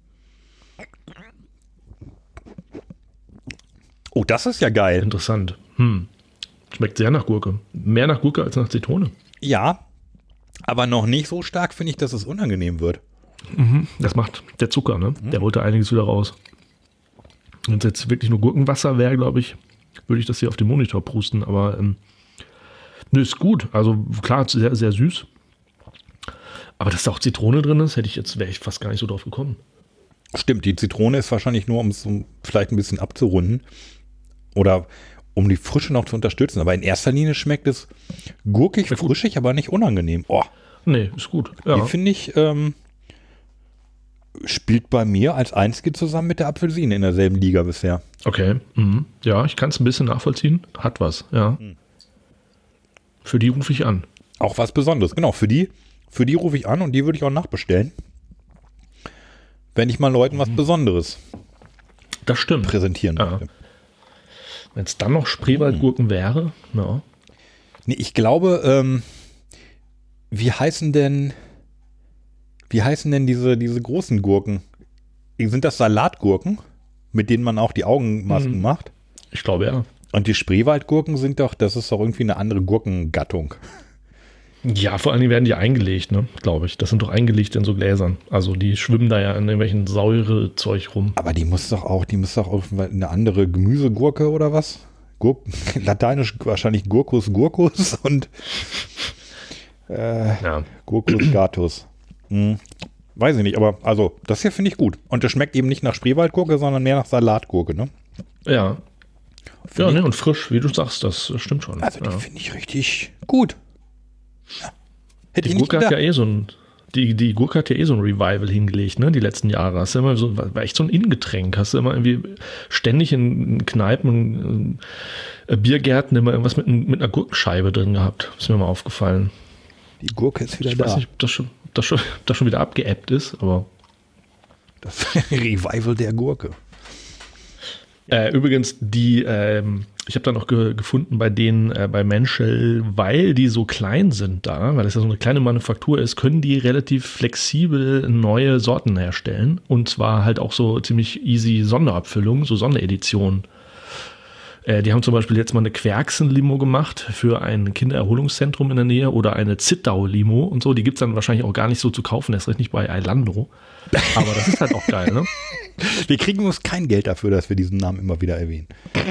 Oh, das ist ja geil. Interessant. Hm. Schmeckt sehr nach Gurke. Mehr nach Gurke als nach Zitrone. Ja, aber noch nicht so stark, finde ich, dass es unangenehm wird. Das macht der Zucker, ne? Der holt da einiges wieder raus. Wenn es jetzt wirklich nur Gurkenwasser wäre, glaube ich, würde ich das hier auf den Monitor prusten. Aber ähm, nö, ist gut. Also klar, sehr, sehr süß. Aber dass da auch Zitrone drin ist, hätte ich jetzt, wäre ich fast gar nicht so drauf gekommen. Stimmt, die Zitrone ist wahrscheinlich nur, um es um vielleicht ein bisschen abzurunden oder um die Frische noch zu unterstützen. Aber in erster Linie schmeckt es gurkig, frischig, aber nicht unangenehm. Oh, Nee, ist gut. Ja. die finde ich, ähm, spielt bei mir als einzige zusammen mit der Apfelsine in derselben Liga bisher. Okay. Mhm. Ja, ich kann es ein bisschen nachvollziehen. Hat was, ja. Für die rufe ich an. Auch was Besonderes. Genau, für die, für die rufe ich an und die würde ich auch nachbestellen. Wenn ich mal Leuten was Besonderes Das stimmt. präsentieren Ja. möchte. Wenn es dann noch Spreewaldgurken wäre, ja. Nee, ich glaube, ähm, wie heißen denn, wie heißen denn diese, diese großen Gurken? Sind das Salatgurken, mit denen man auch die Augenmasken Mhm. macht? Ich glaube ja. Und die Spreewaldgurken sind doch, das ist doch irgendwie eine andere Gurkengattung. Ja, vor allen Dingen werden die eingelegt, ne, glaube ich. Das sind doch eingelegt in so Gläsern. Also die schwimmen da ja in irgendwelchen Säurezeug rum. Aber die muss doch auch, die muss doch auch eine andere Gemüsegurke oder was? Gur Lateinisch wahrscheinlich Gurkus Gurkus und äh, ja. Gurkus Gatus. Hm. Weiß ich nicht, aber also das hier finde ich gut. Und das schmeckt eben nicht nach Spreewaldgurke, sondern mehr nach Salatgurke, ne? Ja. Find ja, ne, und frisch, wie du sagst, das stimmt schon. Also die ja. finde ich richtig gut. Ja. Hätte die ich Gurke nicht hat ja eh so ein Die, die Gurke hat ja eh so ein Revival hingelegt, ne, die letzten Jahre. Hast du immer so, war echt so ein Innengetränk. Hast du immer irgendwie ständig in Kneipen, in Biergärten immer irgendwas mit, mit einer Gurkenscheibe drin gehabt. Ist mir mal aufgefallen. Die Gurke ist wieder ich da. Ich weiß nicht, ob das schon, das schon, das schon wieder abgeappt ist, aber. Das Revival der Gurke. Äh, übrigens, die, ähm, ich habe da noch ge gefunden bei denen, äh, bei Menschel, weil die so klein sind da, weil das ja so eine kleine Manufaktur ist, können die relativ flexibel neue Sorten herstellen. Und zwar halt auch so ziemlich easy Sonderabfüllungen, so Sondereditionen. Äh, die haben zum Beispiel jetzt mal eine Querksen-Limo gemacht für ein Kindererholungszentrum in der Nähe oder eine Zittau-Limo und so. Die gibt es dann wahrscheinlich auch gar nicht so zu kaufen, das ist nicht bei Eilando. Aber das ist halt auch geil, ne? Wir kriegen uns kein Geld dafür, dass wir diesen Namen immer wieder erwähnen.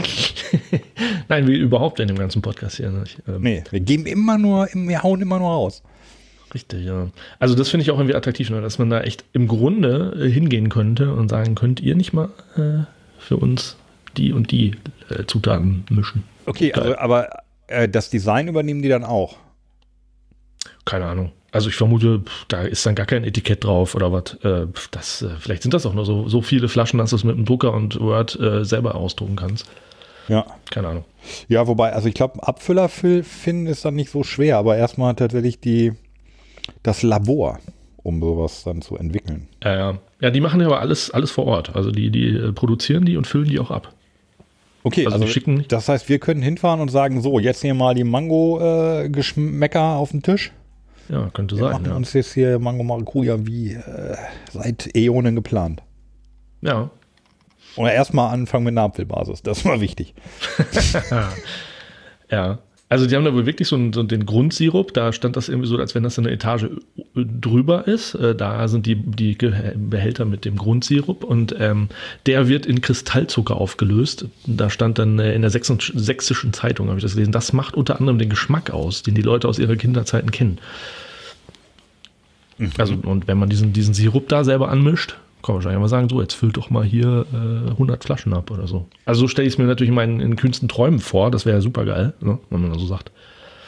Nein, wie überhaupt in dem ganzen Podcast hier. Nicht? Ähm, nee, wir geben immer nur, wir hauen immer nur raus. Richtig, ja. Also das finde ich auch irgendwie attraktiv, ne? Dass man da echt im Grunde äh, hingehen könnte und sagen, könnt ihr nicht mal äh, für uns die und die äh, Zutaten mischen. Okay, also, aber äh, das Design übernehmen die dann auch? Keine Ahnung. Also ich vermute, da ist dann gar kein Etikett drauf oder was. Äh, das, äh, vielleicht sind das auch nur so, so viele Flaschen, dass du es mit dem Drucker und Word äh, selber ausdrucken kannst. Ja. Keine Ahnung. Ja, wobei, also ich glaube, Abfüller finden ist dann nicht so schwer, aber erstmal tatsächlich die, das Labor, um sowas dann zu entwickeln. Äh, ja. ja, die machen ja aber alles, alles vor Ort. Also die, die äh, produzieren die und füllen die auch ab. Okay, also, also schicken. Das heißt, wir können hinfahren und sagen, so, jetzt hier mal die Mango-Geschmäcker äh, auf den Tisch. Ja, könnte wir sein. machen ja. uns jetzt hier Mango Maracuja wie äh, seit Äonen geplant. Ja. Oder erstmal anfangen mit einer Apfelbasis, das ist mal wichtig. Ja, also die haben da wohl wirklich so, einen, so den Grundsirup, da stand das irgendwie so, als wenn das eine Etage drüber ist. Da sind die, die Behälter mit dem Grundsirup und ähm, der wird in Kristallzucker aufgelöst. Da stand dann in der Sächsischen Zeitung, habe ich das gelesen, das macht unter anderem den Geschmack aus, den die Leute aus ihrer Kinderzeiten kennen. Mhm. Also und wenn man diesen, diesen Sirup da selber anmischt, kann man wahrscheinlich mal sagen, so, jetzt füllt doch mal hier äh, hundert Flaschen ab oder so. Also so stelle ich es mir natürlich in meinen in kühnsten Träumen vor. Das wäre ja super geil, ne? Wenn man so sagt.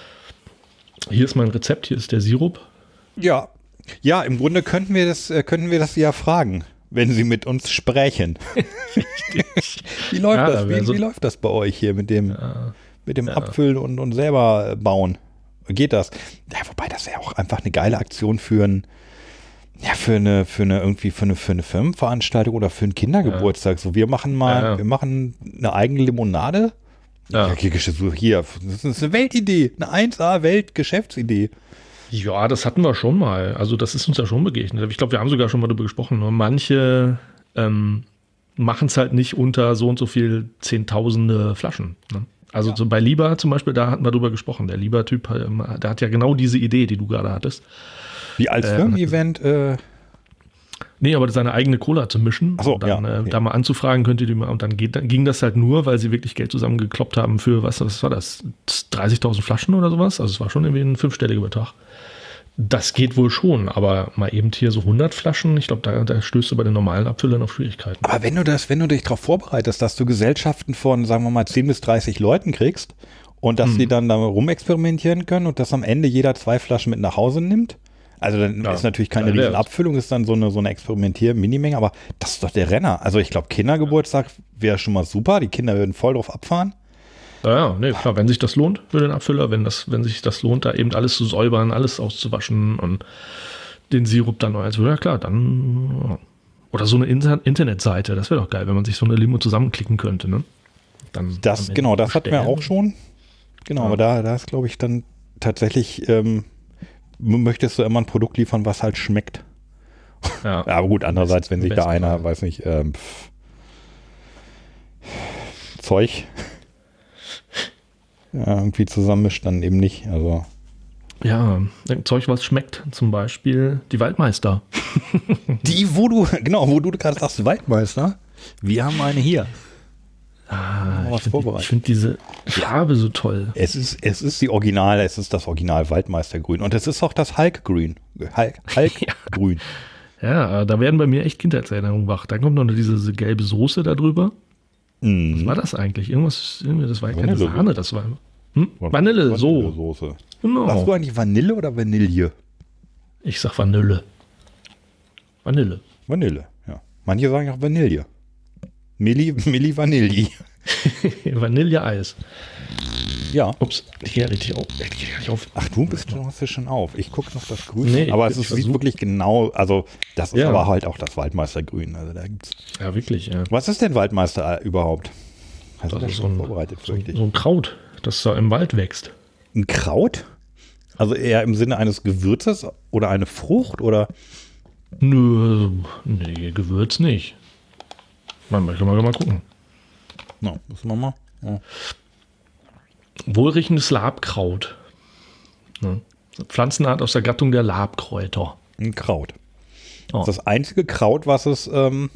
Hier ist mein Rezept, hier ist der Sirup. Ja, ja, im Grunde könnten wir das, äh, könnten wir das ja fragen, wenn Sie mit uns sprechen. Richtig. Wie läuft ja, das? da Wie, so wie läuft das bei euch hier mit dem, ja, mit dem ja. Abfüllen und, und selber bauen? Geht das? Ja, wobei das wäre auch einfach eine geile Aktion für ein Ja, für eine, für eine, irgendwie für eine, für eine Firmenveranstaltung oder für einen Kindergeburtstag. Ja. So, wir machen mal, ja, ja. wir machen eine eigene Limonade. Ja. Ja, so hier, das ist eine Weltidee, eine eins A Weltgeschäftsidee. Ja, das hatten wir schon mal. Also, das ist uns ja schon begegnet. Ich glaube, wir haben sogar schon mal darüber gesprochen. Nur manche ähm, machen es halt nicht unter so und so viel Zehntausende Flaschen. Ne? Also, ja. so bei Lieber zum Beispiel, da hatten wir drüber gesprochen. Der Lieber-Typ, der hat ja genau diese Idee, die du gerade hattest. Wie als Firmen-Event? Äh, nee, aber seine eigene Cola zu mischen. Ach so, und dann, ja, äh, okay. da mal anzufragen, könnt ihr die mal. Und dann, geht, dann ging das halt nur, weil sie wirklich Geld zusammengekloppt haben für, was, was war das? dreißigtausend Flaschen oder sowas? Also es war schon irgendwie ein fünfstelliger Betrag. Das geht wohl schon, aber mal eben hier so hundert Flaschen, ich glaube, da, da stößt du bei den normalen Abfüllern auf Schwierigkeiten. Aber wenn du das, wenn du dich darauf vorbereitest, dass du Gesellschaften von, sagen wir mal, zehn bis dreißig Leuten kriegst und dass mhm. die dann da rumexperimentieren können und dass am Ende jeder zwei Flaschen mit nach Hause nimmt, also dann ja, ist natürlich keine riesen Abfüllung, ist dann so eine, so eine Experimentier-Minimenge, aber das ist doch der Renner. Also ich glaube, Kindergeburtstag wäre schon mal super, die Kinder würden voll drauf abfahren. Ja, ja, nee, klar, wenn sich das lohnt für den Abfüller, wenn das, wenn sich das lohnt, da eben alles zu säubern, alles auszuwaschen und den Sirup dann, also ja klar, dann oder so eine Inter- Internetseite, das wäre doch geil, wenn man sich so eine Limo zusammenklicken könnte, ne? Dann das, genau, das hatten wir auch schon. Genau, ja. aber da, da ist, glaube ich, dann tatsächlich ähm, möchtest du immer ein Produkt liefern, was halt schmeckt. Ja, ja aber gut, andererseits, wenn sich da einer, Fall. weiß nicht, ähm, pff, Zeug ja, irgendwie zusammenmischt, dann eben nicht. Also. Ja, Zeug, was schmeckt, zum Beispiel die Waldmeister. Die, wo du, genau, wo du gerade sagst, Waldmeister, wir haben eine hier. Ah, ich finde find diese Farbe so toll. Es ist, es ist die Original, es ist das Original Waldmeistergrün. Und es ist auch das Hulk-Grün. Hulk, Hulk-Grün. Ja, da werden bei mir echt Kindheitserinnerungen wach. Dann kommt noch diese, diese gelbe Soße da drüber. Mm. Was war das eigentlich? Irgendwas, irgendwie, das war ja keine Vanille. Sahne, das war hm? Vanille, so. Vanillesoße. Genau. Sagst du eigentlich Vanille oder Vanille? Ich sag Vanille. Vanille. Vanille, ja. Manche sagen auch Vanille. Milli, Milli Vanilli. Vanilleeis. Ja. Ups, ich gehe ja richtig auf. auf. Ach, du bist du hast ja schon auf. Ich gucke noch das Grün. Nee, aber es ist, sieht wirklich genau, also das ist ja. aber halt auch das Waldmeistergrün. Also da gibt's. Ja, wirklich, ja. Was ist denn Waldmeister überhaupt? Hast das du das ist schon so vorbereitet für so, so ein Kraut, das da im Wald wächst. Ein Kraut? Also eher im Sinne eines Gewürzes oder eine Frucht oder? Nö, nee, Gewürz nicht. Man, kann man mal gucken. Na, no, müssen wir mal. Ja. Wohlriechendes Labkraut. Ne? Pflanzenart aus der Gattung der Labkräuter. Ein Kraut. Oh. Das ist das einzige Kraut, was es ähm,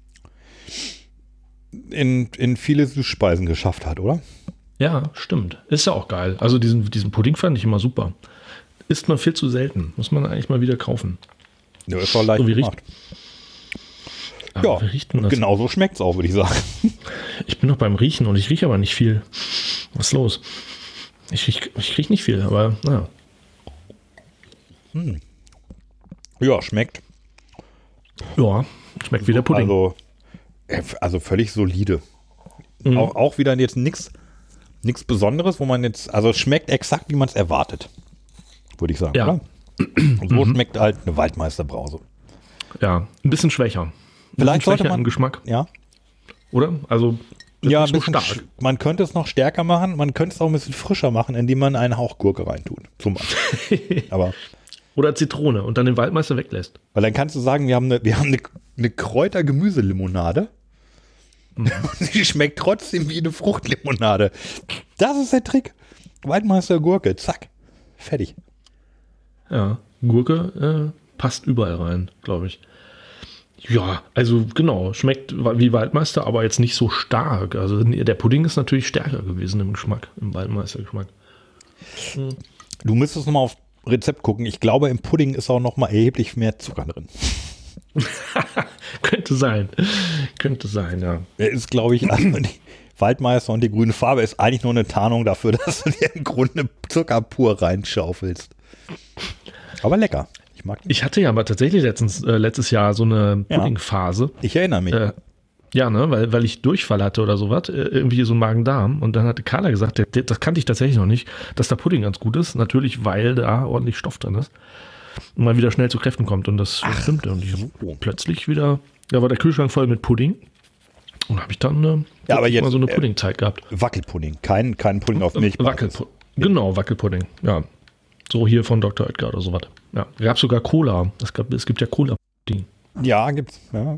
in, in viele Süßspeisen geschafft hat, oder? Ja, stimmt. Ist ja auch geil. Also diesen, diesen Pudding fand ich immer super. Isst man viel zu selten. Muss man eigentlich mal wieder kaufen. Ja, ist doch leicht so wie gemacht. Aber ja, genau so schmeckt es auch, würde ich sagen. Ich bin noch beim Riechen und ich rieche aber nicht viel. Was ist los? Ich rieche ich riech nicht viel, aber naja. Hm. Ja, schmeckt. Ja, schmeckt wie der Pudding. Also, also völlig solide. Mhm. Auch, auch wieder jetzt nichts nichts Besonderes, wo man jetzt, also es schmeckt exakt, wie man es erwartet. Würde ich sagen, ja. Oder? Und so mhm. schmeckt halt eine Waldmeisterbrause. Ja, ein bisschen schwächer. Vielleicht sollte man im Geschmack. Ja. Oder? Also ja, ein bisschen stark. Man könnte es noch stärker machen, man könnte es auch ein bisschen frischer machen, indem man einen Hauch Gurke reintut. Zum Beispiel. Aber oder Zitrone und dann den Waldmeister weglässt. Weil dann kannst du sagen, wir haben eine, wir haben eine, eine Kräuter-Gemüselimonade. Mhm. Die schmeckt trotzdem wie eine Fruchtlimonade. Das ist der Trick. Waldmeister Gurke, zack. Fertig. Ja, Gurke äh, passt überall rein, glaube ich. Ja, also genau, schmeckt wie Waldmeister, aber jetzt nicht so stark. Also der Pudding ist natürlich stärker gewesen im Geschmack, im Waldmeister-Geschmack. Hm. Du müsstest nochmal auf Rezept gucken. Ich glaube, im Pudding ist auch nochmal erheblich mehr Zucker drin. Könnte sein. Könnte sein, ja. Er ist, glaube ich, also die Waldmeister und die grüne Farbe ist eigentlich nur eine Tarnung dafür, dass du dir im Grunde Zucker pur reinschaufelst. Aber lecker. Ich, mag ich hatte ja aber tatsächlich letztens, äh, letztes Jahr so eine Puddingphase. Ja, ich erinnere mich. Äh, ja, ne, weil, weil ich Durchfall hatte oder sowas, äh, irgendwie so ein Magen-Darm. Und dann hatte Carla gesagt, der, der, das kannte ich tatsächlich noch nicht, dass der Pudding ganz gut ist. Natürlich, weil da ordentlich Stoff drin ist. Und man wieder schnell zu Kräften kommt. Und das Ach, stimmte. Und ich so. plötzlich wieder, da war der Kühlschrank voll mit Pudding. Und habe ich dann äh, ja, aber jetzt, mal so eine Puddingzeit gehabt. Wackelpudding, kein, kein Pudding auf Milch. Wackelpu- genau, Wackelpudding, ja. So hier von Doktor Oetker oder sowas. Ja, gab sogar Cola. Es, gab, es gibt ja Cola-Pudding. Ja, gibt's. Ja,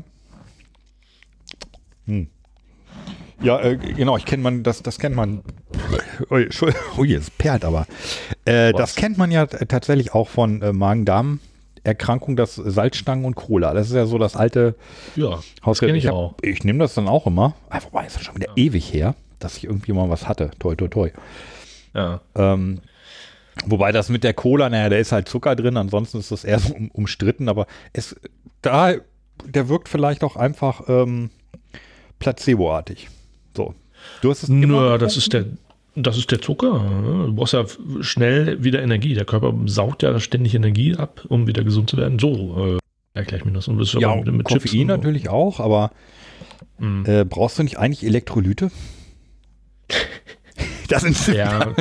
hm. ja äh, genau, ich kenne man, das, das kennt man. Ui, ui, es perlt aber. Äh, das kennt man ja t- tatsächlich auch von äh, Magen-Darm-Erkrankung, das Salzstangen und Cola. Das ist ja so das alte ja, Hausrezept. Ich, ich, auch. ich nehme das dann auch immer. Ah, wobei, ist das schon wieder ja. ewig her, dass ich irgendwie mal was hatte. Toi, toi, toi. Ja. Ähm, Wobei das mit der Cola, naja, da ist halt Zucker drin, ansonsten ist das eher so um, umstritten, aber es, da, der wirkt vielleicht auch einfach ähm, placeboartig. So. Du hast es Nö, das ist der, das ist der Zucker. Du brauchst ja schnell wieder Energie. Der Körper saugt ja ständig Energie ab, um wieder gesund zu werden. So, äh, erkläre ich mir das. Und das ja, mit, mit Koffein Chips und natürlich auch, aber mhm. äh, brauchst du nicht eigentlich Elektrolyte? Das sind ja.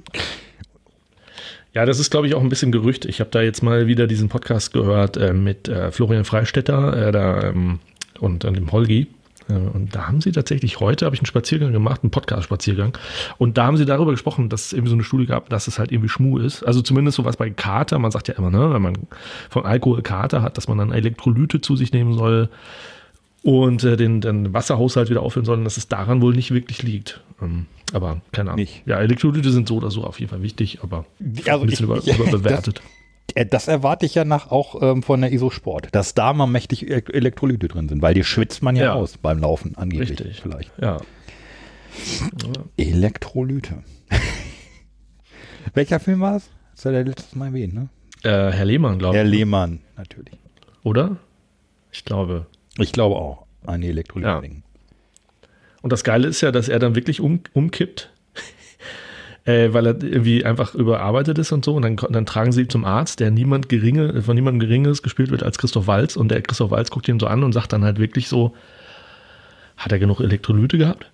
Ja, das ist, glaube ich, auch ein bisschen Gerücht. Ich habe da jetzt mal wieder diesen Podcast gehört äh, mit äh, Florian Freistetter äh, da, ähm, und äh, dem Holgi. Äh, und da haben sie tatsächlich, heute habe ich einen Spaziergang gemacht, einen Podcast-Spaziergang. Und da haben sie darüber gesprochen, dass es irgendwie so eine Studie gab, dass es halt irgendwie Schmuh ist. Also zumindest sowas bei Kater. Man sagt ja immer, ne, wenn man von Alkohol Kater hat, dass man dann Elektrolyte zu sich nehmen soll und äh, den, den Wasserhaushalt wieder auffüllen soll, dass es daran wohl nicht wirklich liegt. Ähm, aber keine Ahnung. Nicht. Ja, Elektrolyte sind so oder so auf jeden Fall wichtig, aber also ein bisschen ich, über, überbewertet. Das, das erwarte ich ja nach auch ähm, von der Isosport, dass da mal mächtig Elektrolyte drin sind, weil die schwitzt man ja, ja. aus beim Laufen angeblich. Richtig. Vielleicht. Ja. Elektrolyte. Welcher Film war es? Das hat er letztes Mal erwähnt, ne? Äh, Herr Lehmann, glaube ich. Herr Lehmann, natürlich. Oder? Ich glaube. Ich glaube auch. Eine Elektrolyte. Ja. Und das Geile ist ja, dass er dann wirklich um, umkippt, äh, weil er irgendwie einfach überarbeitet ist und so. Und dann, dann tragen sie ihn zum Arzt, der niemand geringe, von niemandem Geringeres gespielt wird als Christoph Waltz. Und der Christoph Waltz guckt ihn so an und sagt dann halt wirklich so, hat er genug Elektrolyte gehabt?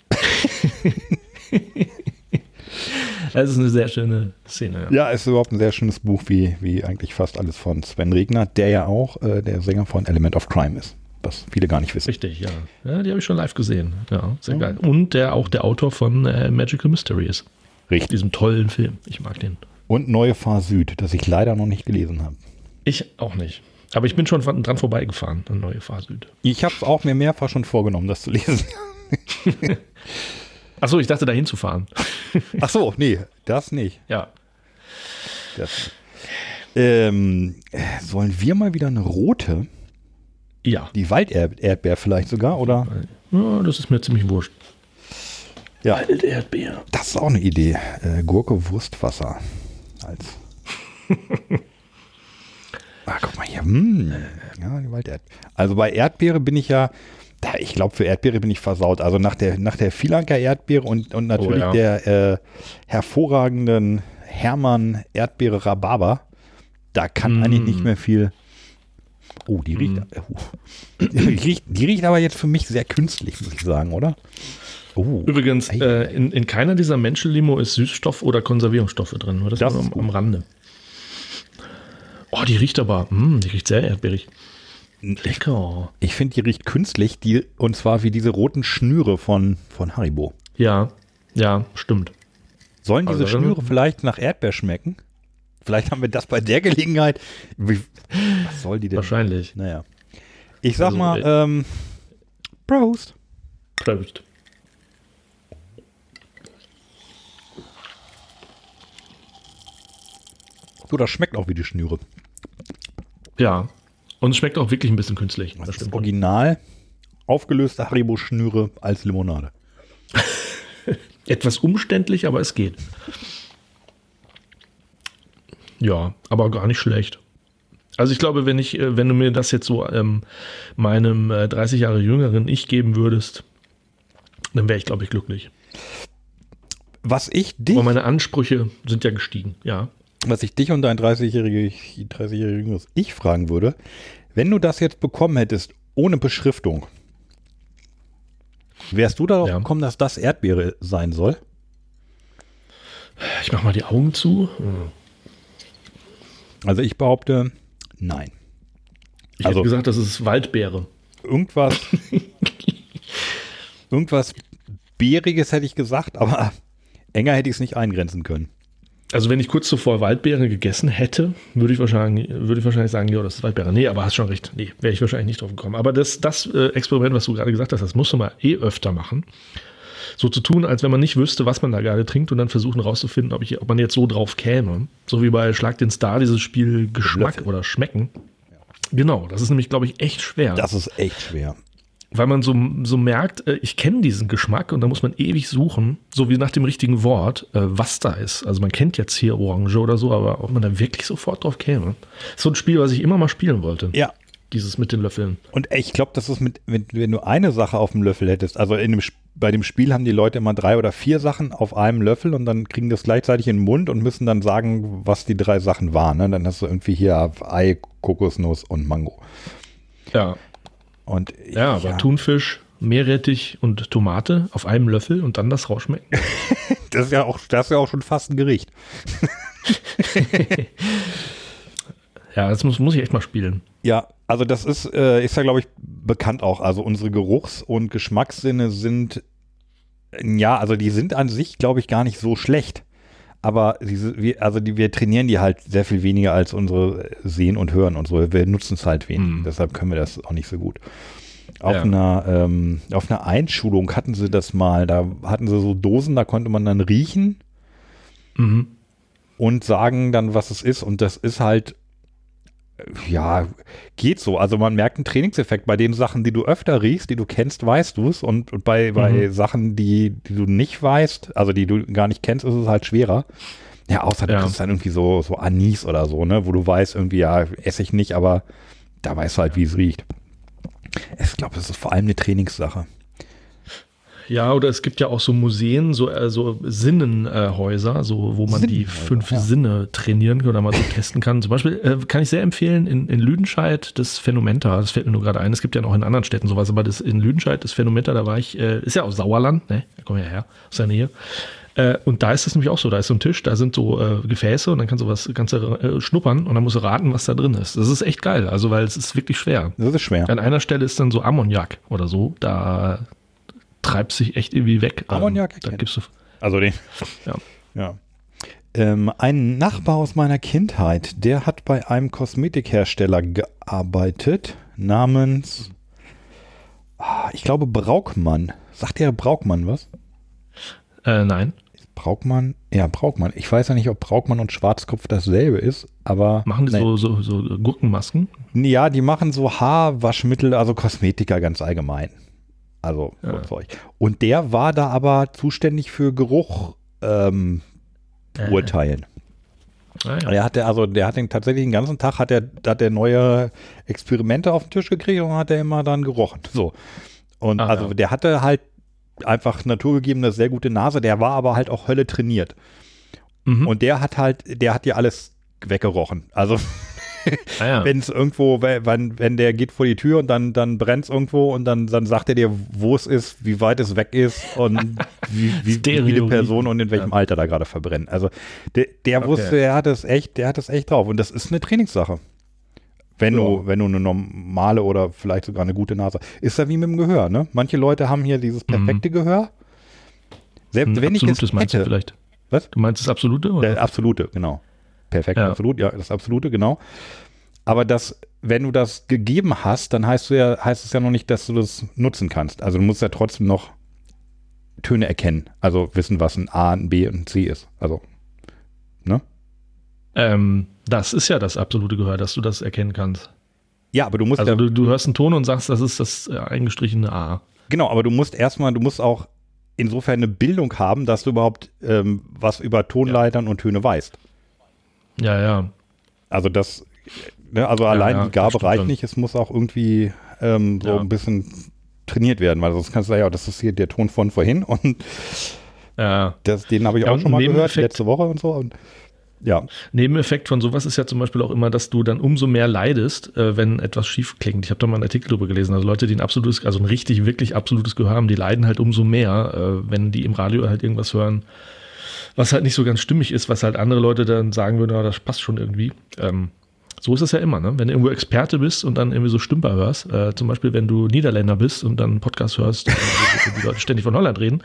Das ist eine sehr schöne Szene. Ja, ja, ist überhaupt ein sehr schönes Buch, wie, wie eigentlich fast alles von Sven Regner, der ja auch äh, der Sänger von Element of Crime ist. Was viele gar nicht wissen. Richtig, ja. Ja, die habe ich schon live gesehen. Ja, sehr ja. geil. Und der auch der Autor von äh, Magical Mystery ist. Richtig. Diesem tollen Film. Ich mag den. Und Neue Fahr Süd, das ich leider noch nicht gelesen habe. Ich auch nicht. Aber ich bin schon von, dran vorbeigefahren an Neue Fahr Süd. Ich habe es auch mir mehrfach schon vorgenommen, das zu lesen. Achso, ich dachte, dahin zu fahren. Ach so, nee, das nicht. Ja. Das. Ähm, sollen wir mal wieder eine rote? Ja. Die Walderdbeer vielleicht sogar, oder? Ja, das ist mir ziemlich wurscht. Ja. Walderdbeer. Das ist auch eine Idee. Äh, Gurke, Wurstwasser. Als. Ah, guck mal hier. Hm. Ja, die Walderdbeere. Also bei Erdbeere bin ich ja, ich glaube für Erdbeere bin ich versaut. Also nach der, nach der Vielanker-Erdbeere und, und natürlich oh, ja. der äh, hervorragenden Hermann Erdbeere Rhabarber, da kann mm. eigentlich nicht mehr viel. Oh, die riecht, mm. äh, die riecht, die riecht aber jetzt für mich sehr künstlich, muss ich sagen, oder? Oh. Übrigens, äh, in, in keiner dieser Menschenlimo ist Süßstoff oder Konservierungsstoffe drin. Das, das ist am, am Rande. Oh, die riecht aber, mh, die riecht sehr erdbeerig. Lecker. Ich finde, die riecht künstlich, die, und zwar wie diese roten Schnüre von, von Haribo. Ja, ja, stimmt. Sollen diese also, Schnüre vielleicht nach Erdbeer schmecken? Vielleicht haben wir das bei der Gelegenheit. Wie, was soll die denn? Wahrscheinlich. Naja. Ich sag also, mal, ähm, Prost. Prost. So, das schmeckt auch wie die Schnüre. Ja. Und es schmeckt auch wirklich ein bisschen künstlich. Das, das stimmt. Original aufgelöste Haribo-Schnüre als Limonade. Etwas umständlich, aber es geht. Ja, aber gar nicht schlecht. Also ich glaube, wenn ich, wenn du mir das jetzt so ähm, meinem äh, dreißig Jahre jüngeren Ich geben würdest, dann wäre ich, glaube ich, glücklich. Was ich dich... Aber meine Ansprüche sind ja gestiegen, ja. Was ich dich und dein dreißigjähriges jüngeres Ich fragen würde, wenn du das jetzt bekommen hättest, ohne Beschriftung, wärst du darauf ja. gekommen, dass das Erdbeere sein soll? Ich mach mal die Augen zu. Also ich behaupte, nein. Ich also, hätte gesagt, das ist Waldbeere. Irgendwas, irgendwas Beeriges hätte ich gesagt, aber enger hätte ich es nicht eingrenzen können. Also wenn ich kurz zuvor Waldbeere gegessen hätte, würde ich wahrscheinlich, würde ich wahrscheinlich sagen, ja, das ist Waldbeere. Nee, aber hast schon recht. Nee, wäre ich wahrscheinlich nicht drauf gekommen. Aber das, das äh, Experiment, was du gerade gesagt hast, das musst du mal eh öfter machen. So zu tun, als wenn man nicht wüsste, was man da gerade trinkt und dann versuchen rauszufinden, ob, ich, ob man jetzt so drauf käme. So wie bei Schlag den Star, dieses Spiel Geschmack Löffel. Oder Schmecken. Ja. Genau, das ist nämlich, glaube ich, echt schwer. Das ist echt schwer. Weil man so, so merkt, ich kenne diesen Geschmack und da muss man ewig suchen, so wie nach dem richtigen Wort, was da ist. Also man kennt jetzt hier Orange oder so, aber ob man da wirklich sofort drauf käme. So ein Spiel, was ich immer mal spielen wollte. Ja. Dieses mit den Löffeln. Und ich glaube, das ist mit, wenn, wenn du eine Sache auf dem Löffel hättest, also in dem, bei dem Spiel haben die Leute immer drei oder vier Sachen auf einem Löffel und dann kriegen das gleichzeitig in den Mund und müssen dann sagen, was die drei Sachen waren. Ne? Dann hast du irgendwie hier Ei, Kokosnuss und Mango. Ja. Und, ja, aber ja. Thunfisch, Meerrettich und Tomate auf einem Löffel und dann das rausschmecken. Das ist ja auch, das ist ja auch schon fast ein Gericht. Ja, das muss, muss ich echt mal spielen. Ja, also das ist, äh, ist ja, glaube ich, bekannt auch. Also unsere Geruchs- und Geschmackssinne sind, ja, also die sind an sich, glaube ich, gar nicht so schlecht. Aber diese, wir, also die, wir trainieren die halt sehr viel weniger als unsere Sehen und Hören und so. Wir nutzen es halt wenig. Mhm. Deshalb können wir das auch nicht so gut. Auf, ja. einer, ähm, auf einer Einschulung hatten sie das mal. Da hatten sie so Dosen, da konnte man dann riechen mhm. und sagen dann, was es ist. Und das ist halt Ja, geht so. Also man merkt einen Trainingseffekt bei den Sachen, die du öfter riechst, die du kennst, weißt du es. Und, und bei, mhm. bei Sachen, die, die du nicht weißt, also die du gar nicht kennst, ist es halt schwerer. Ja, außer du ja. kriegst dann irgendwie so, so Anis oder so, ne, wo du weißt, irgendwie, ja, esse ich nicht, aber da weißt du halt, wie es riecht. Ich glaube, es ist vor allem eine Trainingssache. Ja, oder es gibt ja auch so Museen, so, äh, so Sinnenhäuser, äh, so, wo man die fünf ja. Sinne trainieren kann oder mal so testen kann. Zum Beispiel äh, kann ich sehr empfehlen, in, in Lüdenscheid das Phänomenta, das fällt mir nur gerade ein, es gibt ja noch in anderen Städten sowas, aber das in Lüdenscheid, das Phänomenta, da war ich, äh, ist ja aus Sauerland, ne, da kommen wir ja her, aus der Nähe. Äh, und da ist das nämlich auch so, da ist so ein Tisch, da sind so äh, Gefäße und dann kannst du was, kannst du äh, schnuppern und dann musst du raten, was da drin ist. Das ist echt geil, also weil es ist wirklich schwer. Das ist schwer. An einer Stelle ist dann so Ammoniak oder so, da treibt sich echt irgendwie weg. Ammoniak ähm, da gibst du, Also den. Ja. ja. Ähm, ein Nachbar aus meiner Kindheit, der hat bei einem Kosmetikhersteller gearbeitet, namens, ah, ich glaube Braukmann. Sagt der Braukmann was? Äh, nein. Braukmann? Ja, Braukmann. Ich weiß ja nicht, ob Braukmann und Schwarzkopf dasselbe ist, aber... Machen die nee. so, so, so Gurkenmasken? Ja, die machen so Haarwaschmittel, also Kosmetika ganz allgemein. Also so ja. Zeug. Und der war da aber zuständig für Geruch ähm, äh. urteilen. Ah, ja. Der hat der, also der hat den tatsächlich den ganzen Tag hat der, hat der neue Experimente auf den Tisch gekriegt und hat er immer dann gerochen. So. Und ah, also ja. der hatte halt einfach naturgegeben eine sehr gute Nase, der war aber halt auch Hölle trainiert. Mhm. Und der hat halt, der hat ja alles weggerochen. Also ah, ja. wenn es irgendwo, wenn, wenn der geht vor die Tür und dann, dann brennt es irgendwo und dann, dann sagt er dir, wo es ist, wie weit es weg ist und wie, wie, wie viele Personen und in welchem ja. Alter da gerade verbrennen. Also der, der okay. wusste, er hat es echt, der hat es echt drauf. Und das ist eine Trainingssache. Wenn ja. du, wenn du eine normale oder vielleicht sogar eine gute Nase. Ist ja wie mit dem Gehör, ne? Manche Leute haben hier dieses perfekte mhm. Gehör. Selbst Ein wenn ich es hätte. Meinst du vielleicht? Was? Du meinst das Absolute? Oder? Der Absolute, genau. Perfekt, ja. absolut, ja, das Absolute, genau. Aber das, wenn du das gegeben hast, dann heißt du ja, heißt es ja noch nicht, dass du das nutzen kannst. Also du musst ja trotzdem noch Töne erkennen. Also wissen, was ein A, ein B und ein C ist. Also, ne? Ähm, das ist ja das absolute Gehör, dass du das erkennen kannst. Ja, aber du musst also ja, du, du hörst einen Ton und sagst, das ist das eingestrichene A. Genau, aber du musst erstmal, du musst auch insofern eine Bildung haben, dass du überhaupt ähm, was über Tonleitern ja. und Töne weißt. Ja, ja. Also das, ne, also ja, allein ja, die Gabe reicht nicht, es muss auch irgendwie ähm, so ja. ein bisschen trainiert werden, weil sonst kannst du sagen, ja, das ist hier der Ton von vorhin und ja. das, den habe ich ja, auch schon mal gehört, letzte Woche und so und ja. Nebeneffekt von sowas ist ja zum Beispiel auch immer, dass du dann umso mehr leidest, äh, wenn etwas schief klingt. Ich habe da mal einen Artikel drüber gelesen. Also Leute, die ein absolutes, also ein richtig, wirklich absolutes Gehör haben, die leiden halt umso mehr, äh, wenn die im Radio halt irgendwas hören, was halt nicht so ganz stimmig ist, was halt andere Leute dann sagen würden, ja, das passt schon irgendwie. Ähm, so ist es ja immer, ne? Wenn du irgendwo Experte bist und dann irgendwie so Stümper hörst, äh, zum Beispiel, wenn du Niederländer bist und dann einen Podcast hörst, wo die Leute ständig von Holland reden,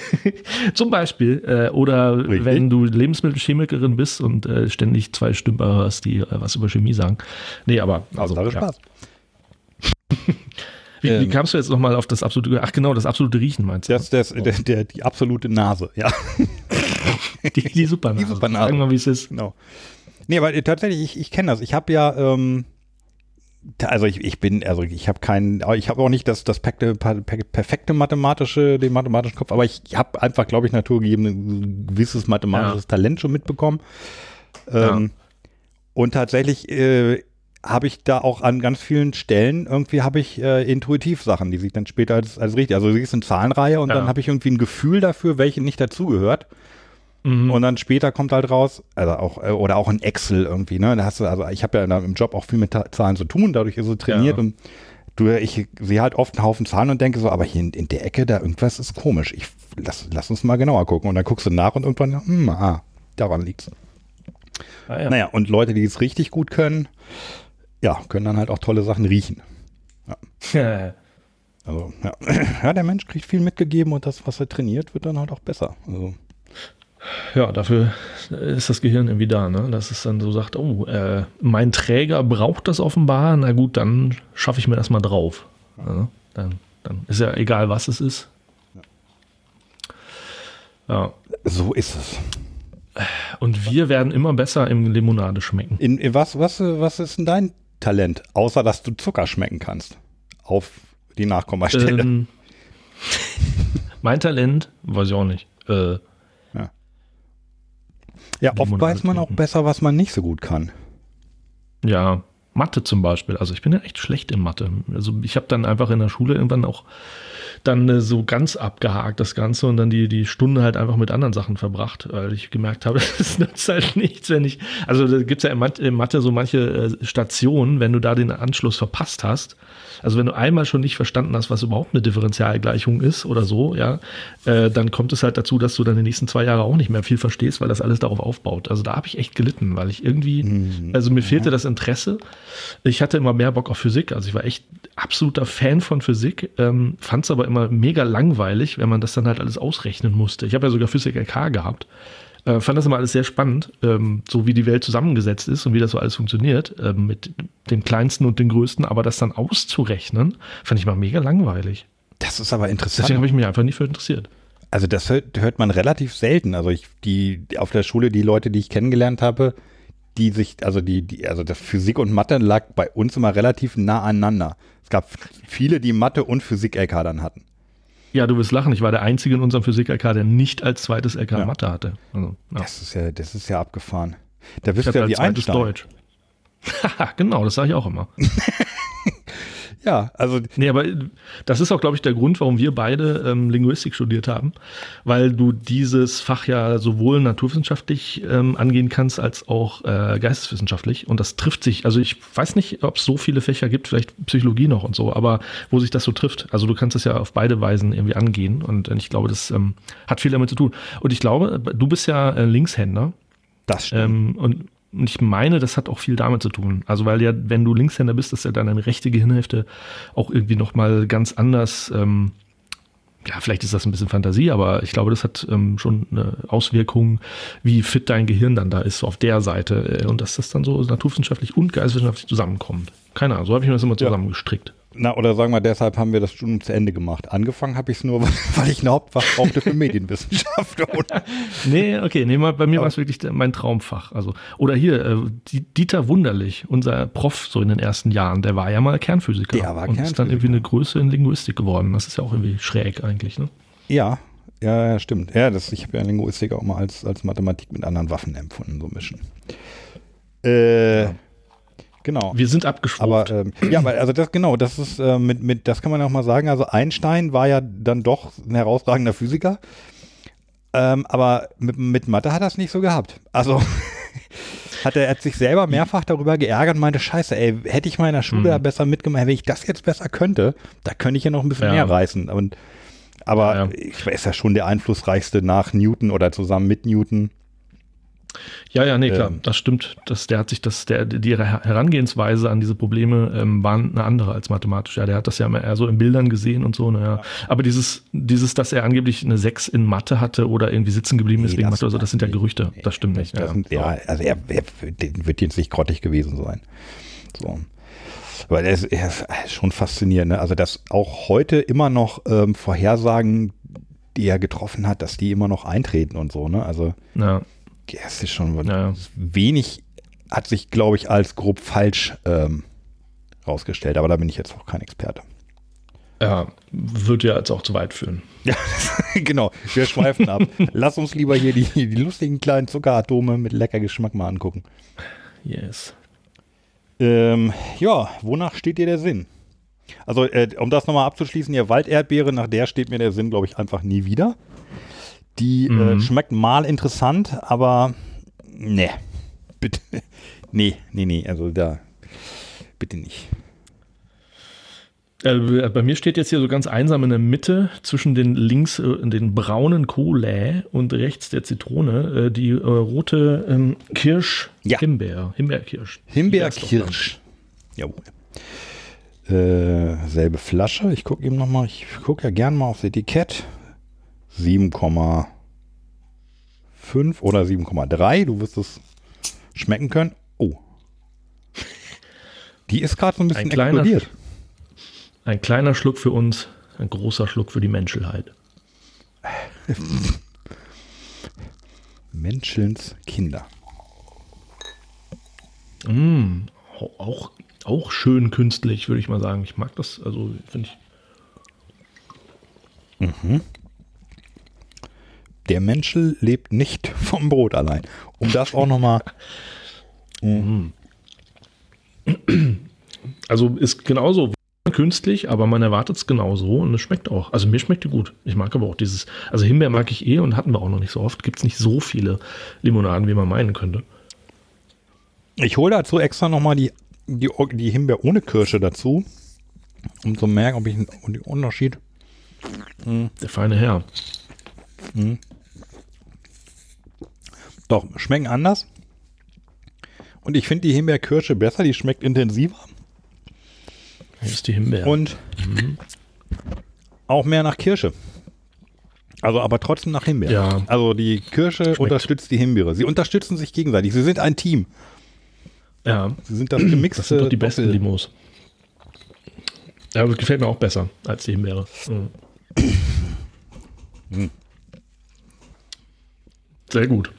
zum Beispiel, äh, oder Richtig. Wenn du Lebensmittelchemikerin bist und äh, ständig zwei Stümper hörst, die äh, was über Chemie sagen. Nee, aber also, also ja. Spaß. Wie, ähm, wie kamst du jetzt nochmal auf das absolute, ach genau, das absolute Riechen meinst du? Das, das, oh. der, der, die absolute Nase, ja. Die, die Supernase. Die Supernase. Sag mal, wie es ist. Genau. Nee, aber tatsächlich, ich, ich kenne das. Ich habe ja, ähm, also ich, ich bin, also ich habe keinen, ich habe auch nicht das, das perfekte, perfekte mathematische, den mathematischen Kopf, aber ich habe einfach, glaube ich, naturgegeben ein gewisses mathematisches ja. Talent schon mitbekommen. Ähm, ja. Und tatsächlich äh, habe ich da auch an ganz vielen Stellen irgendwie habe ich äh, intuitiv Sachen, die sich dann später als, als richtig, also sie ist eine Zahlenreihe und ja. dann habe ich irgendwie ein Gefühl dafür, welche nicht dazugehört. Mhm. Und dann später kommt halt raus, also auch, oder auch in Excel irgendwie, ne? Da hast du, also ich habe ja im Job auch viel mit Zahlen zu tun, dadurch ist es trainiert ja. und du, ich sehe halt oft einen Haufen Zahlen und denke so, aber hier in, in der Ecke, da irgendwas ist komisch. Ich lass, lass uns mal genauer gucken. Und dann guckst du nach und irgendwann, hm, ah, daran liegt's. Ah, ja. Naja, und Leute, die es richtig gut können, ja, können dann halt auch tolle Sachen riechen. Ja. Also, ja. ja, der Mensch kriegt viel mitgegeben und das, was er trainiert, wird dann halt auch besser. Also ja, dafür ist das Gehirn irgendwie da, ne? Dass es dann so sagt, oh, äh, mein Träger braucht das offenbar, na gut, dann schaffe ich mir das mal drauf. Also, dann, dann ist ja egal, was es ist. Ja. So ist es. Und wir werden immer besser im Limonade schmecken. In, in was, was, was ist denn dein Talent? Außer, dass du Zucker schmecken kannst. Auf die Nachkommastelle. Ähm, mein Talent, weiß ich auch nicht. Äh, ja, ja oft weiß man auch besser, was man nicht so gut kann. Ja, Mathe zum Beispiel. Also ich bin ja echt schlecht in Mathe. Also ich habe dann einfach in der Schule irgendwann auch dann äh, so ganz abgehakt das Ganze und dann die, die Stunde halt einfach mit anderen Sachen verbracht, weil ich gemerkt habe, das nützt halt nichts, wenn ich, also da gibt es ja in Mathe, in Mathe so manche äh, Stationen, wenn du da den Anschluss verpasst hast, also wenn du einmal schon nicht verstanden hast, was überhaupt eine Differentialgleichung ist oder so, ja, äh, dann kommt es halt dazu, dass du dann die nächsten zwei Jahre auch nicht mehr viel verstehst, weil das alles darauf aufbaut. Also da habe ich echt gelitten, weil ich irgendwie, mhm. also mir fehlte das Interesse. Ich hatte immer mehr Bock auf Physik, also ich war echt absoluter Fan von Physik, ähm, fand es aber immer mega langweilig, wenn man das dann halt alles ausrechnen musste. Ich habe ja sogar Physik L K gehabt. Äh, fand das immer alles sehr spannend, ähm, so wie die Welt zusammengesetzt ist und wie das so alles funktioniert, ähm, mit dem Kleinsten und dem Größten, aber das dann auszurechnen, fand ich mal mega langweilig. Das ist aber interessant. Deswegen habe ich mich einfach nicht für interessiert. Also das hört, hört man relativ selten. Also ich, die, auf der Schule, die Leute, die ich kennengelernt habe, die sich, also die, die, also das Physik und Mathe lag bei uns immer relativ nah aneinander. Es gab viele, die Mathe und Physik L K dann hatten. Ja, du wirst lachen. Ich war der Einzige in unserem Physik-L K, der nicht als zweites L K ja. Mathe hatte. Also, ja. Das ist ja, das ist ja abgefahren. Da bist du ja als wie zweites Einstein. Deutsch. Genau, das sage ich auch immer. Ja, also. Nee, aber das ist auch, glaube ich, der Grund, warum wir beide ähm, Linguistik studiert haben, weil du dieses Fach ja sowohl naturwissenschaftlich ähm, angehen kannst, als auch äh, geisteswissenschaftlich. Und das trifft sich, also ich weiß nicht, ob es so viele Fächer gibt, vielleicht Psychologie noch und so, aber wo sich das so trifft. Also du kannst es ja auf beide Weisen irgendwie angehen und ich glaube, das ähm, hat viel damit zu tun. Und ich glaube, du bist ja äh, Linkshänder. Das stimmt. Ähm, und Und ich meine, das hat auch viel damit zu tun. Also weil ja, wenn du Linkshänder bist, ist ja deine rechte Gehirnhälfte auch irgendwie nochmal ganz anders. Ähm, ja, vielleicht ist das ein bisschen Fantasie, aber ich glaube, das hat ähm, schon eine Auswirkung, wie fit dein Gehirn dann da ist, so auf der Seite. Und dass das dann so naturwissenschaftlich und geisteswissenschaftlich zusammenkommt. Keine Ahnung, so habe ich mir das immer zusammengestrickt. Na, oder sagen wir, deshalb haben wir das Studium zu Ende gemacht. Angefangen habe ich es nur, weil ich ein Hauptfach brauchte für Medienwissenschaft. Nee, okay, nee, bei mir war es wirklich mein Traumfach. Also, oder hier, äh, Dieter Wunderlich, unser Prof so in den ersten Jahren, der war ja mal Kernphysiker. Der war und Kernphysiker. Ist dann irgendwie eine Größe in Linguistik geworden. Das ist ja auch irgendwie schräg eigentlich, ne? Ja, ja, ja, stimmt. Ja, das, ich habe ja Linguistik auch mal als, als Mathematik mit anderen Waffen empfunden, so mischen. Äh, ja. Genau. Wir sind abgeschwuft. Aber ähm, ja, aber also das genau, das ist äh, mit mit das kann man auch mal sagen. Also Einstein war ja dann doch ein herausragender Physiker, ähm, aber mit, mit Mathe hat er es nicht so gehabt. Also hat er, er hat sich selber mehrfach darüber geärgert und meinte, Scheiße, ey, hätte ich mal in der Schule mhm. besser mitgemacht, wenn ich das jetzt besser könnte, da könnte ich ja noch ein bisschen ja. mehr reißen. Und aber ja, ja. ich ist ja schon der einflussreichste nach Newton oder zusammen mit Newton. Ja, ja, nee, klar, ähm, das stimmt. Das, der hat sich das, der, die Herangehensweise an diese Probleme ähm, war eine andere als mathematisch. Ja, der hat das ja immer eher so in Bildern gesehen und so. Naja. Ja. Aber dieses, dieses, dass er angeblich eine sechs in Mathe hatte oder irgendwie sitzen geblieben ist nee, wegen Mathe, also das sind ja Gerüchte. Nee, das stimmt nicht. Das ja, sind, ja, also er, er wird jetzt nicht grottig gewesen sein. So. Aber er ist, er ist schon faszinierend. Ne? Also dass auch heute immer noch ähm, Vorhersagen, die er getroffen hat, dass die immer noch eintreten und so. Ne? Also ja. Ja, es ist schon ja. wenig, hat sich, glaube ich, als grob falsch ähm, rausgestellt. Aber da bin ich jetzt auch kein Experte. Ja, würde ja jetzt auch zu weit führen. Ja, genau. Wir schweifen ab. Lass uns lieber hier die, die lustigen kleinen Zuckeratome mit lecker Geschmack mal angucken. Yes. Ähm, ja, wonach steht dir der Sinn? Also, äh, um das nochmal abzuschließen, ihr Walderdbeere, nach der steht mir der Sinn, glaube ich, einfach nie wieder. Die mhm. äh, schmeckt mal interessant, aber ne, bitte, nee, nee, nee, also da, bitte nicht. Äh, bei mir steht jetzt hier so ganz einsam in der Mitte zwischen den links äh, den braunen Kohlä und rechts der Zitrone äh, die äh, rote ähm, Kirsch, ja. Himbeer, Himbeerkirsch. Himbeerkirsch. Jawohl. Äh, selbe Flasche. Ich gucke eben nochmal, ich gucke ja gern mal aufs Etikett. sieben Komma fünf oder sieben Komma drei. Du wirst es schmecken können. Oh. Die ist gerade so ein bisschen ein kleiner, explodiert. Ein kleiner Schluck für uns, ein großer Schluck für die Menschheit. Menschelns Kinder. Mm, auch, auch schön künstlich, würde ich mal sagen. Ich mag das, also finde ich. Mhm. Der Menschel lebt nicht vom Brot allein. Um das auch nochmal. Mhm. Also ist genauso künstlich, aber man erwartet es genauso und es schmeckt auch. Also mir schmeckt die gut. Ich mag aber auch dieses, also Himbeer mag ich eh und hatten wir auch noch nicht so oft. Gibt es nicht so viele Limonaden, wie man meinen könnte. Ich hole dazu extra nochmal die, die, die Himbeer ohne Kirsche dazu, um zu merken, ob ich den Unterschied. Mhm. Der feine Herr. Mhm. Doch, schmecken anders. Und ich finde die Himbeerkirsche besser, die schmeckt intensiver. Hier ist die Himbeer. Und mhm. auch mehr nach Kirsche. Also aber trotzdem nach Himbeer. Ja. Also die Kirsche schmeckt. Unterstützt die Himbeere. Sie unterstützen sich gegenseitig. Sie sind ein Team. Ja. Sie sind das gemixte. Das sind doch die besten Doppel. Limos. Ja, aber gefällt mir auch besser als die Himbeere. Mhm. Mhm. Sehr gut.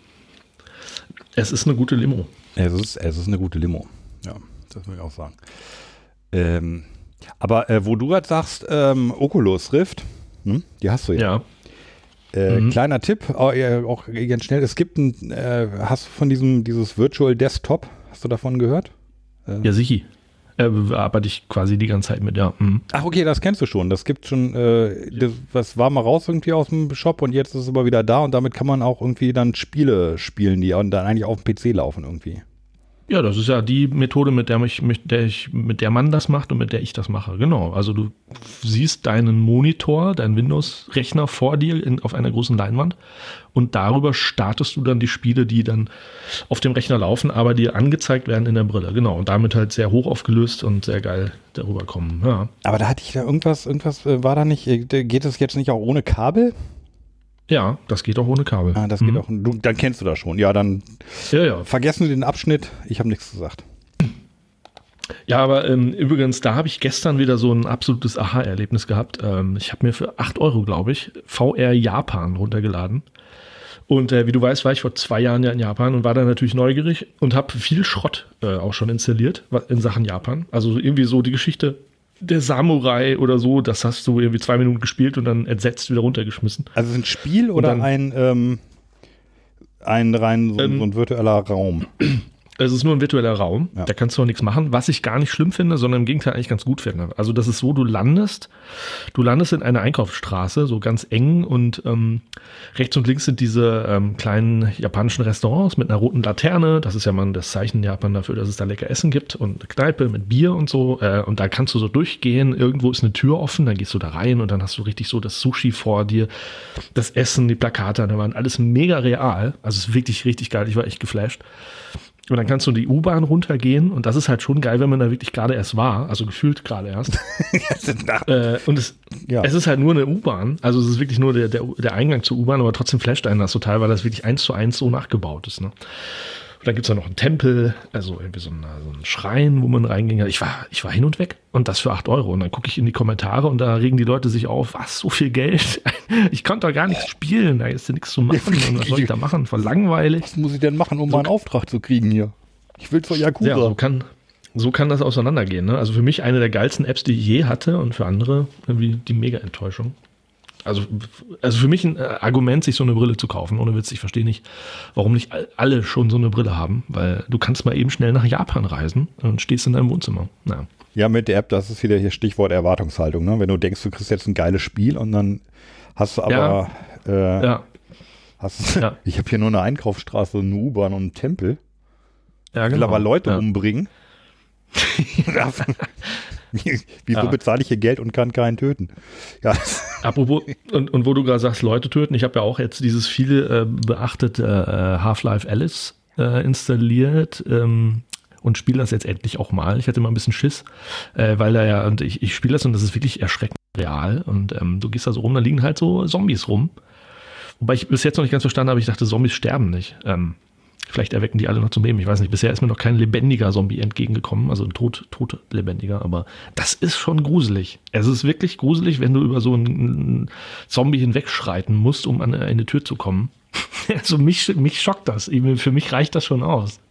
Es ist eine gute Limo. Es ist, es ist eine gute Limo. Ja, das würde ich auch sagen. Ähm, aber äh, wo du gerade sagst, ähm, Oculus Rift, hm, die hast du ja. Ja. Äh, mhm. Kleiner Tipp, auch, äh, auch ganz schnell, es gibt ein, äh, hast du von diesem, dieses Virtual Desktop, hast du davon gehört? Äh, ja, sicher. Äh, arbeite ich quasi die ganze Zeit mit, ja. Mhm. Ach, okay, das kennst du schon. Das gibt schon, äh, das, das war mal raus irgendwie aus dem Shop und jetzt ist es aber wieder da und damit kann man auch irgendwie dann Spiele spielen, die dann eigentlich auf dem P C laufen irgendwie. Ja, das ist ja die Methode, mit der, mich, mit, der ich, mit der man das macht und mit der ich das mache. Genau. Also du siehst deinen Monitor, deinen Windows-Rechner vor dir in, auf einer großen Leinwand und darüber startest du dann die Spiele, die dann auf dem Rechner laufen, aber dir angezeigt werden in der Brille. Genau. Und damit halt sehr hoch aufgelöst und sehr geil darüber kommen. Ja. Aber da hatte ich da irgendwas, irgendwas war da nicht, geht es jetzt nicht auch ohne Kabel? Ja, das geht auch ohne Kabel. Ah, das geht mhm. auch. Du, dann kennst du das schon. Ja, dann ja, ja. vergessen wir den Abschnitt. Ich habe nichts gesagt. Ja, aber ähm, übrigens, da habe ich gestern wieder so ein absolutes Aha-Erlebnis gehabt. Ähm, ich habe mir für acht Euro, glaube ich, V R Japan runtergeladen. Und äh, wie du weißt, war ich vor zwei Jahren ja in Japan und war da natürlich neugierig und habe viel Schrott äh, auch schon installiert in Sachen Japan. Also irgendwie so die Geschichte der Samurai oder so, das hast du irgendwie zwei Minuten gespielt und dann entsetzt wieder runtergeschmissen. Also ein Spiel oder dann, ein, ähm, ein rein so, ähm, so ein virtueller Raum? Es ist nur ein virtueller Raum, ja. Da kannst du auch nichts machen, was ich gar nicht schlimm finde, sondern im Gegenteil eigentlich ganz gut finde. Also das ist so, du landest, du landest in einer Einkaufsstraße, so ganz eng und ähm, rechts und links sind diese ähm, kleinen japanischen Restaurants mit einer roten Laterne. Das ist ja mal das Zeichen in Japan dafür, dass es da lecker Essen gibt und eine Kneipe mit Bier und so. Äh, und da kannst du so durchgehen, irgendwo ist eine Tür offen, dann gehst du da rein und dann hast du richtig so das Sushi vor dir, das Essen, die Plakate, da waren alles mega real. Also es ist wirklich richtig geil, ich war echt geflasht. Und dann kannst du die U-Bahn runtergehen und das ist halt schon geil, wenn man da wirklich gerade erst war, also gefühlt gerade erst. äh, und es, ja. es ist halt nur eine U-Bahn, also es ist wirklich nur der, der, der Eingang zur U-Bahn, aber trotzdem flasht einen das total, weil das wirklich eins zu eins so nachgebaut ist. Ne? Und dann gibt es da noch einen Tempel, also irgendwie so, eine, so einen Schrein, wo man reinging. Ich war, ich war hin und weg und das für acht Euro. Und dann gucke ich in die Kommentare und da regen die Leute sich auf, was, so viel Geld? Ich konnte doch gar nichts spielen, da ist ja nichts zu machen. Und was soll ich da machen? Voll langweilig. Was muss ich denn machen, um so mal einen Auftrag zu kriegen hier? Ich will zur Yakuza. Ja, so kann, so kann das auseinandergehen. Ne? Also für mich eine der geilsten Apps, die ich je hatte und für andere irgendwie die Mega-Enttäuschung. Also, also für mich ein Argument, sich so eine Brille zu kaufen, ohne Witz, ich verstehe nicht, warum nicht alle schon so eine Brille haben, weil du kannst mal eben schnell nach Japan reisen und stehst in deinem Wohnzimmer. Ja, ja mit der App, das ist wieder hier Stichwort Erwartungshaltung, ne? Wenn du denkst, du kriegst jetzt ein geiles Spiel und dann hast du aber, ja, äh, ja. Hast, ja. ich habe hier nur eine Einkaufsstraße, eine U-Bahn und einen Tempel. Ja, genau. Ich will aber Leute ja. umbringen. Wieso ja. bezahle ich hier Geld und kann keinen töten? Ja. Apropos, und, und wo du gerade sagst, Leute töten, ich habe ja auch jetzt dieses viel äh, beachtete äh, Half-Life Alyx äh, installiert ähm, und spiele das jetzt endlich auch mal. Ich hatte mal ein bisschen Schiss, äh, weil da ja, und ich, ich spiele das und das ist wirklich erschreckend real und ähm, du gehst da so rum, da liegen halt so Zombies rum. Wobei ich bis jetzt noch nicht ganz verstanden habe, ich dachte, Zombies sterben nicht. Ähm, Vielleicht erwecken die alle noch zum Leben. Ich weiß nicht, bisher ist mir noch kein lebendiger Zombie entgegengekommen, also ein tot, tot lebendiger, aber das ist schon gruselig. Es ist wirklich gruselig, wenn du über so einen Zombie hinwegschreiten musst, um an eine Tür zu kommen. Also mich, mich schockt das. Für mich reicht das schon aus.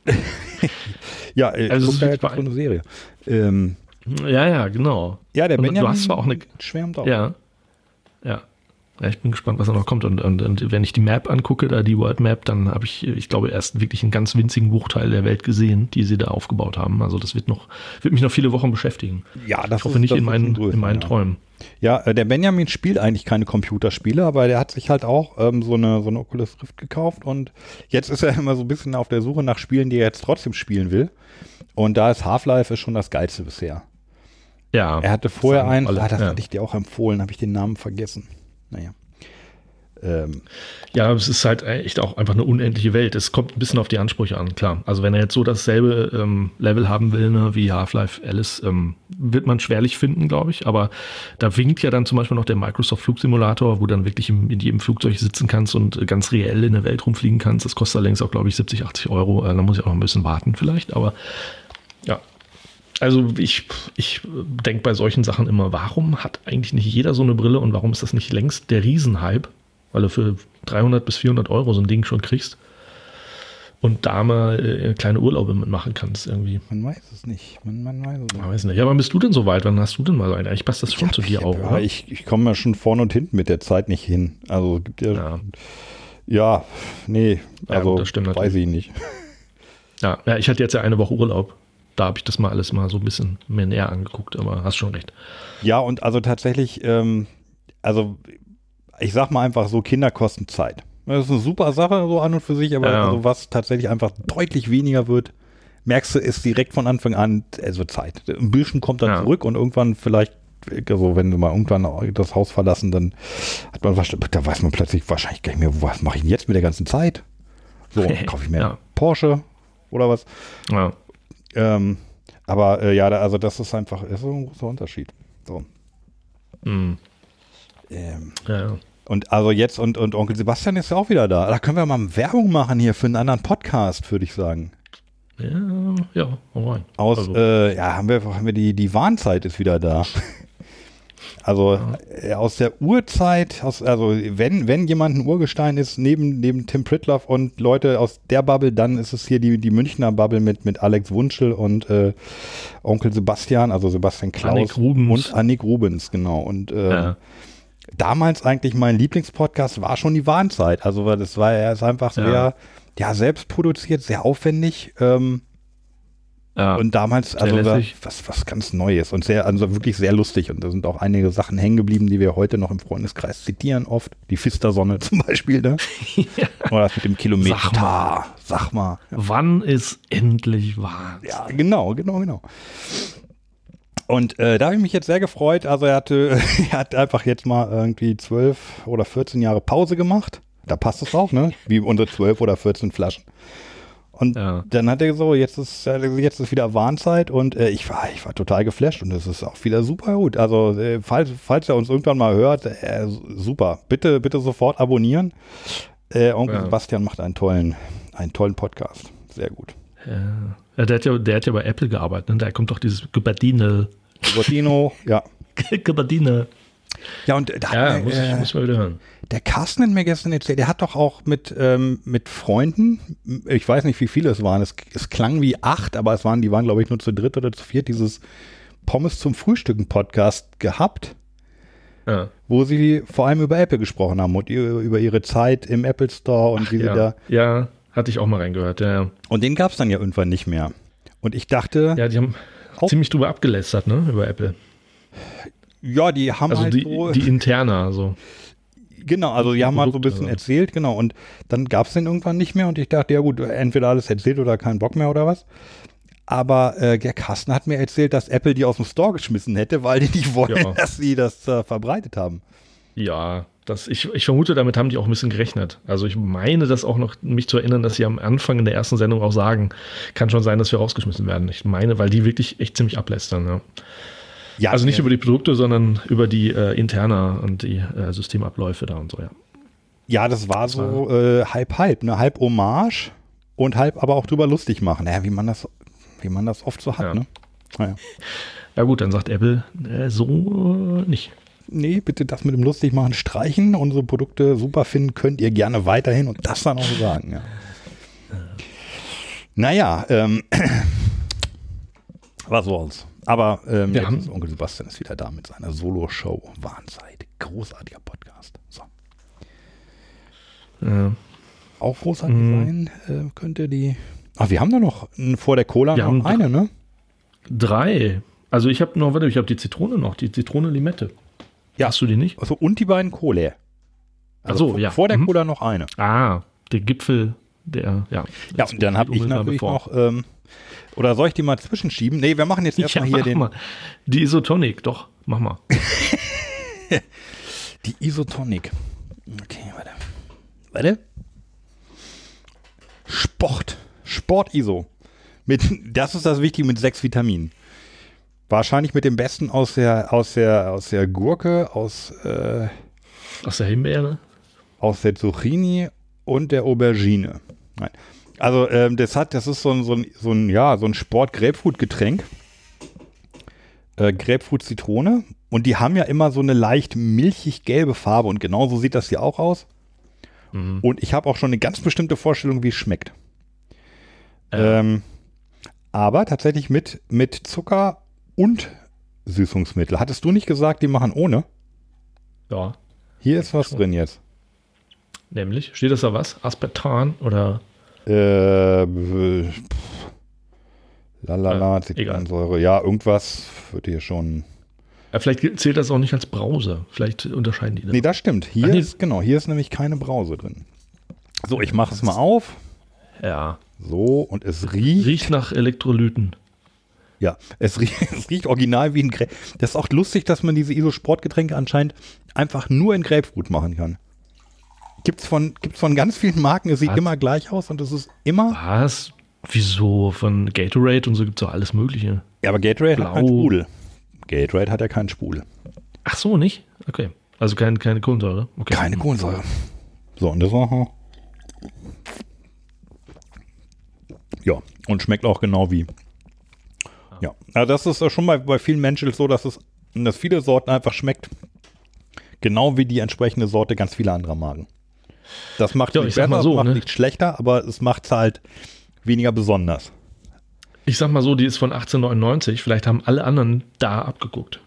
ja, äh, also es ist halt eine Serie. Ähm, ja, ja, genau. Ja, der und Benjamin du hast zwar auch eine schwärmt auch. Ja, ja. Ja, ich bin gespannt, was da noch kommt. Und, und, und wenn ich die Map angucke, da die World Map, dann habe ich, ich glaube, erst wirklich einen ganz winzigen Bruchteil der Welt gesehen, die sie da aufgebaut haben. Also das wird noch, wird mich noch viele Wochen beschäftigen. Ja, das ich hoffe ist, nicht das in meinen, Größen, in meinen ja. Träumen. Ja, äh, der Benjamin spielt eigentlich keine Computerspiele, aber der hat sich halt auch ähm, so eine so eine Oculus Rift gekauft und jetzt ist er immer so ein bisschen auf der Suche nach Spielen, die er jetzt trotzdem spielen will. Und da ist Half-Life ist schon das Geilste bisher. Ja. Er hatte vorher eins, alle, ah, das ja. hatte ich dir auch empfohlen, habe ich den Namen vergessen. Naja. Ähm. Ja, es ist halt echt auch einfach eine unendliche Welt. Es kommt ein bisschen auf die Ansprüche an, klar. Also wenn er jetzt so dasselbe ähm, Level haben will, ne, wie Half-Life Alice, ähm, wird man schwerlich finden, glaube ich. Aber da winkt ja dann zum Beispiel noch der Microsoft Flugsimulator, wo dann wirklich im, in jedem Flugzeug sitzen kannst und ganz reell in der Welt rumfliegen kannst. Das kostet allerdings auch, glaube ich, siebzig, achtzig Euro. Äh, da muss ich auch noch ein bisschen warten vielleicht. Aber ja, also ich, ich denke bei solchen Sachen immer, warum hat eigentlich nicht jeder so eine Brille und warum ist das nicht längst der Riesenhype? Weil du für dreihundert bis vierhundert Euro so ein Ding schon kriegst und da mal äh, kleine Urlaube mitmachen kannst irgendwie. Man weiß es nicht. Man, man weiß es nicht. Ich weiß nicht. Ja, aber bist du denn so weit? Wann hast du denn mal einen? Eigentlich passt das schon ja, zu dir ich, auch, ja, oder? ich, ich komme ja schon vorne und hinten mit der Zeit nicht hin. Also es gibt ja, Ja. ja nee, also Ja, das stimmt weiß natürlich. ich nicht. Ja, ja, ich hatte jetzt ja eine Woche Urlaub. Da habe ich das mal alles mal so ein bisschen mehr näher angeguckt, aber hast schon recht. Ja, und also tatsächlich, ähm, also ich sag mal einfach so, Kinder kosten Zeit. Das ist eine super Sache so an und für sich, aber Ja. also was tatsächlich einfach deutlich weniger wird, merkst du, ist direkt von Anfang an, also Zeit. Ein bisschen kommt dann Ja. zurück und irgendwann vielleicht, also wenn wir mal irgendwann das Haus verlassen, dann hat man was, da weiß man plötzlich wahrscheinlich gar nicht mehr, was mache ich denn jetzt mit der ganzen Zeit? So, kaufe ich mir Ja. Porsche oder was? Ja. Ähm, aber äh, ja, da, also das ist einfach ist so ein großer Unterschied. So. Mhm. Ähm, Ja, ja. und also jetzt und, und Onkel Sebastian ist ja auch wieder da. Da können wir mal Werbung machen hier für einen anderen Podcast, würde ich sagen. Ja, ja, hau rein. Aus, Also, äh, ja, haben wir, haben wir die, die Warnzeit ist wieder da. Also äh, aus der Urzeit, aus, also wenn, wenn jemand ein Urgestein ist, neben, neben Tim Pritloff und Leute aus der Bubble, dann ist es hier die, die Münchner Bubble mit, mit Alex Wunschel und äh, Onkel Sebastian, also Sebastian Klaus Annik Rubens. und Annik Rubens, genau. Und äh, ja. damals eigentlich mein Lieblingspodcast war schon die Warnzeit. Also weil das war ja ist einfach Ja. sehr, ja, selbst produziert, sehr aufwendig. Ähm, Ja. und damals, sehr also war lässig. was, was ganz Neues und sehr, also wirklich sehr lustig. Und da sind auch einige Sachen hängen geblieben, die wir heute noch im Freundeskreis zitieren oft. Die Fistersonne zum Beispiel, ne? Ja. Oder das mit dem Kilometer. Sag mal. Sag mal. Wann ist endlich wahr? Ja, genau, genau, genau. Und äh, da habe ich mich jetzt sehr gefreut. Also er hatte, er hat einfach jetzt mal irgendwie zwölf oder vierzehn Jahre Pause gemacht. Da passt es auch, ne? Wie unsere zwölf oder vierzehn Flaschen. Und Ja. dann hat er so, jetzt ist jetzt ist wieder Warnzeit und äh, ich war ich war total geflasht und das ist auch wieder super gut. Also äh, falls falls er uns irgendwann mal hört, äh, super. Bitte bitte sofort abonnieren. Äh, Onkel Ja. Sebastian macht einen tollen einen tollen Podcast. Sehr gut. Ja. Ja, der, hat ja, der hat ja bei Apple gearbeitet. Ne? Da kommt doch dieses Gabardine. Gordino, ja. Gabardine. Ja, und da, Ja, muss, äh, ich, muss ich mal wieder hören. der Carsten hat mir gestern erzählt, der hat doch auch mit, ähm, mit Freunden, ich weiß nicht, wie viele es waren, es, es klang wie acht, aber es waren, die waren, glaube ich, nur zu dritt oder zu viert, dieses Pommes zum Frühstücken Podcast gehabt, Ja. wo sie vor allem über Apple gesprochen haben und über, über ihre Zeit im Apple Store und wie sie Ja. da, ja, hatte ich auch mal reingehört. Ja, ja. und den gab es dann ja irgendwann nicht mehr. Und ich dachte, ja, ja die haben Auch- ziemlich drüber abgelästert, ne, über Apple. die haben Also halt die, so, die Interna, so. genau, also die haben halt so ein bisschen Produkte, erzählt, genau, und dann gab es den irgendwann nicht mehr und ich dachte, ja gut, entweder alles erzählt oder keinen Bock mehr oder was. Aber äh, der Carsten hat mir erzählt, dass Apple die aus dem Store geschmissen hätte, weil die nicht wollen, Ja. dass sie das äh, verbreitet haben. Ja, das, ich, ich vermute, damit haben die auch ein bisschen gerechnet. Also ich meine das auch noch, mich zu erinnern, dass sie am Anfang in der ersten Sendung auch sagen, kann schon sein, dass wir rausgeschmissen werden. Ich meine, weil die wirklich echt ziemlich ablästern. Ja. Ja, Also nicht äh, über die Produkte, sondern über die äh, Interna und die äh, Systemabläufe da und so, ja. ja, das war so äh, halb halb, ne, halb Hommage und halb aber auch drüber lustig machen. Naja, wie man das, wie man das oft so hat, Ja. ne? Naja. Ja gut, dann sagt Apple, äh, so äh, nicht. nee, bitte das mit dem Lustigmachen streichen. Unsere Produkte super finden könnt ihr gerne weiterhin und das dann auch sagen. Ja. Naja, ähm, was soll's. Aber ähm, Wir jetzt haben- ist Onkel Sebastian ist wieder da mit seiner Solo-Show. Wahnsinn. Großartiger Podcast. So. Ja. Auch großartig Mhm. sein äh, könnte die. Ach, wir haben da noch n- vor der Cola Wir haben noch eine, ne? Drei. Also ich habe noch, warte, ich habe die Zitrone noch, die Zitrone Limette. Ja. Hast du die nicht? Also und die beiden Cola. Ach so, vor, ja. Vor der Mhm. Cola noch eine. Ah, der Gipfel, der, ja. Ja, und dann habe ich unmittelbar natürlich bevor. noch. Ähm, oder soll ich die mal zwischenschieben? Nee, wir machen jetzt Ja, erstmal hier mach den. mal. Die Isotonic, doch, mach mal. Die Isotonic. Okay, warte. Warte. Sport. Sport-Iso. Mit, das ist das Wichtige mit sechs Vitaminen. Wahrscheinlich mit dem besten aus der, aus der, aus der Gurke, aus, äh, Aus der Himbeere. aus der Zucchini und der Aubergine. Nein. Also ähm, das hat, das ist so ein, so ein, so ein ja, so ein Sport-Grapefruit-Getränk. Äh, Grapefruit-Zitrone. Und die haben ja immer so eine leicht milchig-gelbe Farbe. Und genauso sieht das hier auch aus. Mhm. Und ich habe auch schon eine ganz bestimmte Vorstellung, wie es schmeckt. Ja. Ähm, aber tatsächlich mit, mit Zucker und Süßungsmittel. Hattest du nicht gesagt, die machen ohne? Ja, Hier ist was drin jetzt. nämlich, steht das da was? Aspartan oder? Äh, pff, lalala, Ja, Zitronensäure. Ja, irgendwas wird hier schon. Ja, vielleicht zählt das auch nicht als Brause. Vielleicht unterscheiden die das. Nee, das stimmt. Hier Ach, nee. ist, genau, hier ist nämlich keine Brause drin. So, ich mache es mal auf. Ja. So, und es riecht. Riecht nach Elektrolyten. Ja, es riecht, es riecht original wie ein Grape. Das ist auch lustig, dass man diese Iso-Sportgetränke anscheinend einfach nur in Grapefruit machen kann. Gibt's von, gibt's von ganz vielen Marken, es sieht Was? immer gleich aus und es ist immer. Was? Wieso? Von Gatorade und so gibt es doch alles Mögliche. Ja, aber Gatorade hat keinen Blau. Sprudel. Gatorade hat ja keinen Sprudel. Ach so, nicht? Okay. Also kein, keine Kohlensäure. Okay. Keine Kohlensäure. So, und das war. Ja, und schmeckt auch genau wie. Ja, also das ist ja schon bei, bei vielen Menschen so, dass es, dass viele Sorten einfach schmeckt. Genau wie die entsprechende Sorte ganz vieler anderer Marken. Das macht Ja, nicht ich sag besser, mal so, macht ne? nicht schlechter, aber es macht es halt weniger besonders. Ich sag mal so, die ist von achtzehnhundertneunundneunzig. Vielleicht haben alle anderen da abgeguckt.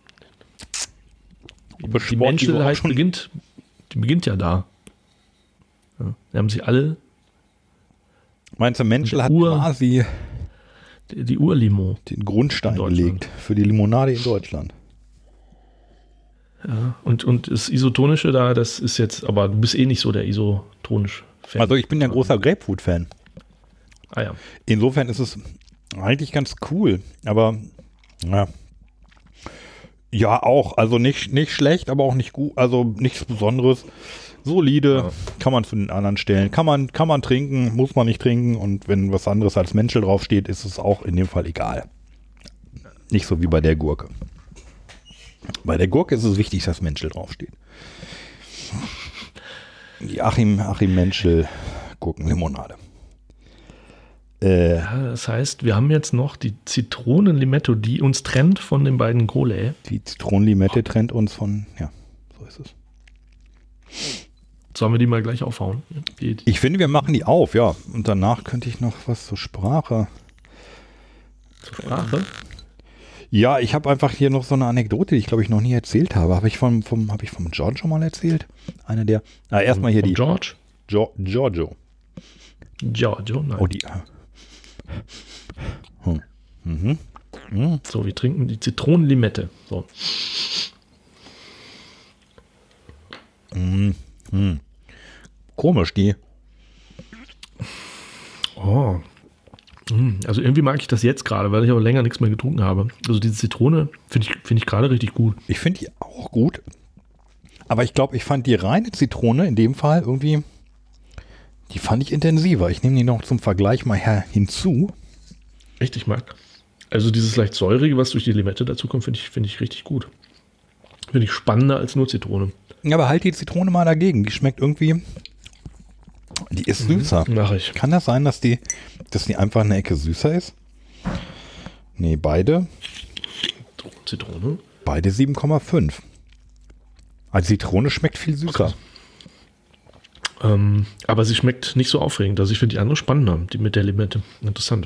Die, Für die Sport, die so auch Menschheit schon- beginnt, die beginnt ja da. Ja, die haben sich alle Meinst du, Menschel hat Ur- quasi die, die Urlimo. den Grundstein In Deutschland. gelegt für die Limonade in Deutschland? Ja, und, und das Isotonische da, das ist jetzt, aber du bist eh nicht so der Isotonisch-Fan. Also ich bin ja ein großer Grapefruit-Fan. ah ja. Insofern ist es eigentlich ganz cool, aber ja, ja auch, also nicht, nicht schlecht, aber auch nicht gut, also nichts Besonderes. Solide, Ja. kann man zu den anderen stellen. Kann man, kann man trinken, muss man nicht trinken und wenn was anderes als Menschel draufsteht, ist es auch in dem Fall egal. Nicht so wie bei der Gurke. Bei der Gurke ist es wichtig, dass Menschel draufsteht. Die Achim, Achim Menschel Gurkenlimonade. Äh, Ja, das heißt, wir haben jetzt noch die Zitronenlimetto, die uns trennt von den beiden Cola. Die Zitronenlimette trennt uns von, ja, so ist es. Sollen wir die mal gleich aufhauen? Die, Ich finde, wir machen die auf, ja. Und danach könnte ich noch was zur Sprache. zur Sprache? Ja, ich habe einfach hier noch so eine Anekdote, die ich glaube ich noch nie erzählt habe. Habe ich vom, vom, habe ich vom Giorgio mal erzählt? Eine der, ah, erstmal hier Von die George? Gio, Giorgio. Giorgio, nein. Oh, die. Hm. Mhm. Mhm. So, wir trinken die Zitronenlimette. So. Mhm. Mhm. Komisch, die. Oh. Mm, Also irgendwie mag ich das jetzt gerade, weil ich aber länger nichts mehr getrunken habe. Also diese Zitrone finde ich, find ich gerade richtig gut. Ich finde die auch gut. Aber ich glaube, ich fand die reine Zitrone in dem Fall irgendwie, die fand ich intensiver. Ich nehme die noch zum Vergleich mal her hinzu. Echt, ich mag. Also dieses leicht säurige, was durch die Limette dazu kommt, finde ich, finde ich richtig gut. Finde ich spannender als nur Zitrone. Ja, aber halt die Zitrone mal dagegen. Die schmeckt irgendwie, die ist süßer. Mache ich. Kann das sein, dass die, dass die einfach eine Ecke süßer ist? Nee, beide, Zitrone. beide sieben Komma fünf. Also Zitrone schmeckt viel süßer. Ähm, aber sie schmeckt nicht so aufregend. Also ich finde die andere spannender, die mit der Limette. Interessant.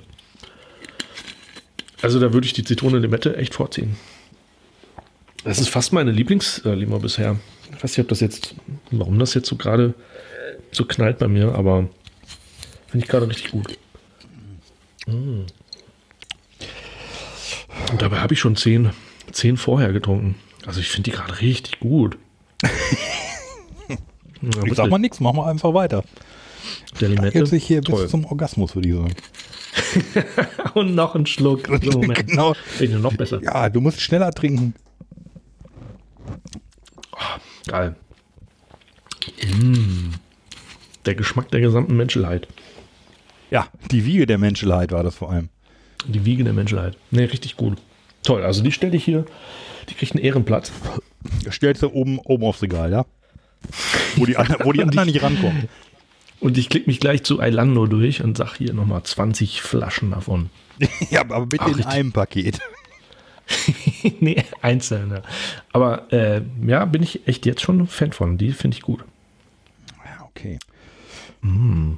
Also da würde ich die Zitrone-Limette echt vorziehen. Das ist fast meine Lieblingslimo bisher. Ich weiß nicht, ob das jetzt, warum das jetzt so gerade so knallt bei mir, aber finde ich gerade richtig gut. Mm. Und dabei habe ich schon zehn, zehn vorher getrunken. Also ich finde die gerade richtig gut. Ja, ich sag mal nichts, mach mal einfach weiter. Der Limette. Jetzt sich hier toll. bis zum Orgasmus, würde ich sagen. Und noch ein Schluck. So, Moment. Genau. Finde ich noch besser. Ja, du musst schneller trinken. Oh, geil. Mm. Der Geschmack der gesamten Menschheit. Ja, die Wiege der Menschheit war das vor allem. Die Wiege der Menschheit. Ne, richtig gut. Toll, also die stelle ich hier, die kriegt einen Ehrenplatz. Stellst du oben, oben aufs Regal, ja? Wo die, anderen, wo die anderen nicht rankommen. Und ich klicke mich gleich zu Eilando durch und sage hier nochmal zwanzig Flaschen davon. Ja, aber bitte Ach, in richtig. einem Paket. Nee, einzelne. Aber äh, ja, bin ich echt jetzt schon ein Fan von. Die finde ich gut. Ja, okay. Mm.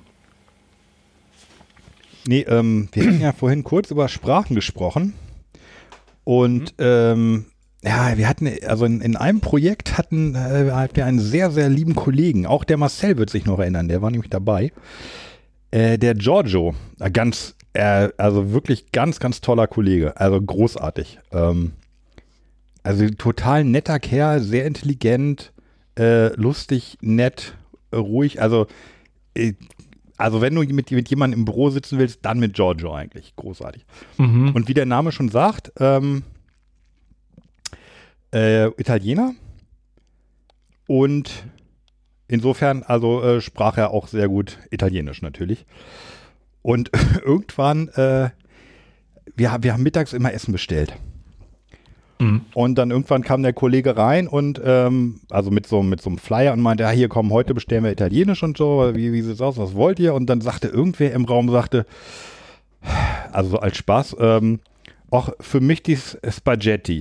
Nee, ähm, wir hatten ja vorhin kurz über Sprachen gesprochen. Und ähm, ja, wir hatten, also in, in einem Projekt hatten äh, hatten wir einen sehr, sehr lieben Kollegen. Auch der Marcel wird sich noch erinnern, der war nämlich dabei. Äh, der Giorgio, äh, ganz, äh, also wirklich ganz, ganz toller Kollege. Also großartig. Ähm, also total netter Kerl, sehr intelligent, äh, lustig, nett, ruhig. Also äh, Also wenn du mit, mit jemandem im Büro sitzen willst, dann mit Giorgio eigentlich. Großartig. Mhm. Und wie der Name schon sagt, ähm, äh, Italiener. Und insofern, also äh, sprach er auch sehr gut Italienisch natürlich. Und irgendwann, äh, wir, wir haben mittags immer Essen bestellt. Mhm. Und dann irgendwann kam der Kollege rein und ähm, also mit so, mit so einem Flyer und meinte, ja, hier komm, heute bestellen wir Italienisch und so, wie, wie sieht's aus, was wollt ihr? Und dann sagte irgendwer im Raum, sagte, also so als Spaß, ähm, auch für mich die Spaghetti.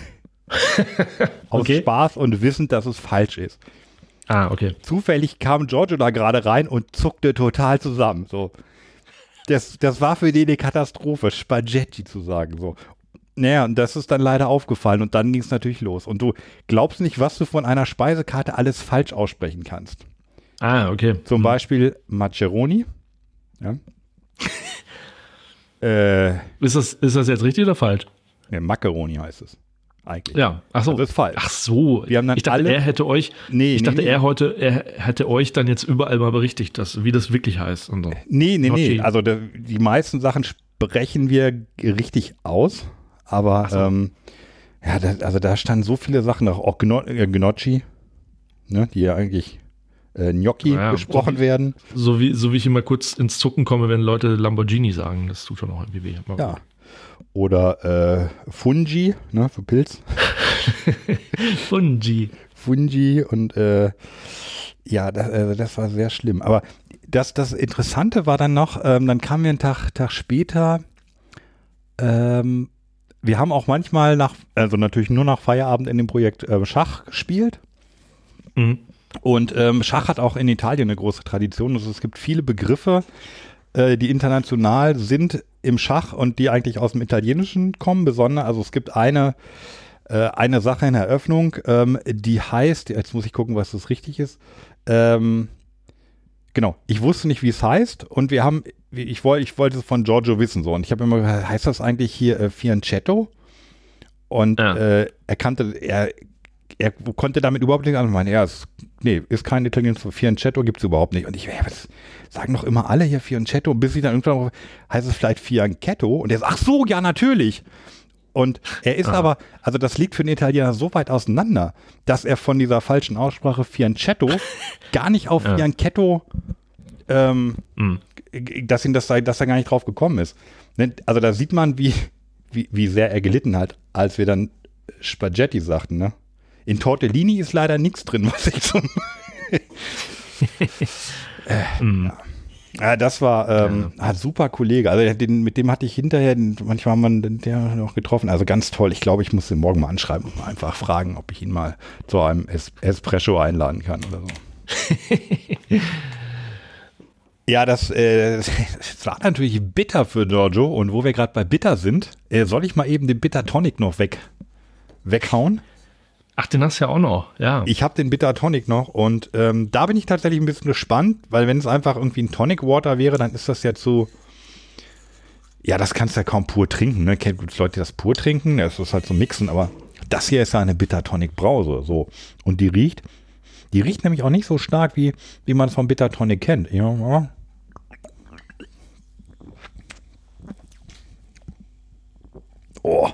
Aus Okay. Spaß und wissend, dass es falsch ist. Ah, okay. Zufällig kam Giorgio da gerade rein und zuckte total zusammen. So. Das, das war für den eine Katastrophe, Spaghetti zu sagen. So. Naja, und das ist dann leider aufgefallen und dann ging es natürlich los. Und du glaubst nicht, was du von einer Speisekarte alles falsch aussprechen kannst. Ah, okay. Zum Beispiel Maccheroni. Ja. äh, Ist das, ist das jetzt richtig oder falsch? ne, Macaroni heißt es. Eigentlich. Ja, ach so. Das ist falsch. Ach so. Wir haben dann ich dachte, alle- er hätte euch, Nee, ich nee, dachte, nee. er heute, er hätte euch dann jetzt überall mal berichtigt, dass, wie das wirklich heißt. Und so. Nee, nee, nee. Okay. Also da, die meisten Sachen sprechen wir richtig aus. Aber Ach so. ähm, ja, da, also da standen so viele Sachen, auch, auch Gno äh, Gnocchi, ne, die ja eigentlich äh, Gnocchi Ja, gesprochen so wie- werden. So wie, so wie ich immer kurz ins Zucken komme, wenn Leute Lamborghini sagen. Das tut schon auch irgendwie weh. Aber Ja. Oder äh, Fungi, ne, für Pilz. Fungi. Fungi und äh, ja, das, äh, das war sehr schlimm. Aber das, das Interessante war dann noch, ähm, dann kamen wir einen Tag, Tag später, ähm, wir haben auch manchmal nach, also natürlich nur nach Feierabend in dem Projekt äh, Schach gespielt. Mhm. Und ähm, Schach hat auch in Italien eine große Tradition. Also es gibt viele Begriffe, äh, die international sind im Schach und die eigentlich aus dem Italienischen kommen. Besonders, also es gibt eine, äh, eine Sache in der Eröffnung, ähm, die heißt, jetzt muss ich gucken, was das richtig ist. Ähm, genau, ich wusste nicht, wie es heißt und wir haben, ich wollte, ich wollte es von Giorgio wissen so und ich habe immer gesagt, heißt das eigentlich hier äh, Fianchetto? Und Ja. äh, er kannte, er er konnte damit überhaupt nichts anfangen. Ja, es, nee, ist kein italienisches Fianchetto, gibt es überhaupt nicht. Und ich, ja, was sagen doch immer alle hier Fianchetto, bis ich dann irgendwann, heißt es vielleicht Fianchetto? Und er sagt, ach so, ja, natürlich. Und er ist Aha. aber, also das liegt für den Italiener so weit auseinander, dass er von dieser falschen Aussprache Fianchetto gar nicht auf Ja. Fianchetto, ähm, Mhm. dass ihn das, dass er gar nicht drauf gekommen ist. Ne, also da sieht man, wie, wie, wie sehr er gelitten hat, als wir dann Spaghetti sagten, ne? In Tortellini ist leider nichts drin, was ich zum. äh, Mhm. ja. Ja, das war ähm, ja. ein super Kollege. Also den, mit dem hatte ich hinterher, manchmal haben wir den der noch getroffen. Also ganz toll. Ich glaube, ich muss den morgen mal anschreiben und mal einfach fragen, ob ich ihn mal zu einem es Espresso einladen kann oder so. Ja, das, äh, das war natürlich bitter für Giorgio. Und wo wir gerade bei bitter sind, äh, soll ich mal eben den Bitter Tonic noch weg, weghauen? Ach, den hast du ja auch noch, ja. Ich habe den Bitter Tonic noch und ähm, da bin ich tatsächlich ein bisschen gespannt, weil wenn es einfach irgendwie ein Tonic Water wäre, dann ist das ja zu, ja, das kannst du ja kaum pur trinken, ne? Kennt Leute, die das pur trinken, das ist halt so mixen, aber das hier ist ja eine Bitter Tonic Brause, so. Und die riecht, die riecht nämlich auch nicht so stark, wie, wie man es vom Bitter Tonic kennt. Ja. Oh.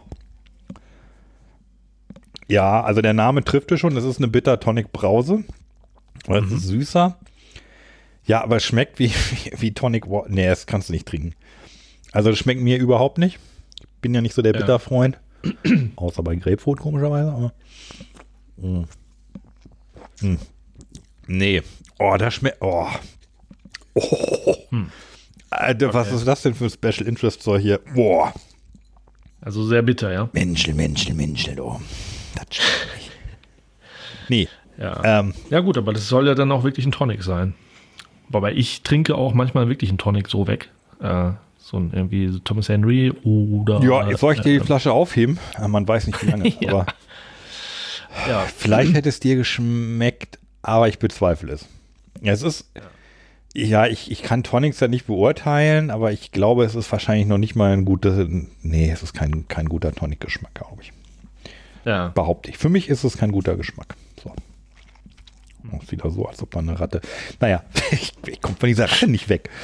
Ja, also der Name trifft es schon. Das ist eine Bitter Tonic Brause. Das mhm. ist süßer. Ja, aber es schmeckt wie, wie, wie Tonic Water. Nee, das kannst du nicht trinken. Also das schmeckt mir überhaupt nicht. Ich bin ja nicht so der Bitterfreund. Ja. Außer bei Grapefruit komischerweise. Aber mm. Mm. Nee. Oh, das schmeckt. Oh. Oh. Hm. Alter, okay. Was ist das denn für ein Special Interest Zeug hier? Boah. Also sehr bitter, ja. Menschel, Menschel, Menschel, oh. Das stimmt nicht. Nee. Ja. Ähm, ja gut, aber das soll ja dann auch wirklich ein Tonic sein. Wobei ich trinke auch manchmal wirklich einen Tonic so weg. Äh, so ein irgendwie Thomas Henry oder... Ja, jetzt soll ich dir die Flasche aufheben? Man weiß nicht, wie lange. ja. Aber ja. Vielleicht hätte es dir geschmeckt, aber ich bezweifle es. Ja, es ist... Ja. Ja, ich, ich kann Tonics ja nicht beurteilen, aber ich glaube, es ist wahrscheinlich noch nicht mal ein guter, nee, es ist kein, kein guter Tonic-Geschmack, glaube ich. Ja. Behaupte ich. Für mich ist es kein guter Geschmack. So. Ist wieder so, als ob man eine Ratte, naja, ich, ich komme von dieser Ratte nicht weg.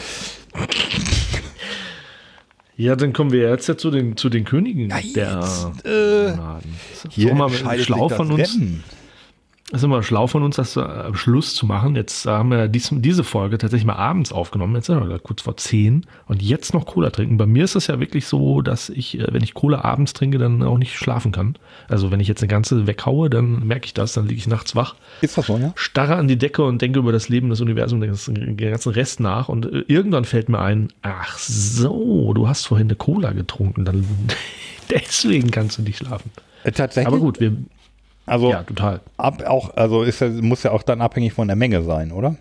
Ja, dann kommen wir jetzt ja zu den, zu den Königen ja, der äh, hier mal schlau von uns. Rennen. Das ist immer schlau von uns, das am Schluss zu machen. Jetzt haben wir dies, diese Folge tatsächlich mal abends aufgenommen, jetzt sind wir kurz vor zehn und jetzt noch Cola trinken. Bei mir ist es ja wirklich so, dass ich, wenn ich Cola abends trinke, dann auch nicht schlafen kann. Also wenn ich jetzt eine ganze weghaue, dann merke ich das, dann liege ich nachts wach. Ist das so, ja? Starre an die Decke und denke über das Leben, das Universum, den ganzen Rest nach und irgendwann fällt mir ein, ach so, du hast vorhin eine Cola getrunken, dann deswegen kannst du nicht schlafen. Äh, tatsächlich? Aber gut, wir... Also, ja, total. Ab auch, also ist ja, muss ja auch dann abhängig von der Menge sein, oder?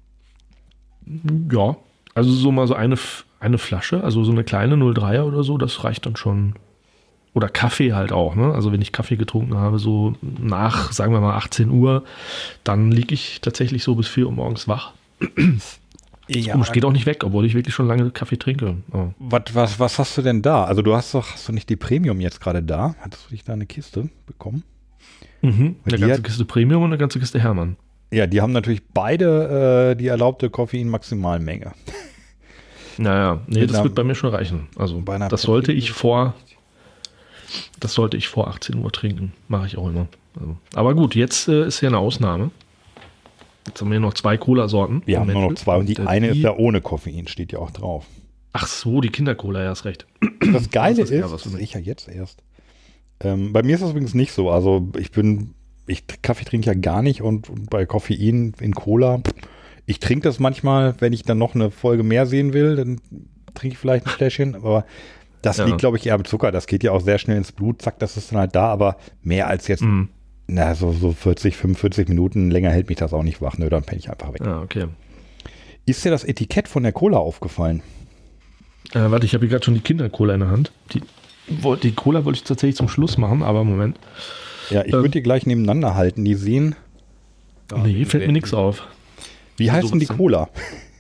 Ja, also so mal so eine, eine Flasche, also so eine kleine null Komma dreier oder so, das reicht dann schon. Oder Kaffee halt auch, ne? Also wenn ich Kaffee getrunken habe, so nach, sagen wir mal, achtzehn Uhr, dann liege ich tatsächlich so bis vier Uhr morgens wach. Ja. Und es geht auch nicht weg, obwohl ich wirklich schon lange Kaffee trinke. Oh. Was, was, was hast du denn da? Also du hast doch, hast du nicht die Premium jetzt gerade da? Hattest du dich da eine Kiste bekommen? Mhm, eine ganze hat, Kiste Premium und eine ganze Kiste Hermann. Ja, die haben natürlich beide äh, die erlaubte Koffein-Maximalmenge. Naja, nee, das einer, wird bei mir schon reichen. Also das sollte ich vor das sollte ich vor achtzehn Uhr trinken. Mache ich auch immer. Also, aber gut, jetzt äh, ist hier eine Ausnahme. Jetzt haben wir noch zwei Cola-Sorten. Wir haben nur noch zwei und die, die eine ist ja ohne Koffein, steht ja auch drauf. Ach so, die Kindercola, ja, hast recht. Das Geile das ist, das sehe ich ja jetzt erst. Ähm, bei mir ist das übrigens nicht so. Also ich bin, ich Kaffee trinke ja gar nicht und, und bei Koffein in Cola, ich trinke das manchmal, wenn ich dann noch eine Folge mehr sehen will, dann trinke ich vielleicht ein Fläschchen, aber das ja. liegt, glaube ich, eher am Zucker. Das geht ja auch sehr schnell ins Blut, zack, das ist dann halt da, aber mehr als jetzt, mm. na, so, so vierzig, fünfundvierzig Minuten länger hält mich das auch nicht wach. Nö, dann penne ich einfach weg. Ah, okay. Ist dir das Etikett von der Cola aufgefallen? Äh, warte, ich habe hier gerade schon die Kindercola in der Hand. Die Die Cola wollte ich tatsächlich zum Schluss machen, aber Moment. Ja, ich ähm, würde die gleich nebeneinander halten. Die sehen... Oh, nee, fällt mir nichts auf. Wie heißt denn die Cola?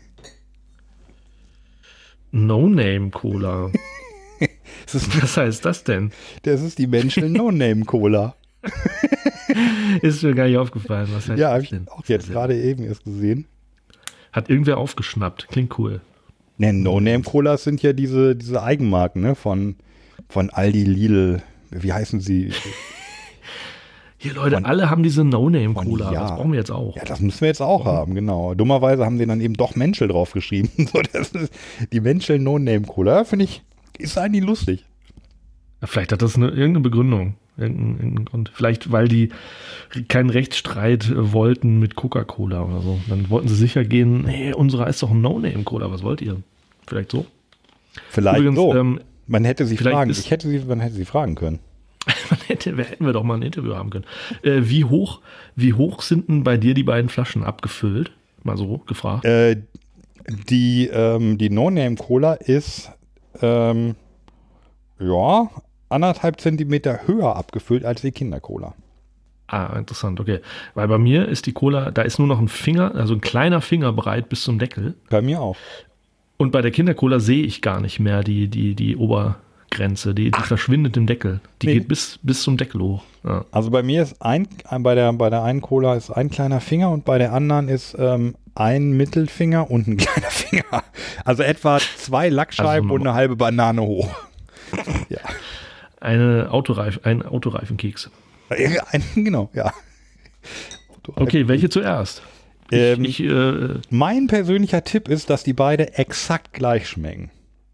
No-Name-Cola. Was heißt das denn? Das ist die Menschel No-Name-Cola. Ist mir gar nicht aufgefallen. Was heißt ja, das habe ich auch jetzt gerade eben erst gesehen. Hat irgendwer aufgeschnappt. Klingt cool. Ne, No-Name-Colas sind ja diese, diese Eigenmarken, ne, von... Von Aldi, Lidl, wie heißen sie? Hier, Leute, von, alle haben diese No-Name-Cola. Ja. Das brauchen wir jetzt auch. Ja, das müssen wir jetzt auch haben, genau. Dummerweise haben die dann eben doch Menschel draufgeschrieben. So, das ist die Menschel No-Name-Cola, finde ich, ist eigentlich lustig. Ja, vielleicht hat das eine, irgendeine Begründung. Irgendein, irgendein Grund. Vielleicht, weil die keinen Rechtsstreit wollten mit Coca-Cola oder so. Dann wollten sie sicher gehen, nee, unsere ist doch ein No-Name-Cola, was wollt ihr? Vielleicht so? Vielleicht Übrigens, so. Ähm, man hätte sie fragen. ist, Ich hätte sie, man hätte sie fragen können. man hätte, hätten wir doch mal ein Interview haben können. Äh, wie hoch, wie hoch sind denn bei dir die beiden Flaschen abgefüllt? Mal so gefragt. Äh, die ähm, die No-Name-Cola ist ähm, ja anderthalb Zentimeter höher abgefüllt als die Kinder-Cola. Ah, interessant, okay. Weil bei mir ist die Cola, da ist nur noch ein Finger, also ein kleiner Finger breit bis zum Deckel. Bei mir auch. Und bei der Kindercola sehe ich gar nicht mehr die, die, die Obergrenze. Die, die verschwindet im Deckel. Die Nee. geht bis, bis zum Deckel hoch. Ja. Also bei mir ist ein, bei der, bei der einen Cola ist ein kleiner Finger und bei der anderen ist ähm, ein Mittelfinger und ein kleiner Finger. Also etwa zwei Lackscheiben Also und eine halbe Banane hoch. Ja. Eine Autoreif, ein Autoreifenkeks. Ein, genau, ja. Okay, welche zuerst? Ich, Ähm, ich, äh, Mein persönlicher Tipp ist, dass die beide exakt gleich schmecken.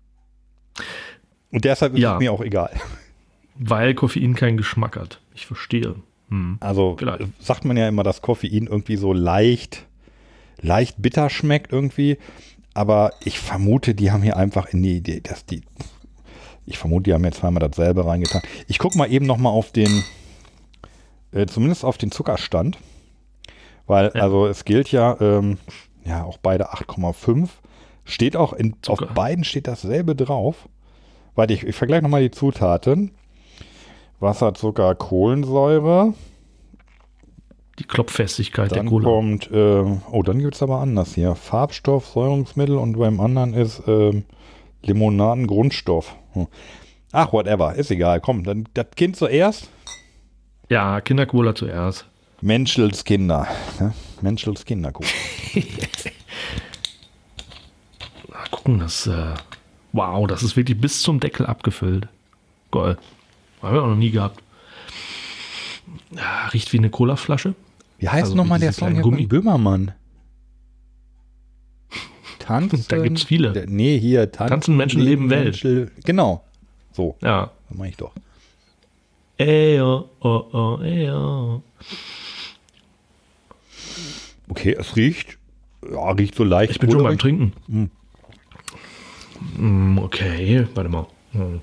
Und deshalb ist Ja. es mir auch egal. weil Koffein keinen Geschmack hat. Ich verstehe. Hm. Also Vielleicht. äh, sagt man ja immer, dass Koffein irgendwie so leicht, leicht bitter schmeckt irgendwie. Aber ich vermute, die haben hier einfach in die Idee, dass die, ich vermute, die haben jetzt zweimal dasselbe reingetan. Ich gucke mal eben nochmal auf den, äh, zumindest auf den Zuckerstand. Weil, Ja. also es gilt ja, ähm, ja, auch beide acht Komma fünf. Steht auch, in, auf Zucker. beiden steht dasselbe drauf. Warte, ich, ich vergleiche nochmal die Zutaten. Wasser, Zucker, Kohlensäure. Die Klopffestigkeit Dann der Cola. kommt, äh, oh, dann gibt es aber anders hier. Farbstoff, Säurungsmittel und beim anderen ist ähm, Limonadengrundstoff. Hm. Ach, whatever, ist egal. Komm, dann das Kind zuerst. Ja, Kindercola zuerst. Menschels Kinder. Ne? Menschels Kindercola. Mal gucken, das, äh, wow, das ist wirklich bis zum Deckel abgefüllt. Geil. Haben wir auch noch nie gehabt. Ja, riecht wie eine Colaflasche. Wie heißt Also nochmal wie der diese Song kleinen hier Gummi- von Böhmermann? Tanzen. Da gibt's viele. Der- Nee, hier. Tanzen, Tanzen, Menschen, leben, Welt. Menschen- Genau. So, Ja. das meine ich doch. Ey, oh, oh, oh, ey, oh. Okay, es riecht, ja, riecht so leicht. Ich bin schon beim puderig. Trinken. Mm, okay, warte mal. Hm.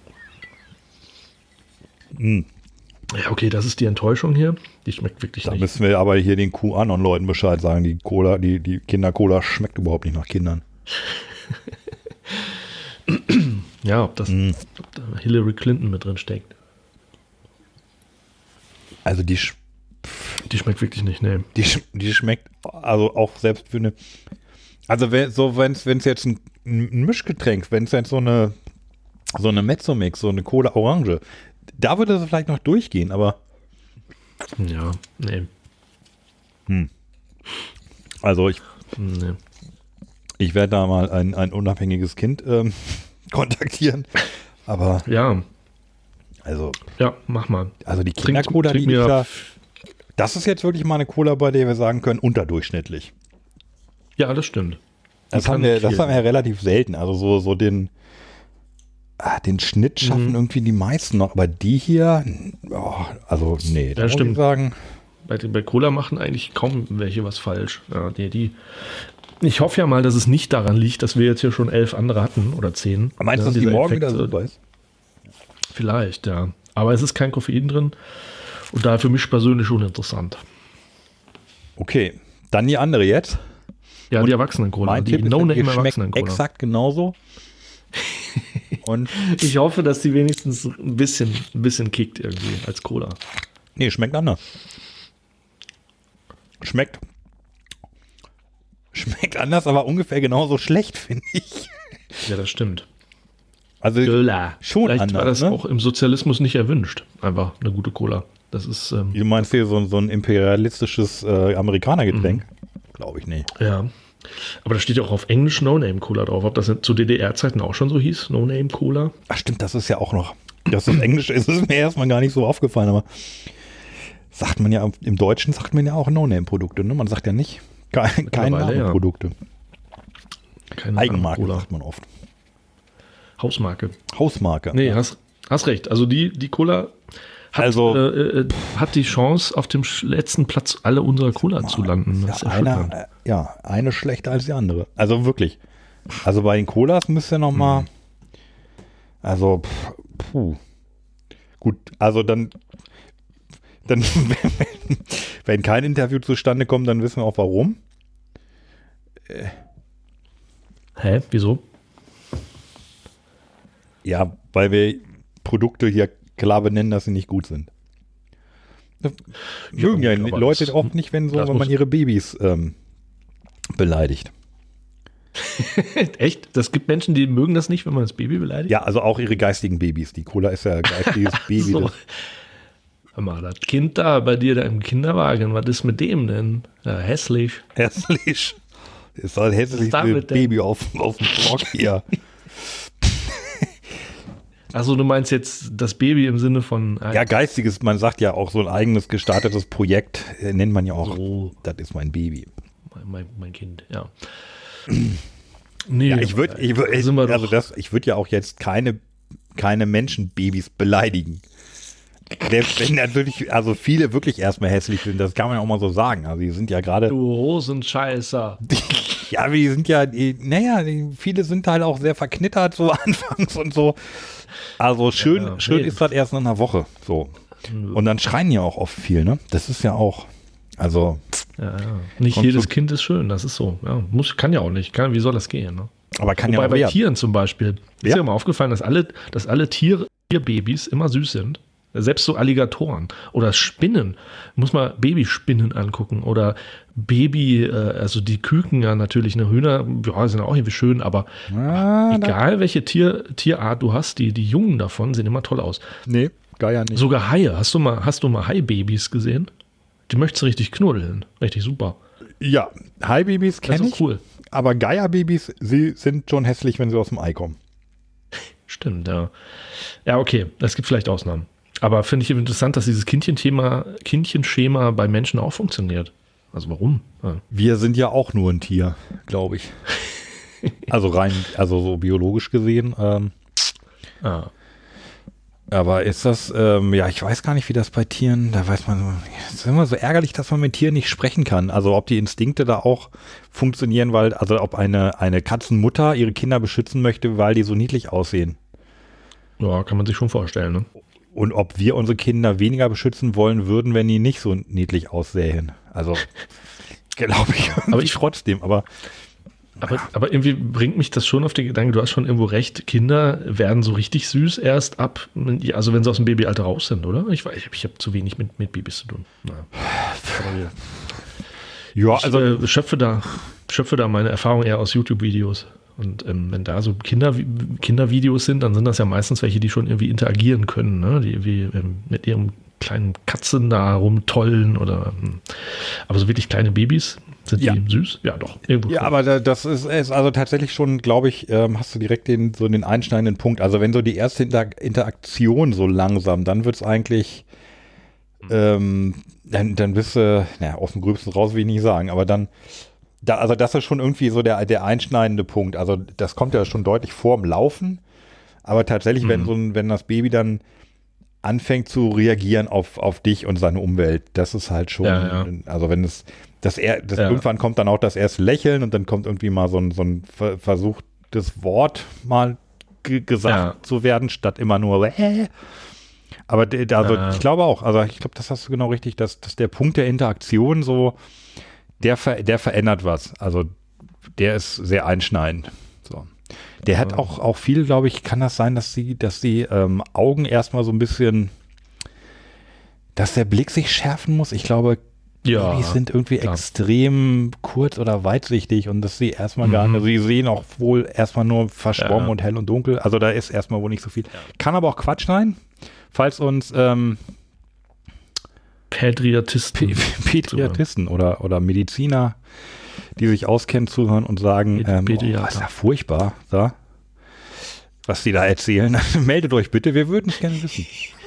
Mm. Ja, okay, das ist die Enttäuschung hier. Die schmeckt wirklich Da nicht. müssen wir aber hier den QAnon-Leuten Bescheid sagen. Die Cola, die, die Kinder-Cola schmeckt überhaupt nicht nach Kindern. Ja, ob das Mm. ob da Hillary Clinton mit drin steckt. Also die, sch- Die schmeckt wirklich nicht, nee. die, sch- die schmeckt, also auch selbst für eine, also wenn so wenn es jetzt ein, ein Mischgetränk, wenn es jetzt so eine so eine Mezzomix, so eine Cola Orange, da würde es vielleicht noch durchgehen, aber Ja, nee. also ich, nee. ich werde da mal ein, ein unabhängiges Kind ähm, kontaktieren, aber Ja, also ja, mach mal. also die Trink- Kindercola, trink die mir- ist ja, das ist jetzt wirklich mal eine Cola, bei der wir sagen können, unterdurchschnittlich. Ja, das stimmt. Das kann haben, wir, das viel. haben wir ja relativ selten. Also so, so den, ah, den Schnitt schaffen Mhm. irgendwie die meisten noch. Aber die hier, oh, also nee, da Ja, muss stimmt. ich sagen, Bei, bei Cola machen eigentlich kaum welche was falsch. Ja, die, die, ich hoffe ja mal, dass es nicht daran liegt, dass wir jetzt hier schon elf andere hatten oder zehn. meinst du, Ja, dass die dieser morgen Effekt, wieder äh, super ist? Vielleicht, ja. Aber es ist kein Koffein drin und daher für mich persönlich uninteressant. Okay, dann die andere jetzt. Ja, die Erwachsenen-Cola, Mein die Tipp ist, die schmeckt No-Name-Erwachsenen-Cola. exakt genauso. Und Ich hoffe, dass die wenigstens ein bisschen, ein bisschen kickt irgendwie als Cola. nee, schmeckt anders. Schmeckt schmeckt anders, aber ungefähr genauso schlecht, finde ich. Ja, das stimmt. Also Cola. schon Vielleicht anders, war das ne? auch im Sozialismus nicht erwünscht. Einfach eine gute Cola. Das ist, ähm, Du meinst hier so, so ein imperialistisches äh, Amerikanergetränk? Mhm. Glaube ich nicht. ja. Aber da steht ja auch auf Englisch No-Name-Cola drauf. Ob das zu D D R-Zeiten auch schon so hieß? No-Name-Cola? Ach stimmt, das ist ja auch noch, dass das Englisch ist, ist mir erstmal gar nicht so aufgefallen, aber sagt man ja, im Deutschen sagt man ja auch No-Name-Produkte, ne? Man sagt ja nicht, kein, keine Mittlerweile, ja. Namenprodukte. Keine Eigenmarke Cola. sagt man oft. Hausmarke. Hausmarke. Nee, hast, hast recht. Also die, die Cola hat, also, äh, hat die Chance, auf dem letzten Platz alle unserer Cola zu landen. Ja, eine, ja, eine schlechter als die andere. Also wirklich. Also bei den Colas müsst ihr noch mal, mhm. also, puh. Gut, also dann, dann wenn, wenn kein Interview zustande kommt, dann wissen wir auch warum. Äh. Hä? Wieso? Ja, weil wir Produkte hier klar benennen, dass sie nicht gut sind. Das mögen ja, ja Leute das, auch nicht, wenn, so, wenn man ihre Babys ähm, beleidigt. Echt? Das gibt Menschen, die mögen das nicht, wenn man das Baby beleidigt? Ja, also auch ihre geistigen Babys. Die Cola ist ja ein geistiges Baby. So. Hör mal, das Kind da bei dir da im Kinderwagen, was ist mit dem denn? Ja, hässlich. Hässlich. Ist halt hässlich ein Baby auf, auf dem Block hier. Achso, du meinst jetzt das Baby im Sinne von... Ja, geistiges, man sagt ja auch so ein eigenes gestartetes Projekt, äh, nennt man ja auch, so. Das ist mein Baby. Mein, mein, mein Kind, ja. Nee, ja, ich würde ich würd, ich, also das, ich würd ja auch jetzt keine, keine Menschenbabys beleidigen. Selbst wenn natürlich, also viele wirklich erstmal hässlich sind, das kann man ja auch mal so sagen. Also die sind ja gerade. Du Hosenscheißer. Ja, aber die sind ja, die, naja, die, viele sind halt auch sehr verknittert so anfangs und so. Also schön, ja, schön nee. ist das erst nach einer Woche. So. Und dann schreien ja auch oft viel, ne? Das ist ja auch, also. Ja, ja. Nicht jedes Kind ist schön, das ist so. Ja, muss, kann ja auch nicht. Kann, wie soll das gehen? Ne? Aber kann Wobei ja bei werden. Tieren zum Beispiel. Ja? Ist dir mal aufgefallen, dass alle, dass alle Tier, Tierbabys immer süß sind? Selbst so Alligatoren oder Spinnen. Muss man Babyspinnen angucken oder Baby, äh, also die Küken ja natürlich, eine Hühner, ja, sind auch irgendwie schön, aber ah, egal welche Tier, Tierart du hast, die, die Jungen davon sehen immer toll aus. Nee, gar ja nicht. Sogar Haie. Hast du mal, hast du mal Haibabys gesehen? Die möchtest du richtig knuddeln. Richtig super. Ja, Haibabys kenne ich. Cool. Aber Geierbabys, sie sind schon hässlich, wenn sie aus dem Ei kommen. Stimmt, ja. Ja, okay. Es gibt vielleicht Ausnahmen. Aber finde ich interessant, dass dieses Kindchenthema, Kindchenschema bei Menschen auch funktioniert. Also warum? Ja. Wir sind ja auch nur ein Tier, glaube ich. Also rein, also so biologisch gesehen. Ähm, ah. Aber ist das, ähm, ja, ich weiß gar nicht, wie das bei Tieren, da weiß man, es ist immer so ärgerlich, dass man mit Tieren nicht sprechen kann. Also ob die Instinkte da auch funktionieren, weil, also ob eine, eine Katzenmutter ihre Kinder beschützen möchte, weil die so niedlich aussehen. Ja, kann man sich schon vorstellen, ne? Und ob wir unsere Kinder weniger beschützen wollen würden, wenn die nicht so niedlich aussähen. Also, glaube ich, aber ich trotzdem, aber, aber. Aber irgendwie bringt mich das schon auf den Gedanken, du hast schon irgendwo recht, Kinder werden so richtig süß erst ab, also wenn sie aus dem Babyalter raus sind, oder? Ich weiß, ich habe zu wenig mit, mit Babys zu tun. Naja. Ja, ich, also äh, schöpfe da, schöpfe da meine Erfahrung eher aus YouTube-Videos. Und ähm, wenn da so Kinder, Kindervideos sind, dann sind das ja meistens welche, die schon irgendwie interagieren können, ne? Die irgendwie ähm, mit ihren kleinen Katzen da rumtollen oder ähm, aber so wirklich kleine Babys, sind ja. die süß? Ja, doch. Irgendwo ja, aber da, das ist, ist also tatsächlich schon, glaube ich, ähm, hast du direkt den, so den einschneidenden Punkt. Also wenn so die erste Inter- Interaktion so langsam, dann wird es eigentlich, ähm, dann, dann bist du, naja, aus dem Gröbsten raus will ich nicht sagen, aber dann Da, also das ist schon irgendwie so der, der einschneidende Punkt. Also das kommt ja schon deutlich vor dem Laufen. Aber tatsächlich, mhm. wenn so ein, wenn das Baby dann anfängt zu reagieren auf, auf dich und seine Umwelt, das ist halt schon, ja, ja. also wenn es, das, er, das ja. irgendwann kommt dann auch das erste Lächeln und dann kommt irgendwie mal so ein, so ein versuchtes Wort mal g- gesagt ja. zu werden, statt immer nur äh. Aber also ja. ich glaube auch, also ich glaube, das hast du genau richtig, dass, dass der Punkt der Interaktion so Der, ver, der verändert was. Also der ist sehr einschneidend. So. Der hat auch, auch viel, glaube ich, kann das sein, dass die, dass die ähm, Augen erstmal so ein bisschen, dass der Blick sich schärfen muss. Ich glaube, ja, Babys sind irgendwie klar. extrem kurz oder weitsichtig und dass sie erstmal mhm. gar nicht, also sie sehen auch wohl erstmal nur verschwommen ja. und hell und dunkel. Also da ist erstmal wohl nicht so viel. Ja. Kann aber auch Quatsch sein. Falls uns ähm, Pädiatristen, P- Pädiatristen oder, oder Mediziner, die sich auskennen, zuhören und sagen, ähm, oh, das ist ja furchtbar, so, was die da erzählen. Meldet euch bitte, wir würden es gerne wissen.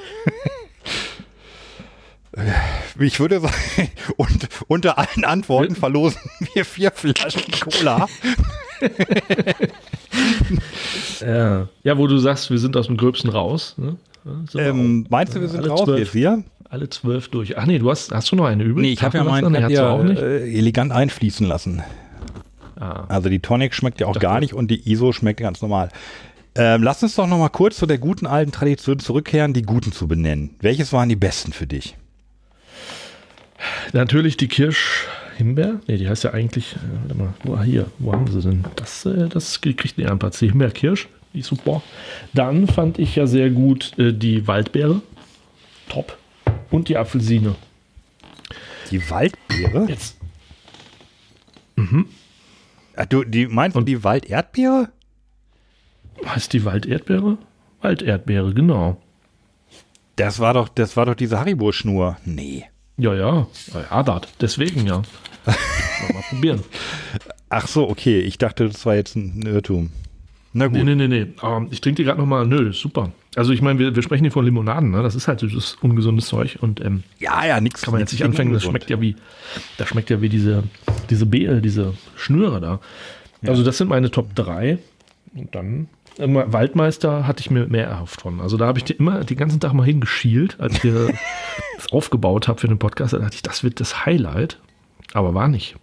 Ich würde sagen, und unter allen Antworten verlosen wir vier Flaschen Cola. ja. ja, wo du sagst, wir sind aus dem Gröbsten raus, ne? So ähm, meinst du, wir sind alle raus zwölf, jetzt hier? Alle zwölf durch. Ach nee, du hast, hast du noch eine übrig? Nee, ich habe ja meinen nee, ja, auch nicht. äh, elegant einfließen lassen. Ah. Also die Tonic schmeckt ja auch gar nicht und die I S O schmeckt ganz normal. Ähm, lass uns doch noch mal kurz zu der guten alten Tradition zurückkehren, die guten zu benennen. Welches waren die besten für dich? Natürlich die Kirsch-Himbeer. Nee, die heißt ja eigentlich, äh, warte mal, wo, hier, wo haben sie denn? Das, äh, das kriegt einen Platz. Die Himbeer-Kirsch, die ist super. Dann fand ich ja sehr gut äh, die Waldbeere. Top. Und die Apfelsine. Die Waldbeere? Jetzt. Mhm. Ach, du, die, meinst du die Walderdbeere? Heißt die Walderdbeere? Walderdbeere, genau. Das war doch, das war doch diese Haribo-Schnur. Nee. Ja, ja. Ja, das. Deswegen, ja. Mal probieren. Ach so, okay. Ich dachte, das war jetzt ein Irrtum. Na gut. Nee, nee, nee, nee. Ähm, ich trinke die gerade nochmal. Nö, super. Also ich meine, wir, wir sprechen hier von Limonaden, ne? Das ist halt das ungesundes Zeug. Und ähm, ja, ja, nix. Kann man jetzt nicht anfangen. Das schmeckt ja wie, das schmeckt ja wie diese, diese Beere, diese Schnüre da. Ja. Also das sind meine Top drei. Und dann äh, Waldmeister hatte ich mir mehr erhofft von. Also da habe ich immer den ganzen Tag mal hingeschielt, als ich das aufgebaut habe für den Podcast. Da dachte ich, das wird das Highlight. Aber war nicht.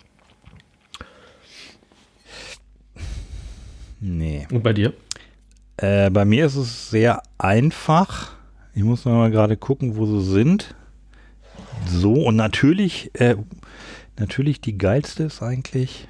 Nee. Und bei dir? Äh, bei mir ist es sehr einfach. Ich muss mal gerade gucken, wo sie sind. So, und natürlich, äh, natürlich die geilste ist eigentlich.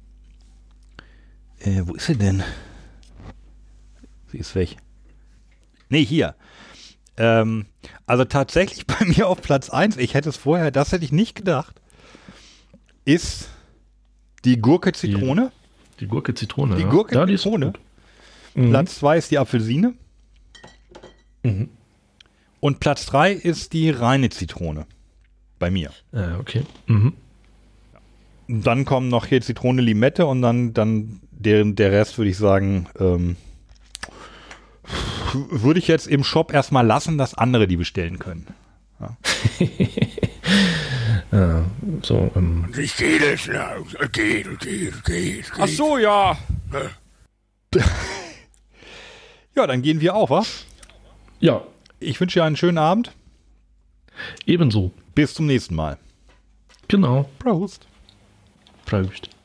Äh, wo ist sie denn? Sie ist weg. Nee, hier. Ähm, also tatsächlich bei mir auf Platz eins, ich hätte es vorher, das hätte ich nicht gedacht, ist die Gurke Zitrone. Die, die Gurke Zitrone, Die ja. Gurke ja, Zitrone. Mhm. Platz zwei ist die Apfelsine. Mhm. Und Platz drei ist die reine Zitrone. Bei mir. Äh, okay. Mhm. Dann kommen noch hier Zitrone, Limette und dann, dann der, der Rest würde ich sagen, ähm, würde ich jetzt im Shop erstmal lassen, dass andere die bestellen können. Ja. ja, so, ähm. Ich gehe das nach. Geht, geht, geht. Ach so, ja. Ja, dann gehen wir auch, wa? Ja. Ich wünsche dir einen schönen Abend. Ebenso. Bis zum nächsten Mal. Genau. Prost. Prost.